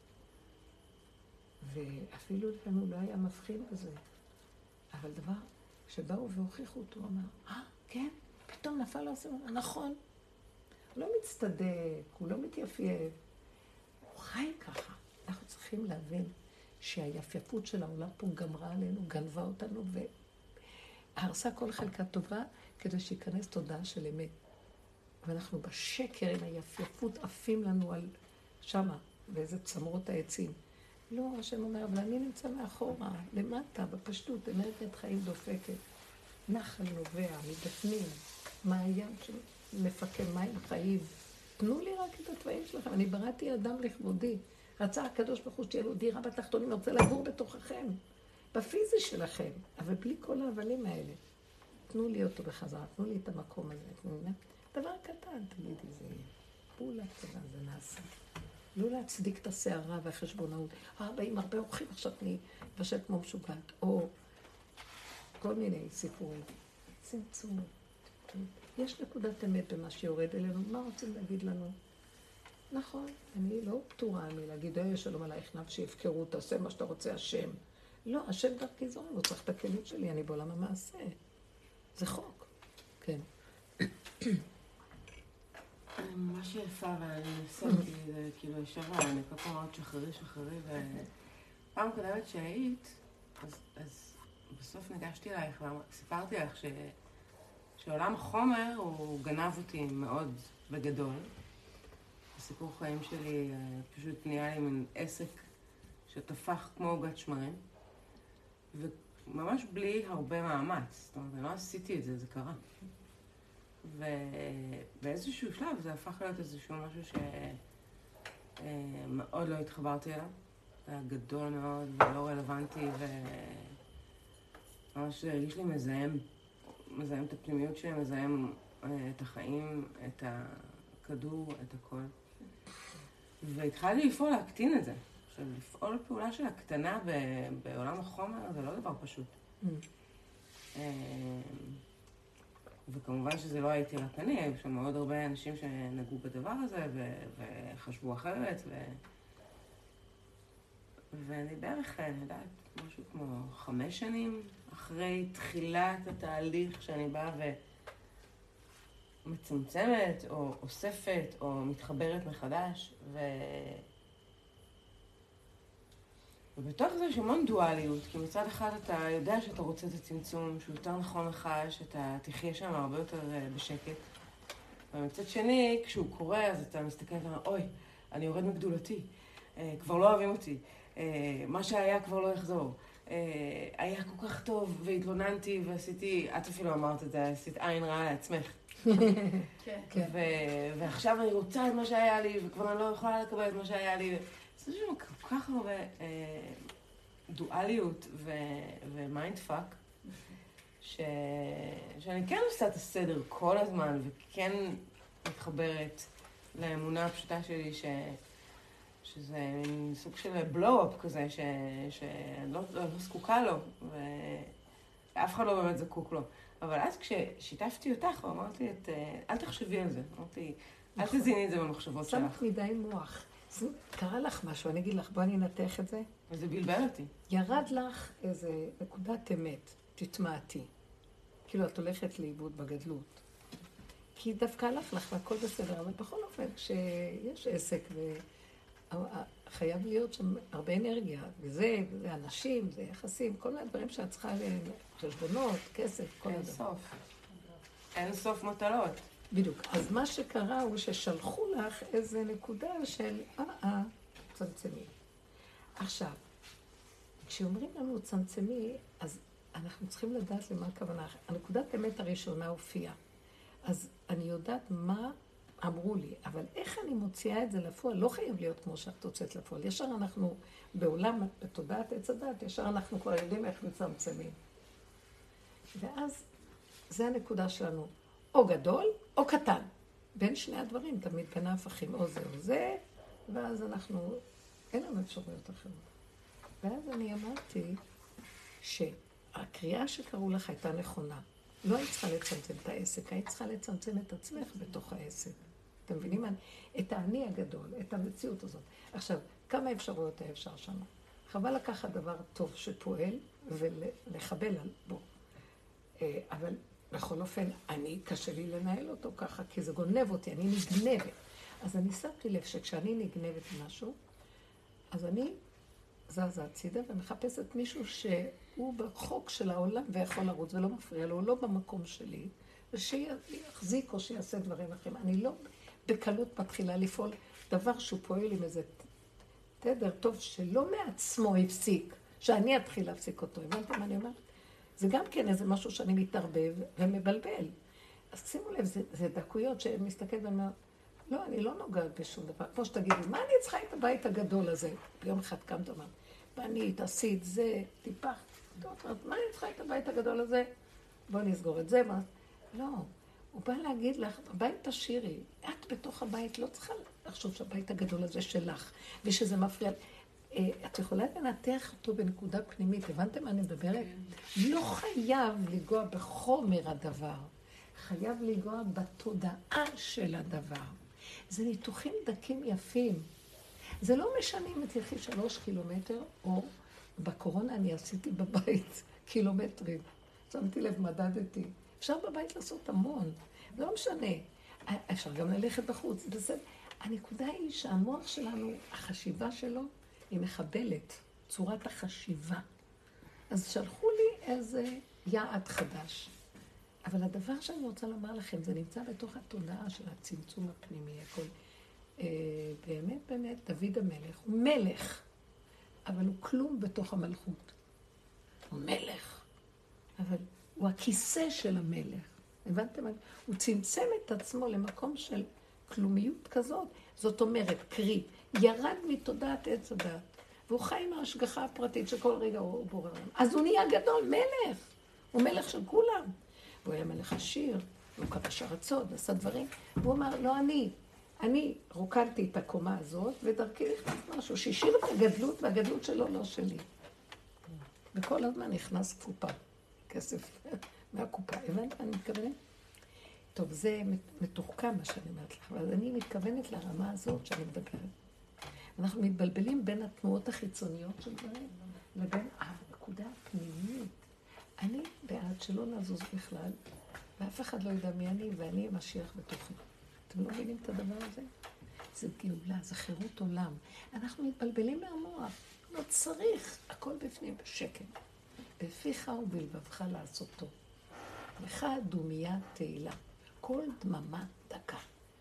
ואפילו לפעמים הוא לא היה מבחין בזה. אבל דבר... שבאו והוכיחו אותו, הוא אמר, כן, פתאום נפל לו הסימון, נכון. הוא לא מצטדק, הוא לא מתייפייף. הוא חי ככה. אנחנו צריכים להבין שהיפייפות של העולם פה גמרה עלינו, גנבה אותנו, והרסה כל חלקה טובה כדי שיכנס תודעה של אמת. ואנחנו בשקר עם היפייפות עפים לנו על שמה, באיזה צמרות העצים. לא, השם אומר, אבל אני נמצא מאחורה, למטה, בפשטות, אנרגיית חיים דופקת. נחל נובע, מבפנים, מעיין שמפקם מים חיים, תנו לי רק את התוואים שלכם, אני בראתי אדם לכבודי. רצה הקדוש ברוך הוא שתהיה לו דירה בתחתונים, אני רוצה לגור בתוככם, בפיזי שלכם, אבל בלי כל ההבלים האלה. תנו לי אותו בחזרה, תנו לי את המקום הזה, תנו לי. דבר קטן, תגידי, זה פעולה קטנה, זה נעשה. לא להצדיק את הסערה והחשבונאות. באים הרבה אורחים, עכשיו אני מבשל כמו משוגעת, או כל מיני סיפורים. צמצום. יש נקודת אמת במה שיורד אלינו, מה רוצים להגיד לנו? נכון, אני לא פתורה מלהגיד, שלום עלייך נפשי, הפקרות, תעשה מה שאתה רוצה, השם. לא, השם דרכי זורם, הוא צריך את הכלים שלי, אני בעולם המעשה. זה חוק. כן. ממש יפה, ואני נסעתי, זה כאילו ישב עליי, אני כל פעם אמרת שחררי, ופעם קודמת שהיית, אז בסוף ניגשתי אלייך וסיפרתי לך שעולם החומר הוא גנב אותי מאוד בגדול. הסיפור חיים שלי פשוט נהיה לי מין עסק שטפח כמו עוגת שמרים, וממש בלי הרבה מאמץ. זאת אומרת, אני לא עשיתי את זה, זה קרה. ובאיזשהו שלב זה הפך להיות איזשהו משהו שמאוד לא התחברתי אליו. זה היה גדול מאוד ולא רלוונטי, וממש הרגיש לי מזהם את הפנימיות שלי, מזהם את החיים, את הכדור, את הכל. והתחלתי לפעול להקטין את זה. עכשיו, לפעול פעולה של הקטנה בעולם החומר זה לא דבר פשוט. וכמובן שזה לא הייתי רק אני, היו שם מאוד הרבה אנשים שנגעו בדבר הזה וחשבו אחרת. ואני בערך, אני יודעת, משהו כמו 5 שנים אחרי תחילת התהליך שאני באה ומצמצמת או אוספת או מתחברת מחדש. ובתוך זה יש המון דואליות, כי מצד אחד אתה יודע שאתה רוצה את הצמצום, שהוא יותר נכון לך, שאתה תחיה שם הרבה יותר בשקט. ומצד שני, כשהוא קורה, אז אתה מסתכל ואומר, אוי, אני יורד מגדולתי, כבר לא אוהבים אותי, מה שהיה כבר לא יחזור. היה כל כך טוב, והתלוננתי ועשיתי, את אפילו אמרת את זה, עשית עין רעה לעצמך. כן. ועכשיו אני רוצה את מה שהיה לי, וכבר אני לא יכולה לקבל את מה שהיה לי. זה שם כל כך הרבה דואליות ומיינד פאק, שאני כן עושה את הסדר כל הזמן, וכן מתחברת לאמונה הפשוטה שלי, שזה מין סוג של בלו-אפ כזה, שאני לא זקוקה לו, ואף אחד לא באמת זקוק לו. אבל אז כששיתפתי אותך, אמרתי, אל תחשבי על זה. אמרתי, אל תזיני את זה במחשבות שלך. שמת מדי מוח. קרה לך משהו, אני אגיד לך, בוא אני אנתח את זה. וזה בלבל אותי. ירד לך איזה נקודת אמת, תתמעתי. כאילו את הולכת לאיבוד בגדלות. כי דווקא הלך לך והכל בסדר, אבל בכל אופן, כשיש עסק וחייב להיות שם הרבה אנרגיה, וזה אנשים, זה יחסים, כל הדברים שאת צריכה לחשבונות, כסף, כל הדברים. אין סוף. אין סוף מטלות. בדיוק. אז מה שקרה הוא ששלחו לך איזה נקודה של צמצמי. עכשיו, כשאומרים לנו צמצמי, אז אנחנו צריכים לדעת למה הכוונה. הנקודת האמת הראשונה הופיעה. אז אני יודעת מה אמרו לי, אבל איך אני מוציאה את זה לפועל? לא חייב להיות כמו שאת הוצאת לפועל. ישר אנחנו בעולם, בתודעת עץ הדת, ישר אנחנו כבר יודעים איך מצמצמים. ואז זה הנקודה שלנו. או גדול או קטן. בין שני הדברים תמיד כאן ההפכים, או זה או זה, ואז אנחנו, אין לנו אפשרויות אחרות. ואז אני אמרתי שהקריאה שקראו לך הייתה נכונה. לא היית צריכה לצמצם את העסק, היית צריכה לצמצם את עצמך בתוך העסק. אתם מבינים? את האני הגדול, את המציאות הזאת. עכשיו, כמה אפשרויות היה אפשר שם? חבל לקחת דבר טוב שפועל ולחבל בו. אבל בכל אופן, קשה לי לנהל אותו ככה, כי זה גונב אותי, אני נגנבת. אז אני שמתי לב שכשאני נגנבת משהו, אז אני זזה הצידה ומחפשת מישהו שהוא בחוק של העולם ויכול לרוץ ולא מפריע לו, הוא לא במקום שלי, ושיחזיק או שיעשה דברים אחרים. אני לא בקלות מתחילה לפעול דבר שהוא פועל עם איזה תדר טוב שלא מעצמו הפסיק, שאני אתחיל להפסיק אותו. הבנתם מה אני אומרת? זה גם כן איזה משהו שאני מתערבב ומבלבל. אז שימו לב, זה דקויות שמסתכל ואומר, לא, אני לא נוגעת בשום דבר. כמו שתגידי, מה אני צריכה את הבית הגדול הזה? ביום אחד קמת ואמרת, בנית, עשית, זה, טיפחת. מה אני צריכה את הבית הגדול הזה? בואי נסגור את זה. לא, הוא בא להגיד לך, בבית תשאירי. את בתוך הבית לא צריכה לחשוב שהבית הגדול הזה שלך, ושזה מפריע. את יכולה לנתח אותו בנקודה פנימית. הבנתם מה אני מדברת? לא חייב לגוע בחומר הדבר. חייב לגוע בתודעה של הדבר. זה ניתוחים דקים יפים. זה לא משנה אם תלכי 3 קילומטר, או בקורונה אני עשיתי בבית קילומטרים. שמתי לב, מדדתי. אפשר בבית לעשות המון. זה לא משנה. אפשר גם ללכת בחוץ. בסדר. הנקודה היא שהמוח שלנו, החשיבה שלו, היא מחבלת, צורת החשיבה. אז שלחו לי איזה יעד חדש. אבל הדבר שאני רוצה לומר לכם, זה נמצא בתוך התודעה של הצמצום הפנימי, הכל. באמת, באמת, דוד המלך הוא מלך, אבל הוא כלום בתוך המלכות. הוא מלך, אבל הוא הכיסא של המלך. הבנתם? הוא צמצם את עצמו למקום של כלומיות כזאת. זאת אומרת, קרי, ירד מתודעת עץ הדת, והוא חי עם ההשגחה הפרטית שכל רגע הוא בורא עולם. אז הוא נהיה גדול, מלך. הוא מלך של כולם. והוא היה מלך עשיר, והוא כבש ארצות, עשה דברים. והוא אמר, לא אני רוקנתי את הקומה הזאת, ודרכי נכנס משהו, שהשאיר את הגדלות, והגדלות שלו לא שלי. וכל הזמן נכנס קופה, כסף מהקופה. הבנת מה אני מתכוונת? טוב, זה מתוחכם מה שאני אומרת לך, אבל אני מתכוונת לרמה הזאת שאני מדברת. אנחנו מתבלבלים בין התנועות החיצוניות של דברים, לבין הנקודה הפנימית. אני בעד שלא נזוז בכלל, ואף אחד לא יודע מי אני, ואני המשיח בתוכי. אתם לא מבינים את הדבר הזה? זה גאולה, זה חירות עולם. אנחנו מתבלבלים מהמוח. לא צריך, הכל בפנים בשקט. בפיך ובלבבך לעשותו. לך דומיה תהילה. כל דממה דקה.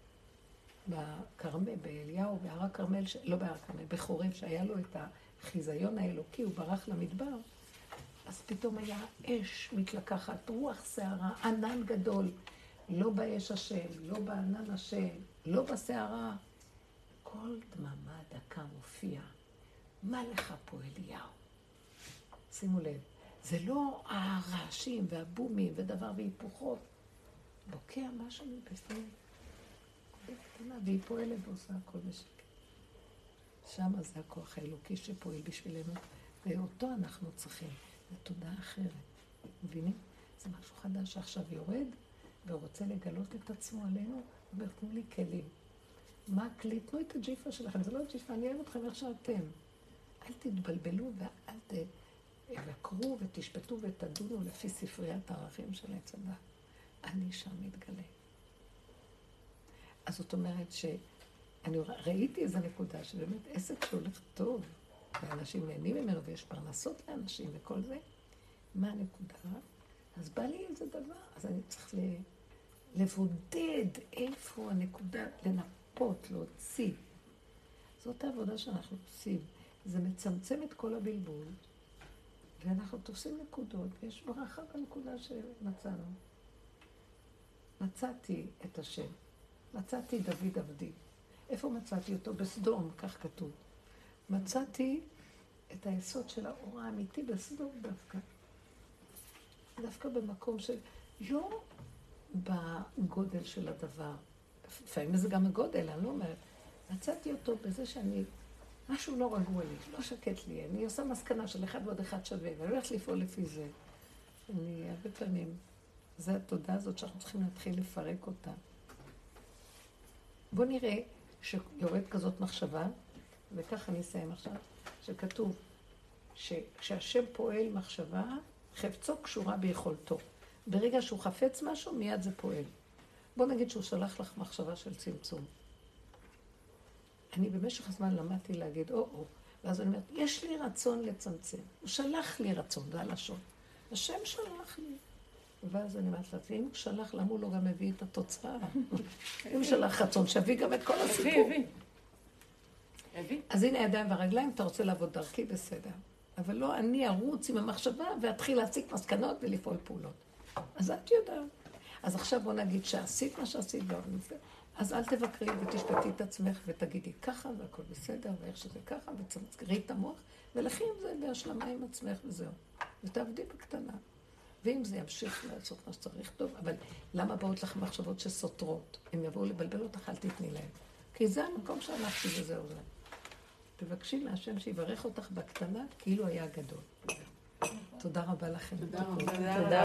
בכרמל, באליהו, בהר הכרמל, לא בהר הכרמל, בחורב, שהיה לו את החיזיון האלוקי, הוא ברח למדבר, אז פתאום היה אש מתלקחת, רוח שערה, ענן גדול, לא באש השם, לא בענן השם, לא בשערה. כל דממה דקה מופיע. מה לך פה אליהו? שימו לב, זה לא הרעשים והבומים ודבר והיפוכות. בוקע משהו מבפנים. והיא פועלת ועושה הכל בשקט. שם זה הכוח האלוקי שפועל בשבילנו, ואותו אנחנו צריכים. זו תודעה אחרת. מבינים? זה משהו חדש שעכשיו יורד, והוא רוצה לגלות את עצמו עלינו, ותנו לי כלים. מה הכלי? תנו את הג'יפה שלכם. זה לא ג'יפה, אני אוהב אתכם איך שאתם. אל תתבלבלו ואל תבקרו ותשפטו ותדונו לפי ספריית הערכים של עץ הדת. אני שם מתגלה. אז זאת אומרת שאני ראיתי איזו נקודה שבאמת עסק שהולך טוב, ואנשים נהנים ממנו ויש פרנסות לאנשים וכל זה. מה הנקודה? אז בא לי איזה דבר, אז אני צריך לבודד איפה הנקודה, לנפות, להוציא. זאת העבודה שאנחנו עושים. זה מצמצם את כל הבלבול, ואנחנו תופסים נקודות, ויש ברכה בנקודה שמצאנו. מצאתי את השם. מצאתי דוד עבדי. איפה מצאתי אותו? בסדום, כך כתוב. מצאתי את היסוד של האור האמיתי בסדום דווקא. דווקא במקום של... לא בגודל של הדבר. לפעמים זה גם הגודל, אני לא אומרת. מצאתי אותו בזה שאני... משהו לא רגוע לי, לא שקט לי. אני עושה מסקנה של 1 ועוד 1 שווה, ואני הולכת לפעול לפי זה. אני הרבה פעמים... זו התודעה הזאת שאנחנו צריכים להתחיל לפרק אותה. בואו נראה שיורד כזאת מחשבה, וכך אני אסיים עכשיו, שכתוב שכשהשם פועל מחשבה, חפצו קשורה ביכולתו. ברגע שהוא חפץ משהו, מיד זה פועל. בואו נגיד שהוא שלח לך מחשבה של צמצום. אני במשך הזמן למדתי להגיד, ואז אני אומרת, יש לי רצון לצמצם. הוא שלח לי רצון, זה הלשון. השם שלח לי. ואז אני אומרת לה, ואם הוא שלח, למה הוא לא גם מביא את התוצאה? אם הוא שלח רצון, שיביא גם את כל הסיפור. אז הנה הידיים והרגליים, אתה רוצה לעבוד דרכי, בסדר. אבל לא, אני ארוץ עם המחשבה ואתחיל להסיק מסקנות ולפעול פעולות. אז את יודעת. אז עכשיו בוא נגיד שעשית מה שעשית, אז אל תבקרי ותשפטי את עצמך ותגידי ככה והכל בסדר, ואיך שזה ככה, ותסגרי את המוח, ולכי עם זה בהשלמה עם עצמך וזהו. ותעבדי בקטנה. ואם זה ימשיך לעשות מה שצריך טוב, אבל למה באות לך מחשבות שסותרות? הם יבואו לבלבל אותך, אל תתני להם. כי זה המקום שהלכתי וזהו זה. תבקשי מהשם שיברך אותך בקטנה, כאילו היה גדול. תודה רבה לכם. תודה רבה.